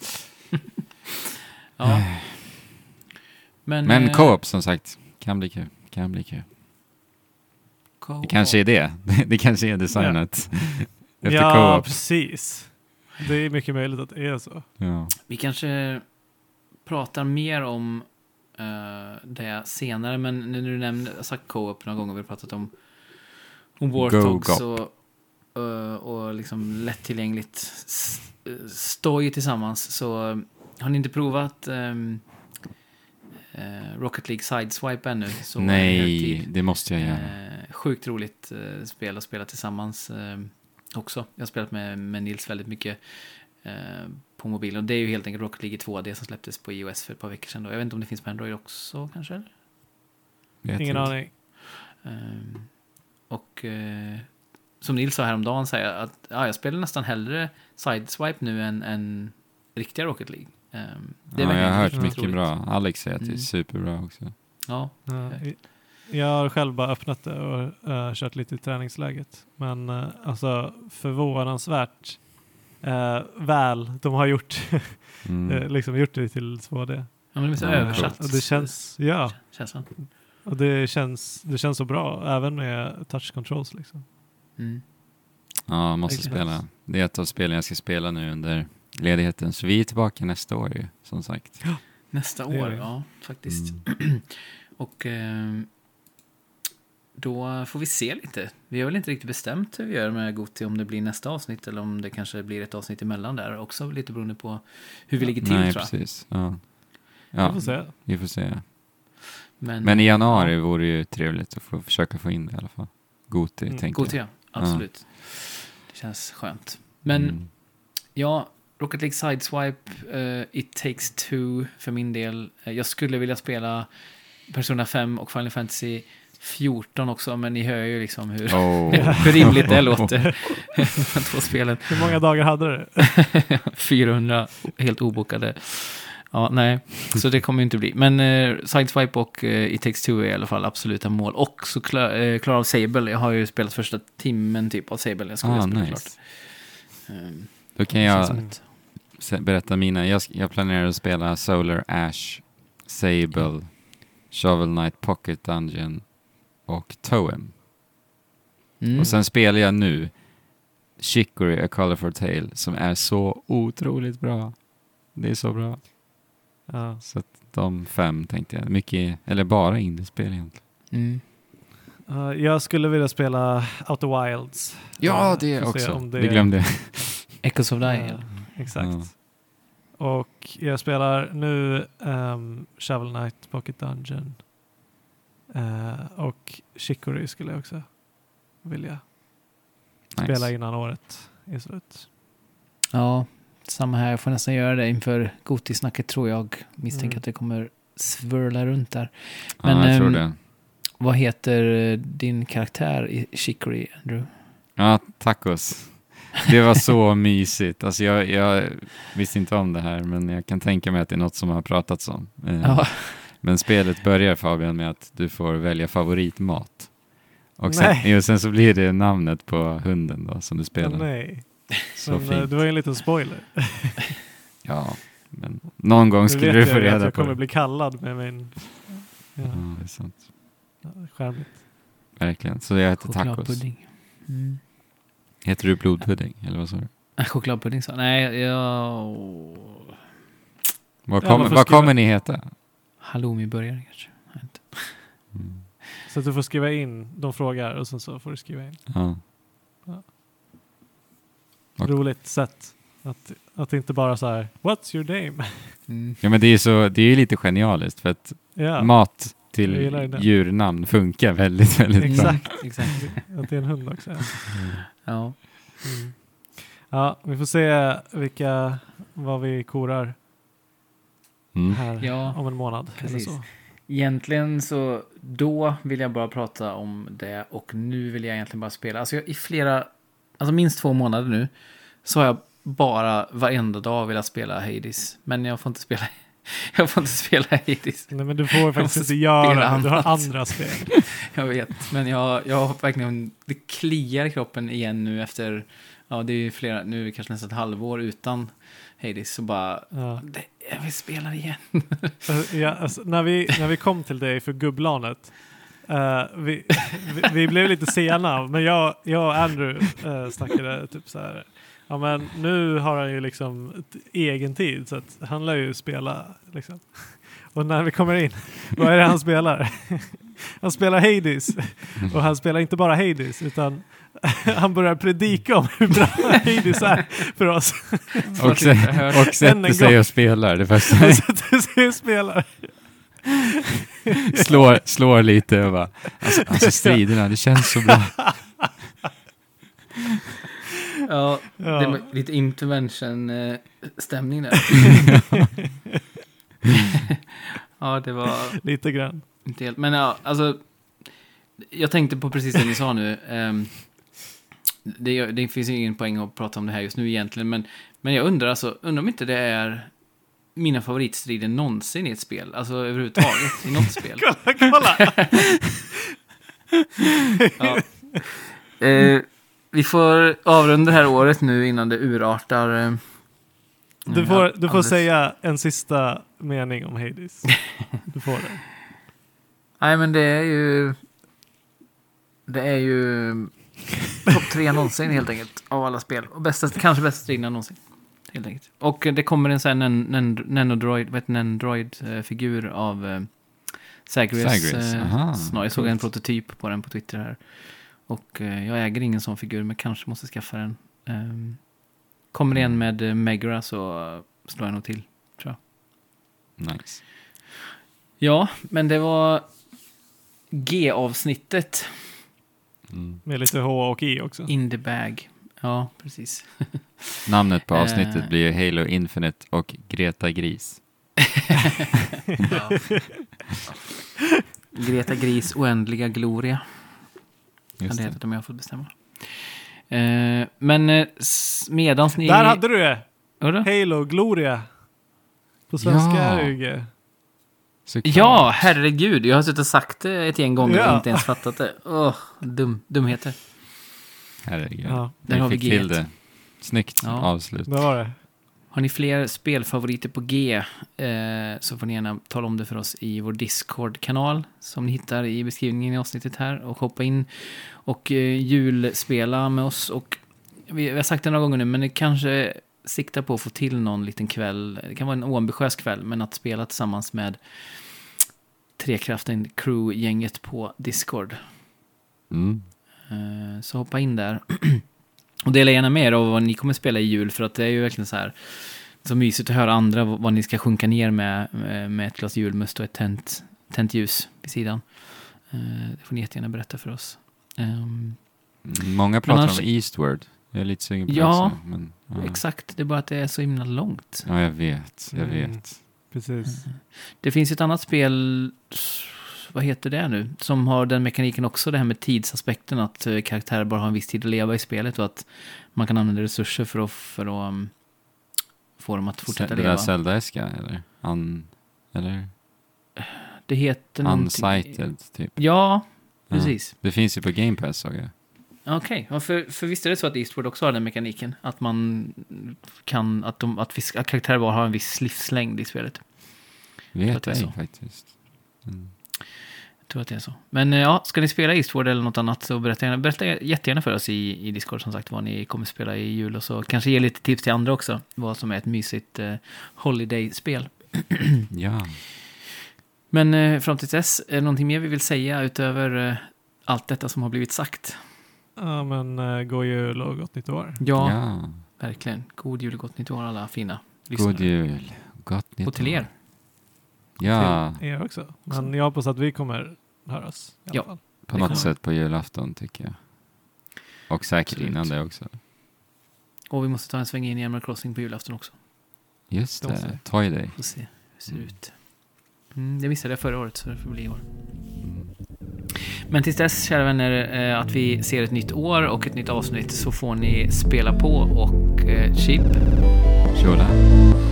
Ja. Men, Men eh, co-op som sagt, kan bli kul. Kan bli kul. co-op. Det kanske är det. Det kanske är designat. Efter ja, co-op. precis. Det är mycket möjligt att det är så. Ja. Vi kanske pratar mer om eh, det senare, men när du nämnde, jag har sagt co-op några gånger, vi har pratat om, om Warthogs Go, och, eh, och liksom lättillgängligt s- stoj tillsammans, så har ni inte provat ehm, eh, Rocket League Sideswipe ännu. Så Nej, det måste jag göra. Eh, sjukt roligt eh, spel att spela tillsammans eh, också. Jag har spelat med, med Nils väldigt mycket eh, på mobilen. Och det är ju helt enkelt Rocket League två D som släpptes på iOS för ett par veckor sedan. Då. Jag vet inte om det finns på Android också kanske? Vet Ingen inte. aning. Eh, och eh, som Nils sa häromdagen säger att ja, jag spelar nästan hellre Sideswipe nu än, än riktiga Rocket League. Um, det ja, jag har hört mycket roligt. Bra. Alex säger att det är Mm. superbra också. Ja. Ja, jag har själv bara öppnat det och uh, kört lite i träningsläget. Men uh, alltså förvånansvärt uh, väl de har gjort mm. uh, liksom gjort det till två D. Ja, men det är så ja, översatt. Och det känns, ja. Känns det. Och det känns, det känns så bra, även med touch controls liksom. Mm. Ja, jag måste Exakt. spela. Det är ett av spelen jag ska spela nu under ledigheten. Så vi är tillbaka nästa år ju, som sagt. Ja, nästa år, ja, faktiskt. Mm. Och eh, då får vi se lite. Vi har väl inte riktigt bestämt hur vi gör med Goti, om det blir nästa avsnitt eller om det kanske blir ett avsnitt emellan där. Också lite beroende på hur vi ligger till, Nej, tror jag. Precis. Ja, ja. Vi får se. Vi får se. Men, Men i januari ja. vore ju trevligt att få försöka få in det i alla fall. Goti, mm. tänker Goti, ja. Absolut. Ja. Det känns skönt. Men mm. ja, Rocket League Sideswipe, uh, It Takes Two för min del. Uh, jag skulle vilja spela Persona fem och Final Fantasy fjorton också, men ni hör ju liksom hur, oh. hur rimligt det låter. De två spelen. Hur många dagar hade du? fyrahundra helt obokade. Ja, nej. Så det kommer ju inte bli. Men uh, Sideswipe och uh, It Takes Two är i alla fall absoluta mål. Och så klar, uh, klar av Sable. Jag har ju spelat första timmen typ av Sable. Jag skulle ah, spela nice. klart. Um, Då kan jag berätta mina. Jag, jag planerar att spela Solar Ash, Sable, Shovel Knight Pocket Dungeon och Toem. Mm. Och sen spelar jag nu Chicory, A Colorful Tale, som är så otroligt bra. Det är så bra. Ja. Så att de fem tänkte jag. Mycket, eller bara indiespel egentligen. Mm. Uh, jag skulle vilja spela Outer Wilds. Ja, det uh, också. Det, det glömde jag. Echoes of Dying. Uh, exakt. Uh. Och jag spelar nu um, Shovel Knight Pocket Dungeon. Uh, och Chicory skulle jag också vilja nice. spela innan året är slut. Ja, samma här. Jag får nästan göra det inför Goti-snacket, tror jag. Misstänker mm. att det kommer svurla runt där. Men, ja, jag tror um, det. Vad heter din karaktär i Chicory, Andrew? Ja, tacos. Det var så mysigt. Alltså jag, jag visste inte om det här, men jag kan tänka mig att det är något som har pratats om. Eh, ja. Men spelet börjar, Fabian, med att du får välja favoritmat. Och sen, och sen så blir det namnet på hunden då, som du spelar. Oh, nej. Så men, fint. Det var ju en liten spoiler. Ja, men någon gång skulle du få reda på det. Jag kommer bli kallad med min... Ja, ja det är sant. Ja, skärmligt. Verkligen. Så jag heter tacos. Chokladpudding. Mm. Heter du blodpudding, eller vad sa du? Chokladpudding, så. Nej, jag... Vad kommer, vad kommer ni heta? Halloumi-burgare kanske. Mm. Så att du får skriva in, de frågar och sen så får du skriva in. Ja. Ja. Roligt sätt. Att, att inte bara så här, what's your name? Mm. Ja, men det är så, det är ju lite genialiskt för att ja. mat till djurnamn funkar väldigt, väldigt exakt, bra. Exakt. Att det är en hund också. Mm. Ja. Mm. Ja, vi får se vilka, vad vi korar mm. här ja, om en månad. Eller så. Egentligen så, då vill jag bara prata om det och nu vill jag egentligen bara spela. Alltså jag, i flera, alltså minst två månader nu så har jag bara varenda dag velat spela Hades. Men jag får inte spela jag får inte spela Hades. Nej, men du får faktiskt inte göra det. Du har andra spel. Jag vet, men jag, jag har verkligen, det kliar i kroppen igen nu efter, ja det är ju flera, nu är det kanske nästan ett halvår utan Hades, så bara, ja. det, jag vill spela igen. ja, alltså, när, vi, när vi kom till dig för gubblanet, uh, vi, vi, vi blev lite sena, men jag, jag och Andrew uh, snackade typ så här. Ja, men nu har han ju liksom ett egen tid, så att han lär ju spela liksom. Och när vi kommer in, vad är det han spelar? Han spelar Hades. Och han spelar inte bara Hades, utan han börjar predika om hur bra Hades är för oss. Och, sen, och sätter sig och spelar det första. Och sätter sig och spelar. slår, slår lite och bara, alltså, alltså striderna, det känns så bra. Ja, Ja. det är lite intervention-stämning där. Ja, det var Lite grann. inte helt... Men ja, alltså... Jag tänkte på precis det ni sa nu. Um, det, det finns ju ingen poäng att prata om det här just nu egentligen. Men, men jag undrar alltså, undrar om inte det är mina favoritstrider någonsin i ett spel. Alltså överhuvudtaget i något spel. Kolla, kolla! Ja. Uh, vi får avrunda det här året nu innan det urartar. Uh, Du får, du får alldeles. säga en sista mening om Hades. Du får det. Nej, men det är ju... Det är ju topp tre någonsin helt enkelt av alla spel. Och bästa, kanske bästa striderna någonsin. Helt enkelt. Och det kommer en sån här Nanodroid, vad heter Nanodroid-figur av uh, Zagreus. Zagreus, Uh, aha, snar. Jag såg coolt. en prototyp på den på Twitter här. Och uh, jag äger ingen sån figur, men kanske måste skaffa den. Um, kommer det en med uh, Megra så uh, slår jag nog till, tror jag. Nice. Ja, men det var G-avsnittet. Mm. Med lite H och I också. In the bag. Ja, precis. Namnet på avsnittet Eh. blir Halo Infinite och Greta Gris. Ja. Greta Gris oändliga gloria. Just Hade det. hetat om jag fått bestämma. Eh, men eh, s- medans ni... Där hade du det! Hörde? Halo Gloria. På svenska Ja. är det ju... Såklart. Ja, herregud. Jag har suttit och sagt det ett gäng gånger Ja. och inte ens fattat det. Åh, dum, dumheter. Herregud. Ja, Där har Vi vi fick G till det. Snyggt Ja. avslut. det var det. Har ni fler spelfavoriter på G eh, så får ni gärna tala om det för oss i vår Discord-kanal som ni hittar i beskrivningen i avsnittet här och hoppa in och eh, julspela med oss. Och vi, vi har sagt det några gånger nu, men det kanske siktar på att få till någon liten kväll. Det kan vara en oambitiös kväll, men att spela tillsammans med Trekraften crew-gänget på Discord. Mm. Eh, Så hoppa in där. Och dela gärna med er av vad ni kommer spela i jul. För att det är ju verkligen så här så mysigt att höra andra vad vad ni ska sjunka ner med. Med ett glas julmust och ett tänt, tänt ljus vid sidan. Eh, Det får ni jättegärna berätta för oss. Ehm, Många pratar annars- om Eastward. Jag är lite sugen på Ja, det också. Men, ja. Exakt, det är bara att det är så himla långt. Ja, jag vet. Jag Mm. vet. Precis. Det finns ett annat spel, vad heter det nu, som har den mekaniken också, det här med tidsaspekten, att eh, karaktärer bara har en viss tid att leva i spelet och att man kan använda resurser för att, för att um, få dem att fortsätta Det leva. där Zelda-eska, eller? Un, eller? Det heter någonting... Unsighted, typ. Ja, Ja. precis. Det finns ju på Game Pass, såg jag. Okej, ja, för, för visst är det så att Eastward också har den mekaniken, att man kan, att, de, att, viss, att karaktärer bara har en viss livslängd i spelet. Vet att det är ej så. faktiskt. Mm. Jag tror att det är så. Men eh, ja, ska ni spela Eastward eller något annat så berätta, gärna, berätta jättegärna för oss i, i Discord som sagt vad ni kommer spela i jul och så kanske ge lite tips till andra också vad som är ett mysigt eh, holiday-spel. Ja. Men eh, fram till dess, är det någonting mer vi vill säga utöver eh, allt detta som har blivit sagt? Ja, men uh, god jul och gott nytt år. Ja, Ja. verkligen. God jul och gott nytt år alla fina lyssnare. God jul. Gott nytt Och till år. er. Ja, Till er också. Men jag hoppas att vi kommer höras i alla Ja. fall. på det något kommer. sätt på julafton tycker jag. Och säkert Absolut. innan det också. Och vi måste ta en sväng in i Animal Crossing på julafton också. Just Det måste det, vi. Toy Day. Får se hur det ser Mm. ut. Mm, det missade jag förra året så det får bli i år. Mm. Men tills dess, kära vänner, eh, att vi ser ett nytt år och ett nytt avsnitt så får ni spela på och eh, chip. Tjola.